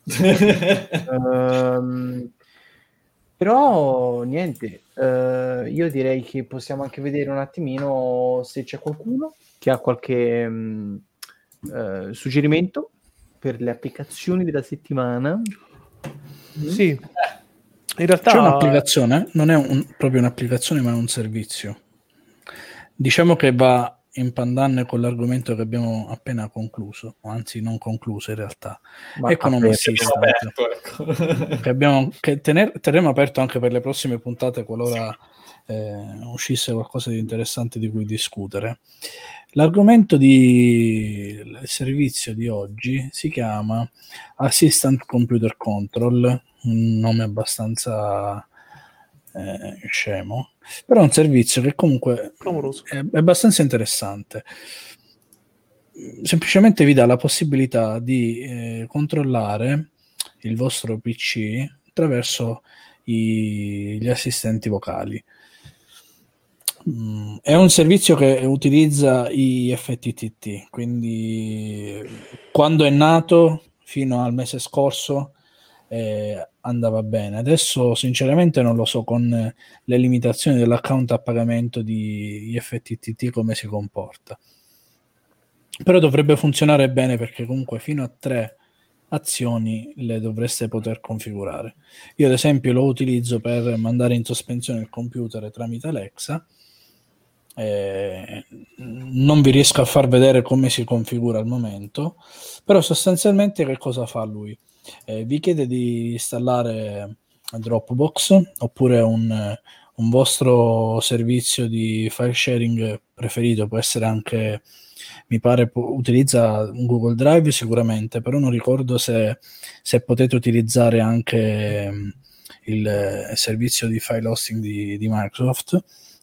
um, però niente, uh, io direi che possiamo anche vedere un attimino se c'è qualcuno che ha qualche um, uh, suggerimento per le applicazioni della settimana. Sì. In realtà c'è un'applicazione, non è un, proprio un'applicazione, ma è un servizio. Diciamo che va in pandanne con l'argomento che abbiamo appena concluso, o anzi non concluso in realtà. Ma Economy Assistant, aperto, ecco. che, abbiamo, che tener, terremo aperto anche per le prossime puntate qualora eh, uscisse qualcosa di interessante di cui discutere. L'argomento di il servizio di oggi si chiama Assistant Computer Control, un nome abbastanza eh, scemo, però è un servizio che comunque è, è abbastanza interessante. Semplicemente vi dà la possibilità di eh, controllare il vostro P C attraverso i, gli assistenti vocali. Mm, è un servizio che utilizza i F T T T, quindi quando è nato fino al mese scorso eh, andava bene. Adesso sinceramente non lo so con le limitazioni dell'account a pagamento di F T T T come si comporta, però dovrebbe funzionare bene perché comunque fino a tre azioni le dovreste poter configurare. Io ad esempio lo utilizzo per mandare in sospensione il computer tramite Alexa. Eh, non vi riesco a far vedere come si configura al momento, però sostanzialmente che cosa fa lui? Eh, vi chiede di installare Dropbox oppure un, un vostro servizio di file sharing preferito, può essere anche, mi pare utilizza un Google Drive sicuramente, però non ricordo se, se potete utilizzare anche il servizio di file hosting di, di Microsoft.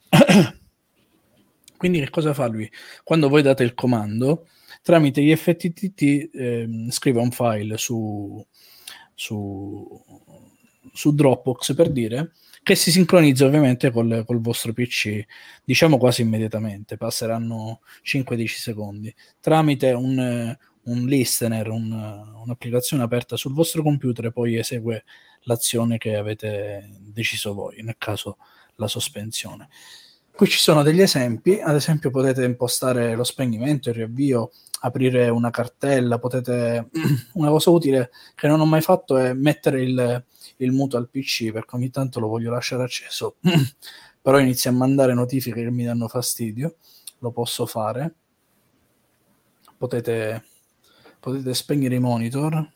Quindi che cosa fa lui? Quando voi date il comando, tramite gli F T T T eh, scrive un file su, su, su Dropbox, per dire, che si sincronizza ovviamente col, col vostro P C, diciamo quasi immediatamente, passeranno cinque dieci secondi, tramite un, un listener, un, un'applicazione aperta sul vostro computer, e poi esegue l'azione che avete deciso voi, nel caso la sospensione. Qui ci sono degli esempi, ad esempio potete impostare lo spegnimento, il riavvio, aprire una cartella, potete... Una cosa utile che non ho mai fatto è mettere il, il muto al P C, perché ogni tanto lo voglio lasciare acceso, però inizia a mandare notifiche che mi danno fastidio, lo posso fare. Potete, potete spegnere i monitor,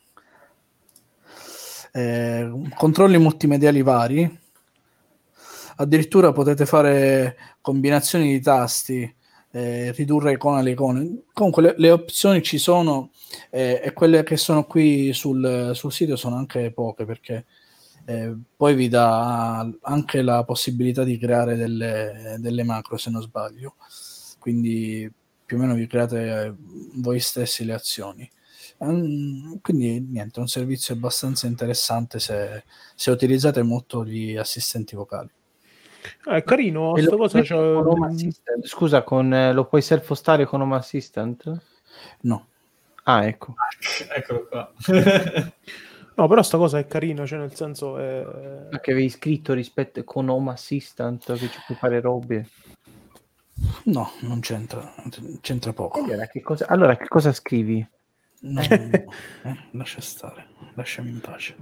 eh, controlli multimediali vari, addirittura potete fare combinazioni di tasti, eh, ridurre icona alle icone. Comunque le, le opzioni ci sono, eh, e quelle che sono qui sul, sul sito sono anche poche, perché eh, poi vi dà anche la possibilità di creare delle, delle macro, se non sbaglio, quindi più o meno vi create voi stessi le azioni. Um, quindi niente, è un servizio abbastanza interessante se, se utilizzate molto gli assistenti vocali. Ah, è carino, sta cosa c'è... con Home Assistant. Scusa, con, eh, lo puoi self-hostare con Home Assistant? No. Ah, ecco. Eccolo qua. No, però sta cosa è carina, cioè nel senso è... Ma che avevi scritto rispetto con Home Assistant che ci puoi fare robe? No, non c'entra, c'entra poco. Allora, che cosa, allora, che cosa scrivi? No, eh, lascia stare, lasciami in pace.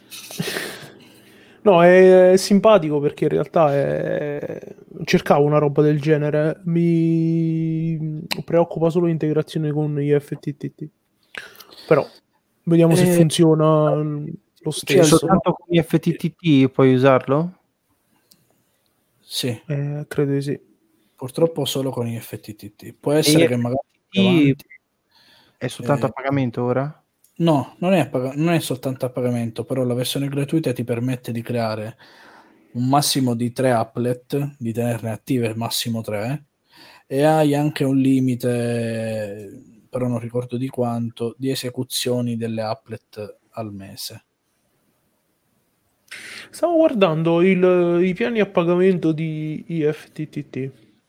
No, è simpatico perché in realtà è... cercavo una roba del genere, mi preoccupa solo l'integrazione con gli F T T T, però vediamo se eh, funziona lo stesso. Cioè, soltanto con gli F T T T puoi usarlo? Sì, Eh, credo di sì. purtroppo solo con I F T T T. Può essere E che magari più I F T T avanti... è soltanto eh, a pagamento ora? No, non è, a pag- non è soltanto a pagamento, però la versione gratuita ti permette di creare un massimo di tre applet, di tenerne attive massimo tre, e hai anche un limite, però non ricordo di quanto, di esecuzioni delle applet al mese. Stavo guardando il- i piani a pagamento di I F T T T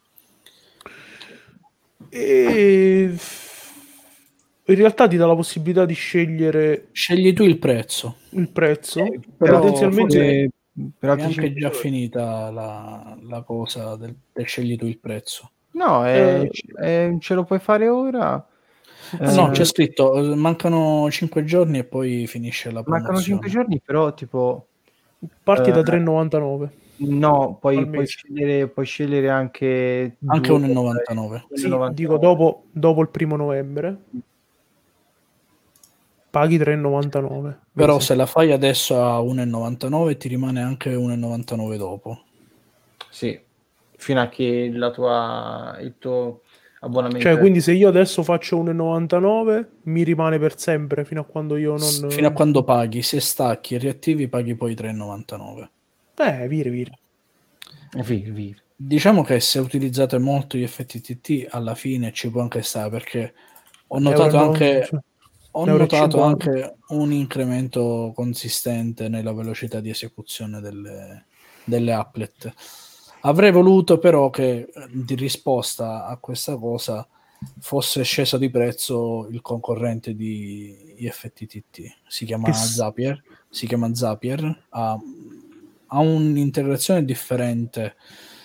e in realtà ti dà la possibilità di scegliere Scegli tu il prezzo, il prezzo. Eh, però Tendenzialmente forse per è altri anche cinque già giorni. finita la, la cosa del, del scegli tu il prezzo. No, è- eh, è- ce lo puoi fare ora. Ah, no, c'è Eh, scritto eh, mancano cinque giorni e poi finisce la mancano cinque promozione. giorni, però tipo parti eh, da tre e novantanove no, poi al puoi mese. scegliere, puoi scegliere anche Anche due uno virgola novantanove. Sì, dico dopo, dopo il primo novembre paghi tre e novantanove. Però mese. se la fai adesso a uno virgola novantanove ti rimane anche uno virgola novantanove dopo. Sì, fino a che la tua, il tuo abbonamento Cioè, è- quindi se io adesso faccio uno virgola novantanove mi rimane per sempre fino a quando io S- non... Fino a quando paghi, se stacchi e riattivi paghi poi tre virgola novantanove. Eh, vire, vire. Eh, vi- vi- Diciamo che se utilizzate molto gli F T T T alla fine ci può anche stare, perché ho notato Euro no- anche, cioè, ho euro e notato cinquanta. anche un incremento consistente nella velocità di esecuzione delle, delle applet. Avrei voluto però che eh, di risposta a questa cosa fosse sceso di prezzo il concorrente di I F T T T. Si chiama Che s- Zapier, si chiama Zapier, ha, ha un'integrazione differente,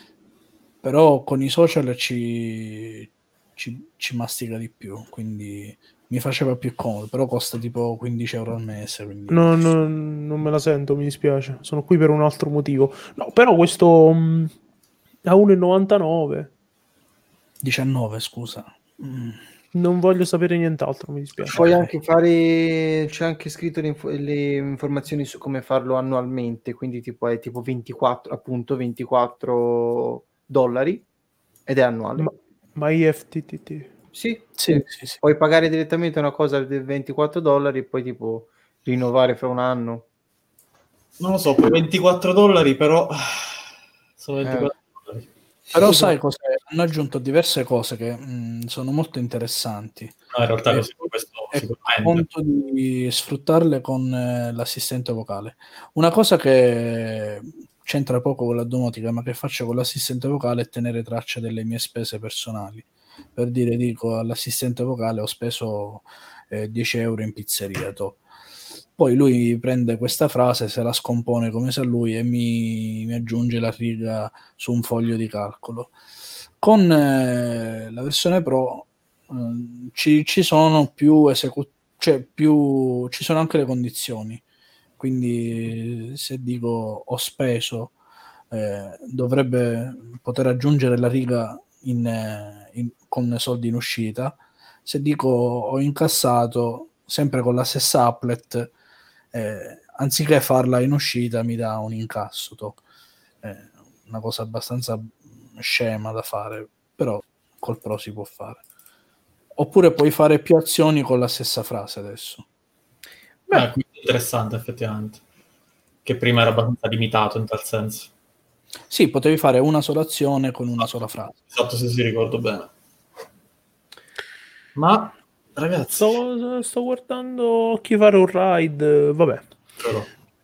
però con i social ci, ci, ci mastica di più, quindi mi faceva più comodo, però costa tipo quindici euro al mese, quindi no, no, non me la sento, mi dispiace. Sono qui per un altro motivo. No, però questo mh, a uno virgola novantanove. diciannove, scusa. Mm. Non voglio sapere nient'altro, mi dispiace. Puoi Ok. anche fare, c'è anche scritto le, info- le informazioni su come farlo annualmente, quindi tipo è tipo ventiquattro, appunto ventiquattro dollari ed è annuale. Ma, ma I F T T T. Sì, Sì, sì, sì, sì. puoi pagare direttamente una cosa di ventiquattro dollari e poi tipo rinnovare fra un anno. Non lo so, poi ventiquattro dollari, però sono ventiquattro dollari. Però Scusa. sai cosa? Hanno aggiunto diverse cose che mh, sono molto interessanti. No, in realtà E- così, questo e sicuramente. conto di sfruttarle con eh, l'assistente vocale. Una cosa che c'entra poco con la domotica, ma che faccio con l'assistente vocale, è tenere traccia delle mie spese personali. Per dire, dico all'assistente vocale ho speso eh, dieci euro in pizzeria. to. Poi lui prende questa frase, se la scompone come sa lui e mi, mi aggiunge la riga su un foglio di calcolo. Con eh, la versione Pro eh, ci, ci sono più esecu- cioè più ci sono anche le condizioni. Quindi se dico ho speso, eh, dovrebbe poter aggiungere la riga in, eh, in- con soldi in uscita. Se dico ho incassato, sempre con la stessa applet, eh, anziché farla in uscita mi dà un incasso. to. Eh, una cosa abbastanza scema da fare, però col Pro si può fare. Oppure puoi fare più azioni con la stessa frase adesso. Ah, quindi è interessante effettivamente, che prima era abbastanza limitato in tal senso. Sì, potevi fare una sola azione con una sola frase. Esatto, se si ricordo bene. Ma ragazzi, Sto, sto guardando chi fare un ride. Vabbè. però,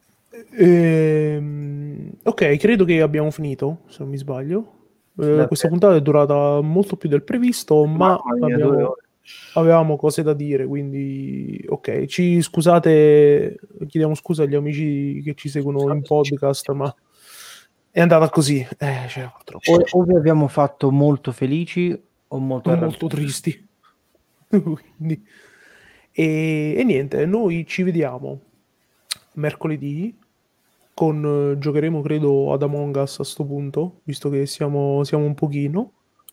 Ehm, ok, credo che abbiamo finito, se non mi sbaglio. Eh, Beh, questa puntata è durata molto più del previsto, ma mamma mia, due abbiamo, ore. avevamo cose da dire, quindi ok, ci scusate, chiediamo scusa agli amici che ci seguono in podcast, ma è andata così. Eh, cioè, purtroppo. O, o vi abbiamo fatto molto felici o molto Molto arrabbiati. tristi. Quindi, e, e niente, noi ci vediamo mercoledì con eh, giocheremo credo ad Among Us a sto punto, visto che siamo, siamo un pochino.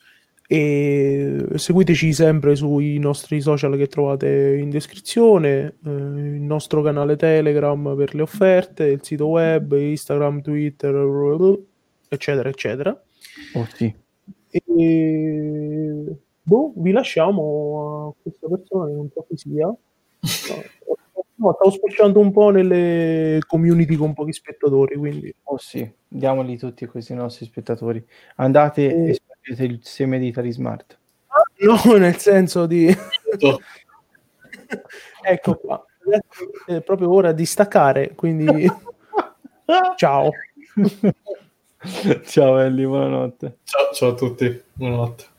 E seguiteci sempre sui nostri social che trovate in descrizione, eh, il nostro canale Telegram per le offerte, il sito web, Instagram, Twitter eccetera, eccetera. Oh, sì. E boh, vi lasciamo a questa persona che non so chi sia. No, no, stavo spulciando un po' nelle community con pochi spettatori, quindi Oh sì, diamoli tutti questi nostri spettatori. Andate e... e spendete il seme di Talismart. no, nel senso di ecco qua, è proprio ora di staccare, quindi ciao. Ciao Ellie, buonanotte. Ciao, ciao a tutti, buonanotte.